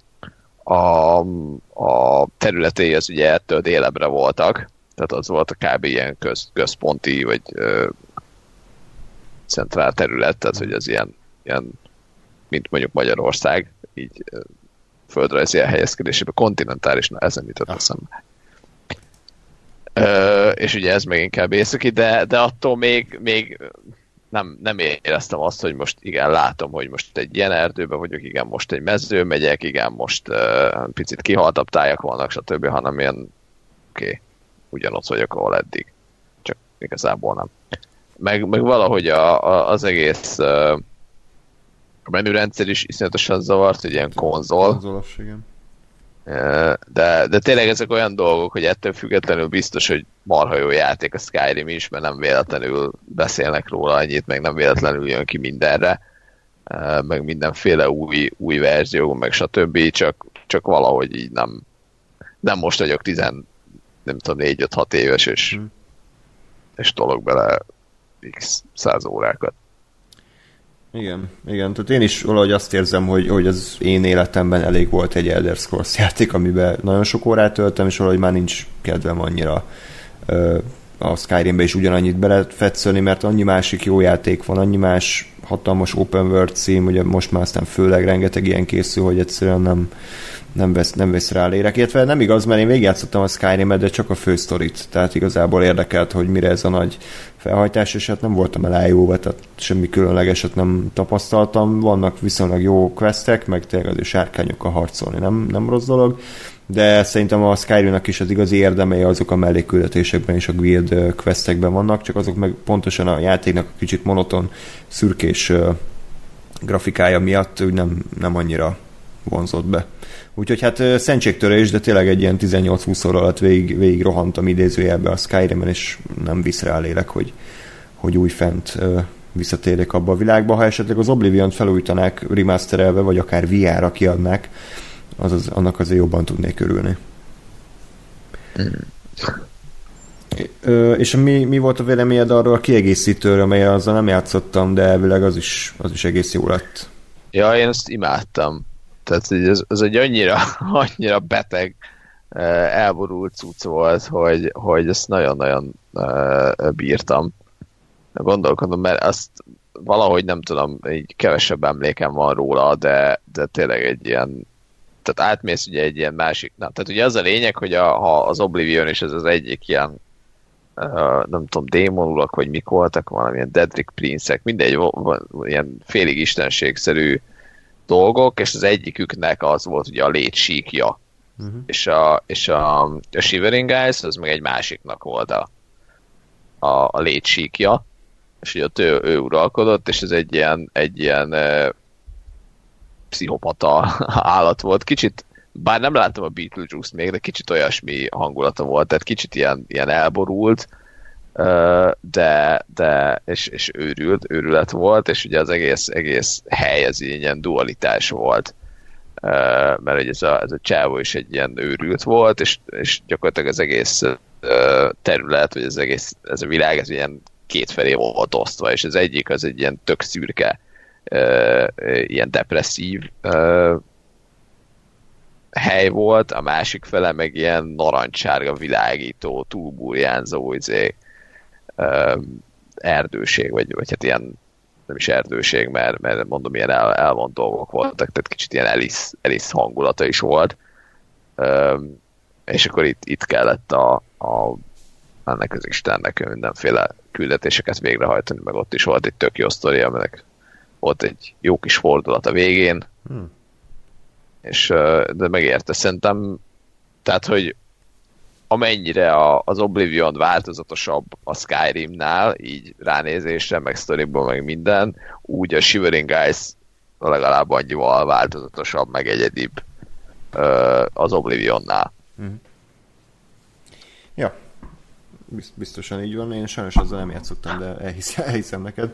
a területei az ugye ettől délebbre voltak, tehát az volt a kb. Ilyen központi, vagy centrál terület, tehát hogy az ilyen mint mondjuk Magyarország, így földrajzi elhelyezkedésében, kontinentális, na ezen jutott eszembe. És ugye ez még inkább északi, de attól még nem éreztem azt, hogy most igen, látom, hogy most egy ilyen erdőben vagyok, igen, most egy mezőn megyek, igen, most picit kihaltabb tájak vannak, stb., hanem ilyen oké, ugyanott vagyok, ahol eddig. Csak igazából nem. Meg valahogy az egész a menürendszer is iszonyatosan zavart, hogy ilyen konzolos, igen. De tényleg ezek olyan dolgok, hogy ettől függetlenül biztos, hogy marha jó játék a Skyrim is, mert nem véletlenül beszélnek róla annyit, meg nem véletlenül jön ki mindenre, meg mindenféle új verzió, meg stb. Csak valahogy így nem most vagyok 4-5-6 éves, és tolok bele x 100 órákat. Igen, tehát én is valahogy azt érzem, hogy az én életemben elég volt egy Elder Scrolls játék, amiben nagyon sok órát töltem, és valahogy már nincs kedvem annyira a Skyrimbe is ugyanannyit belefetszölni, mert annyi másik jó játék van, annyi más hatalmas open world cím, ugye most már aztán főleg rengeteg ilyen készül, hogy egyszerűen nem vesz rá lélek. Illetve nem igaz, mert én végigjátszottam a Skyrim-et, de csak a fősztorit. Tehát igazából érdekelt, hogy mire ez a nagy felhajtás, és hát nem voltam elájulva, tehát semmi különlegeset nem tapasztaltam. Vannak viszonylag jó questek, meg tényleg azért sárkányokkal harcolni nem rossz dolog, de szerintem a Skyrim-nak is az igazi érdemei azok a mellékküldetésekben és a guild questekben vannak, csak azok meg pontosan a játéknak kicsit monoton, szürkés grafikája miatt úgy nem annyira vonzott be. Úgyhogy hát szentségtörés, de tényleg egy ilyen 18-20 óra alatt végig rohantam idézőjelbe a Skyrim-en, és nem visz rá lélek, hogy újfent visszatérjek abba a világba. Ha esetleg az Oblivion-t felújítanák remasterelve, vagy akár VR-ra kiadnák, annak azért jobban tudnék örülni. És mi volt a véleményed arról a kiegészítőről, amely azzal nem játszottam, de elvileg az is egész jó lett. Ja, én ezt imádtam. Tehát ez egy annyira beteg, elborult cucc volt, hogy ezt nagyon-nagyon bírtam. Gondolkodom, mert azt valahogy nem tudom, így kevesebb emlékem van róla, de tényleg egy ilyen, tehát átmész ugye egy ilyen másik, tehát ugye az a lényeg, hogy ha az Oblivion és ez az egyik ilyen nem tudom, démonulak, vagy mik voltak, valamilyen Dedrick Prince-ek, mindegy, ilyen félig istenségszerű dolgok, és az egyiküknek az volt ugye a létsíkja. És a Shivering Isles az meg egy másiknak volt a létsíkja, és ugye ott ő uralkodott, és ez egy ilyen pszichopata állat volt. Kicsit, bár nem láttam a Beetlejuice még, de kicsit olyasmi hangulata volt, tehát kicsit ilyen elborult, és őrület volt, és ugye az egész hely az ilyen dualitás volt, mert ez a csávó is egy ilyen őrült volt, és gyakorlatilag az egész terület, vagy ez a világ, ez ilyen kétfelé volt osztva, és az egyik az egy ilyen tök szürke, ilyen depresszív hely volt, a másik fele meg ilyen narancssárga világító, túlburjánzó erdőség, vagy hát ilyen nem is erdőség, mert mondom, ilyen elvont dolgok voltak, tehát kicsit ilyen Alice hangulata is volt. És akkor itt kellett ennek az Istennek mindenféle küldetéseket végrehajtani, meg ott is volt egy tök jó sztori, aminek volt egy jó kis fordulat a végén, és de megérte szerintem, tehát, hogy amennyire az Oblivion változatosabb a Skyrimnál, így ránézésre, meg sztoriból, meg minden, úgy a Shivering Ice legalább annyival változatosabb, meg egyedibb az Oblivionnál. Ja, biztosan így van. Én sajnos azzal nem játszottam, de elhiszem neked.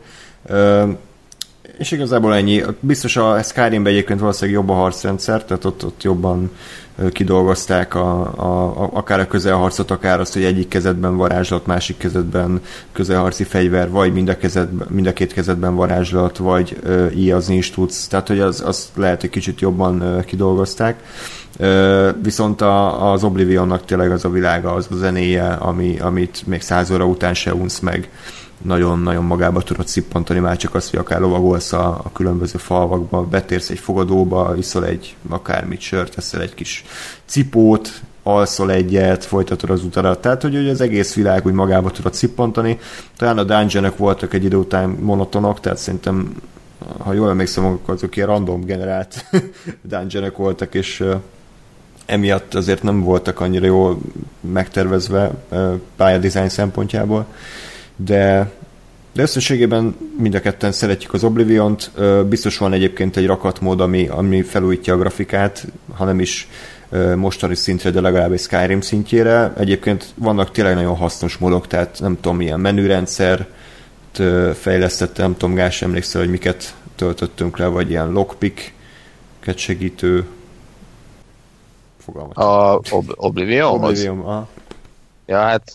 És igazából ennyi. Biztos a Skyrimben egyébként valószínűleg jobb a harcrendszer, tehát ott jobban kidolgozták akár a közelharcot, akár azt, hogy egyik kezedben varázslat, másik kezedben közelharci fegyver, vagy mind a két kezedben varázslat, vagy íjazni is tudsz. Tehát, hogy az lehet, hogy kicsit jobban kidolgozták. Viszont az Oblivionnak tényleg az a világa, az a zenéje, amit még 100 óra után se unsz meg. Nagyon-nagyon magába tudod szippantani, már csak azt, hogy akár lovagolsz a különböző falvakba, betérsz egy fogadóba, iszol egy akármit sört, teszel egy kis cipót, alszol egyet, folytatod az utadat. Tehát, hogy az egész világ úgy magába tudod szippantani. Talán a dungeonok voltak egy idő után monotonok, tehát szerintem, ha jól emlékszem, akkor azok ilyen random generált dungeonok voltak, és emiatt azért nem voltak annyira jól megtervezve pályadizájn szempontjából. De összességében mind a ketten szeretjük az Obliviont. Biztos van egyébként egy rakatmód, ami felújítja a grafikát, ha nem is mostani szintre, de legalább egy Skyrim szintjére. Egyébként vannak tényleg nagyon hasznos módok, tehát nem tudom, ilyen menürendszert fejlesztette, nem tudom, Gás, emlékszel, hogy miket töltöttünk le, vagy ilyen lockpick-ket segítő fogalmat. Oblivion, aha. Ja, hát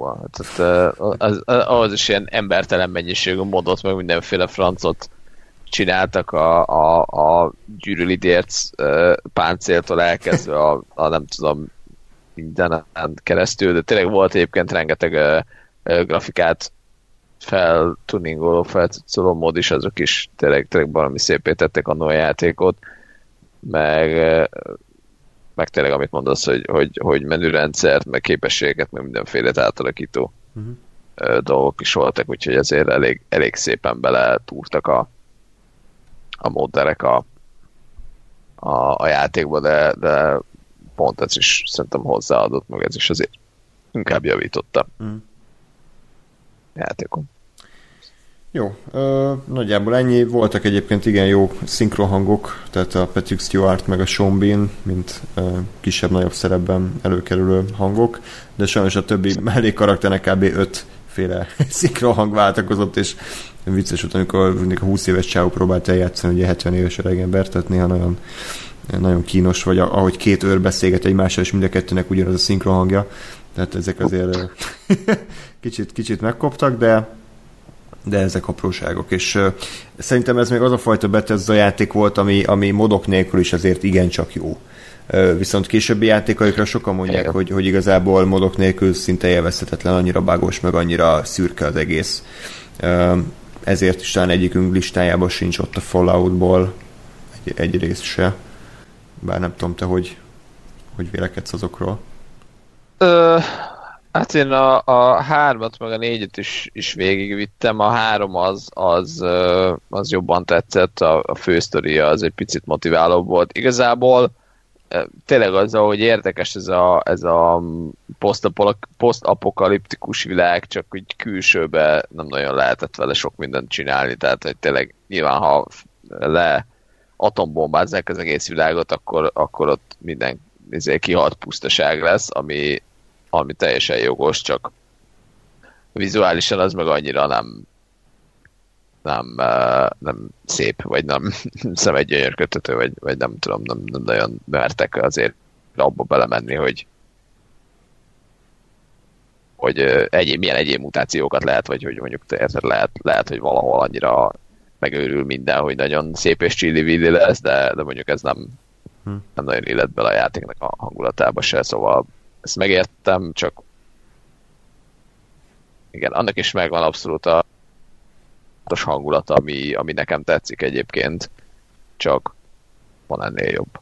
az is ilyen embertelen mennyiségű modot, meg mindenféle francot csináltak a gyűrűlidérc páncéltól elkezdve a nem tudom mindenen keresztül, de tényleg volt egyébként rengeteg grafikát feltuningoló, felcucoló mód is, azok is tényleg valami szépé tettek a játékot, meg tényleg, amit mondasz, hogy menürendszert, meg képességeket, meg mindenféle átalakító dolgok is voltak, úgyhogy ezért elég szépen beletúrtak a módderek a játékba, de pont ez is szerintem hozzáadott, meg ez is azért inkább javította játékon. Jó, nagyjából ennyi. Voltak egyébként igen jó szinkronhangok, tehát a Patrick Stewart meg a Sean Bean, mint kisebb-nagyobb szerepben előkerülő hangok, de sajnos a többi mellékkarakternek kb. 5 féle szinkronhang váltakozott, és vicces volt, amikor a 20 éves csávó próbált eljátszani, ugye 70 éves öregember, tehát néha nagyon, nagyon kínos, vagy ahogy két őr beszélget egymással, és mind a kettőnek ugyanaz a szinkronhangja, tehát ezek azért kicsit megkoptak, de ezek apróságok, és szerintem ez még az a fajta Bethesda játék volt, ami modok nélkül is azért igencsak jó. Viszont későbbi játékaikra sokan mondják, hogy igazából modok nélkül szinte élvezhetetlen, annyira bugos, meg annyira szürke az egész. Ezért is talán egyikünk listájában sincs ott a Falloutból egy rész se. Bár nem tudom te, hogy vélekedsz azokról. Hát én a 3-at meg a 4-et is végigvittem. A 3 az jobban tetszett, a fősztoria az egy picit motiválóbb volt. Igazából tényleg az, hogy érdekes ez a posztapokaliptikus világ, csak úgy külsőbe nem nagyon lehetett vele sok mindent csinálni, tehát hogy tényleg nyilván, ha atombombázzák az egész világot, akkor ott minden kihalt pusztaság lesz, ami teljesen jogos, csak vizuálisan az meg annyira nem szép, vagy nem szemegyönyörködtető, vagy nem tudom, nem nagyon mertek azért abba belemenni, hogy milyen egyéb mutációkat lehet, vagy hogy mondjuk lehet, hogy valahol annyira megőrül minden, hogy nagyon szép és chili-villi lesz, de mondjuk ez nem nagyon illet bele a játéknak a hangulatába se, szóval ezt megértem, csak igen, annak is megvan abszolút a hangulata, ami nekem tetszik egyébként, csak van ennél jobb.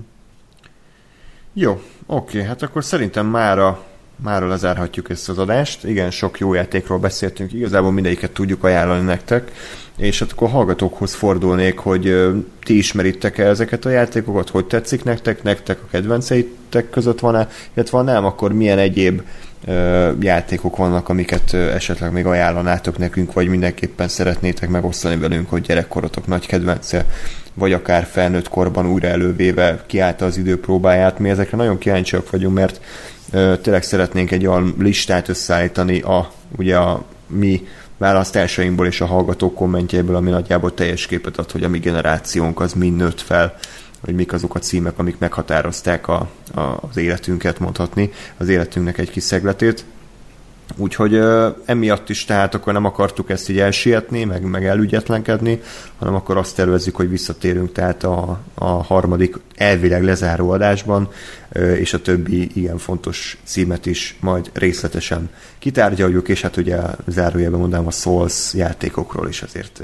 Jó, oké, hát akkor szerintem mára lezárhatjuk ezt az adást. Igen, sok jó játékról beszéltünk, igazából mindegyiket tudjuk ajánlani nektek, és akkor hallgatókhoz fordulnék, hogy ti ismeritek-e ezeket a játékokat, hogy tetszik nektek a kedvenceitek között van-e, illetve ha nem, akkor milyen egyéb játékok vannak, amiket esetleg még ajánlanátok nekünk, vagy mindenképpen szeretnétek megosztani velünk, hogy gyerekkorotok nagy kedvence, vagy akár felnőtt korban újra elővéve kiállta az idő próbáját. Mi ezekre nagyon kíváncsiak vagyunk, mert tényleg szeretnénk egy olyan listát összeállítani ugye a mi választásainkból és a hallgatók kommentjeiből, ami nagyjából teljes képet ad, hogy a mi generációnk az mind nőtt fel, hogy mik azok a címek, amik meghatározták az életünket, mondhatni, az életünknek egy kis szegletét. Úgyhogy emiatt is tehát akkor nem akartuk ezt így elsietni, meg elügyetlenkedni, hanem akkor azt tervezzük, hogy visszatérünk tehát a harmadik elvileg lezáró adásban, és a többi igen fontos címet is majd részletesen kitárgyaljuk, és hát ugye zárójelben mondanám a Souls játékokról is azért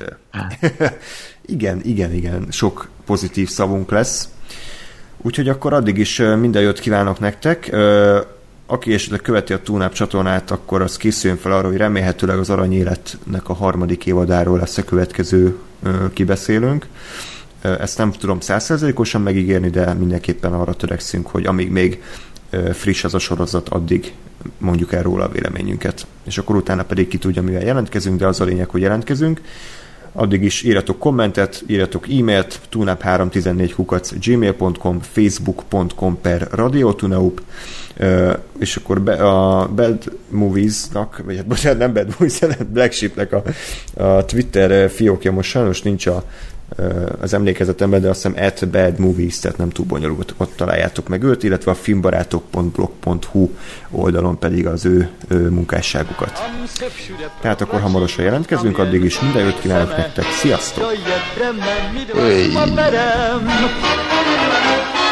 igen, sok pozitív szavunk lesz. Úgyhogy akkor addig is minden jót kívánok nektek. Aki esetleg követi a ToonUp csatornát, akkor az készüljön fel arra, hogy remélhetőleg az Aranyéletnek a harmadik évadáról lesz a következő kibeszélünk. Ezt nem tudom 100%-osan megígérni, de mindenképpen arra törekszünk, hogy amíg még friss az a sorozat, addig mondjuk el róla a véleményünket. És akkor utána pedig ki tudja, mivel jelentkezünk, de az a lényeg, hogy jelentkezünk. Addig is írjatok kommentet, írjatok e-mailt, tuneup314@gmail.com, facebook.com/radiotuneup, és akkor a Bad Movies-nak, vagy hát bocsánat, nem Bad Movies, hanem Black Sheep-nek a Twitter fiókja most sajnos nincs az emlékezetemben, de azt hiszem @badmovies, tehát nem túl bonyolult, ott találjátok meg őt, illetve a filmbarátok.blog.hu oldalon pedig az ő munkásságukat. Tehát akkor hamarosan jelentkezünk, addig is minden jót kívánok nektek, sziasztok! Hey.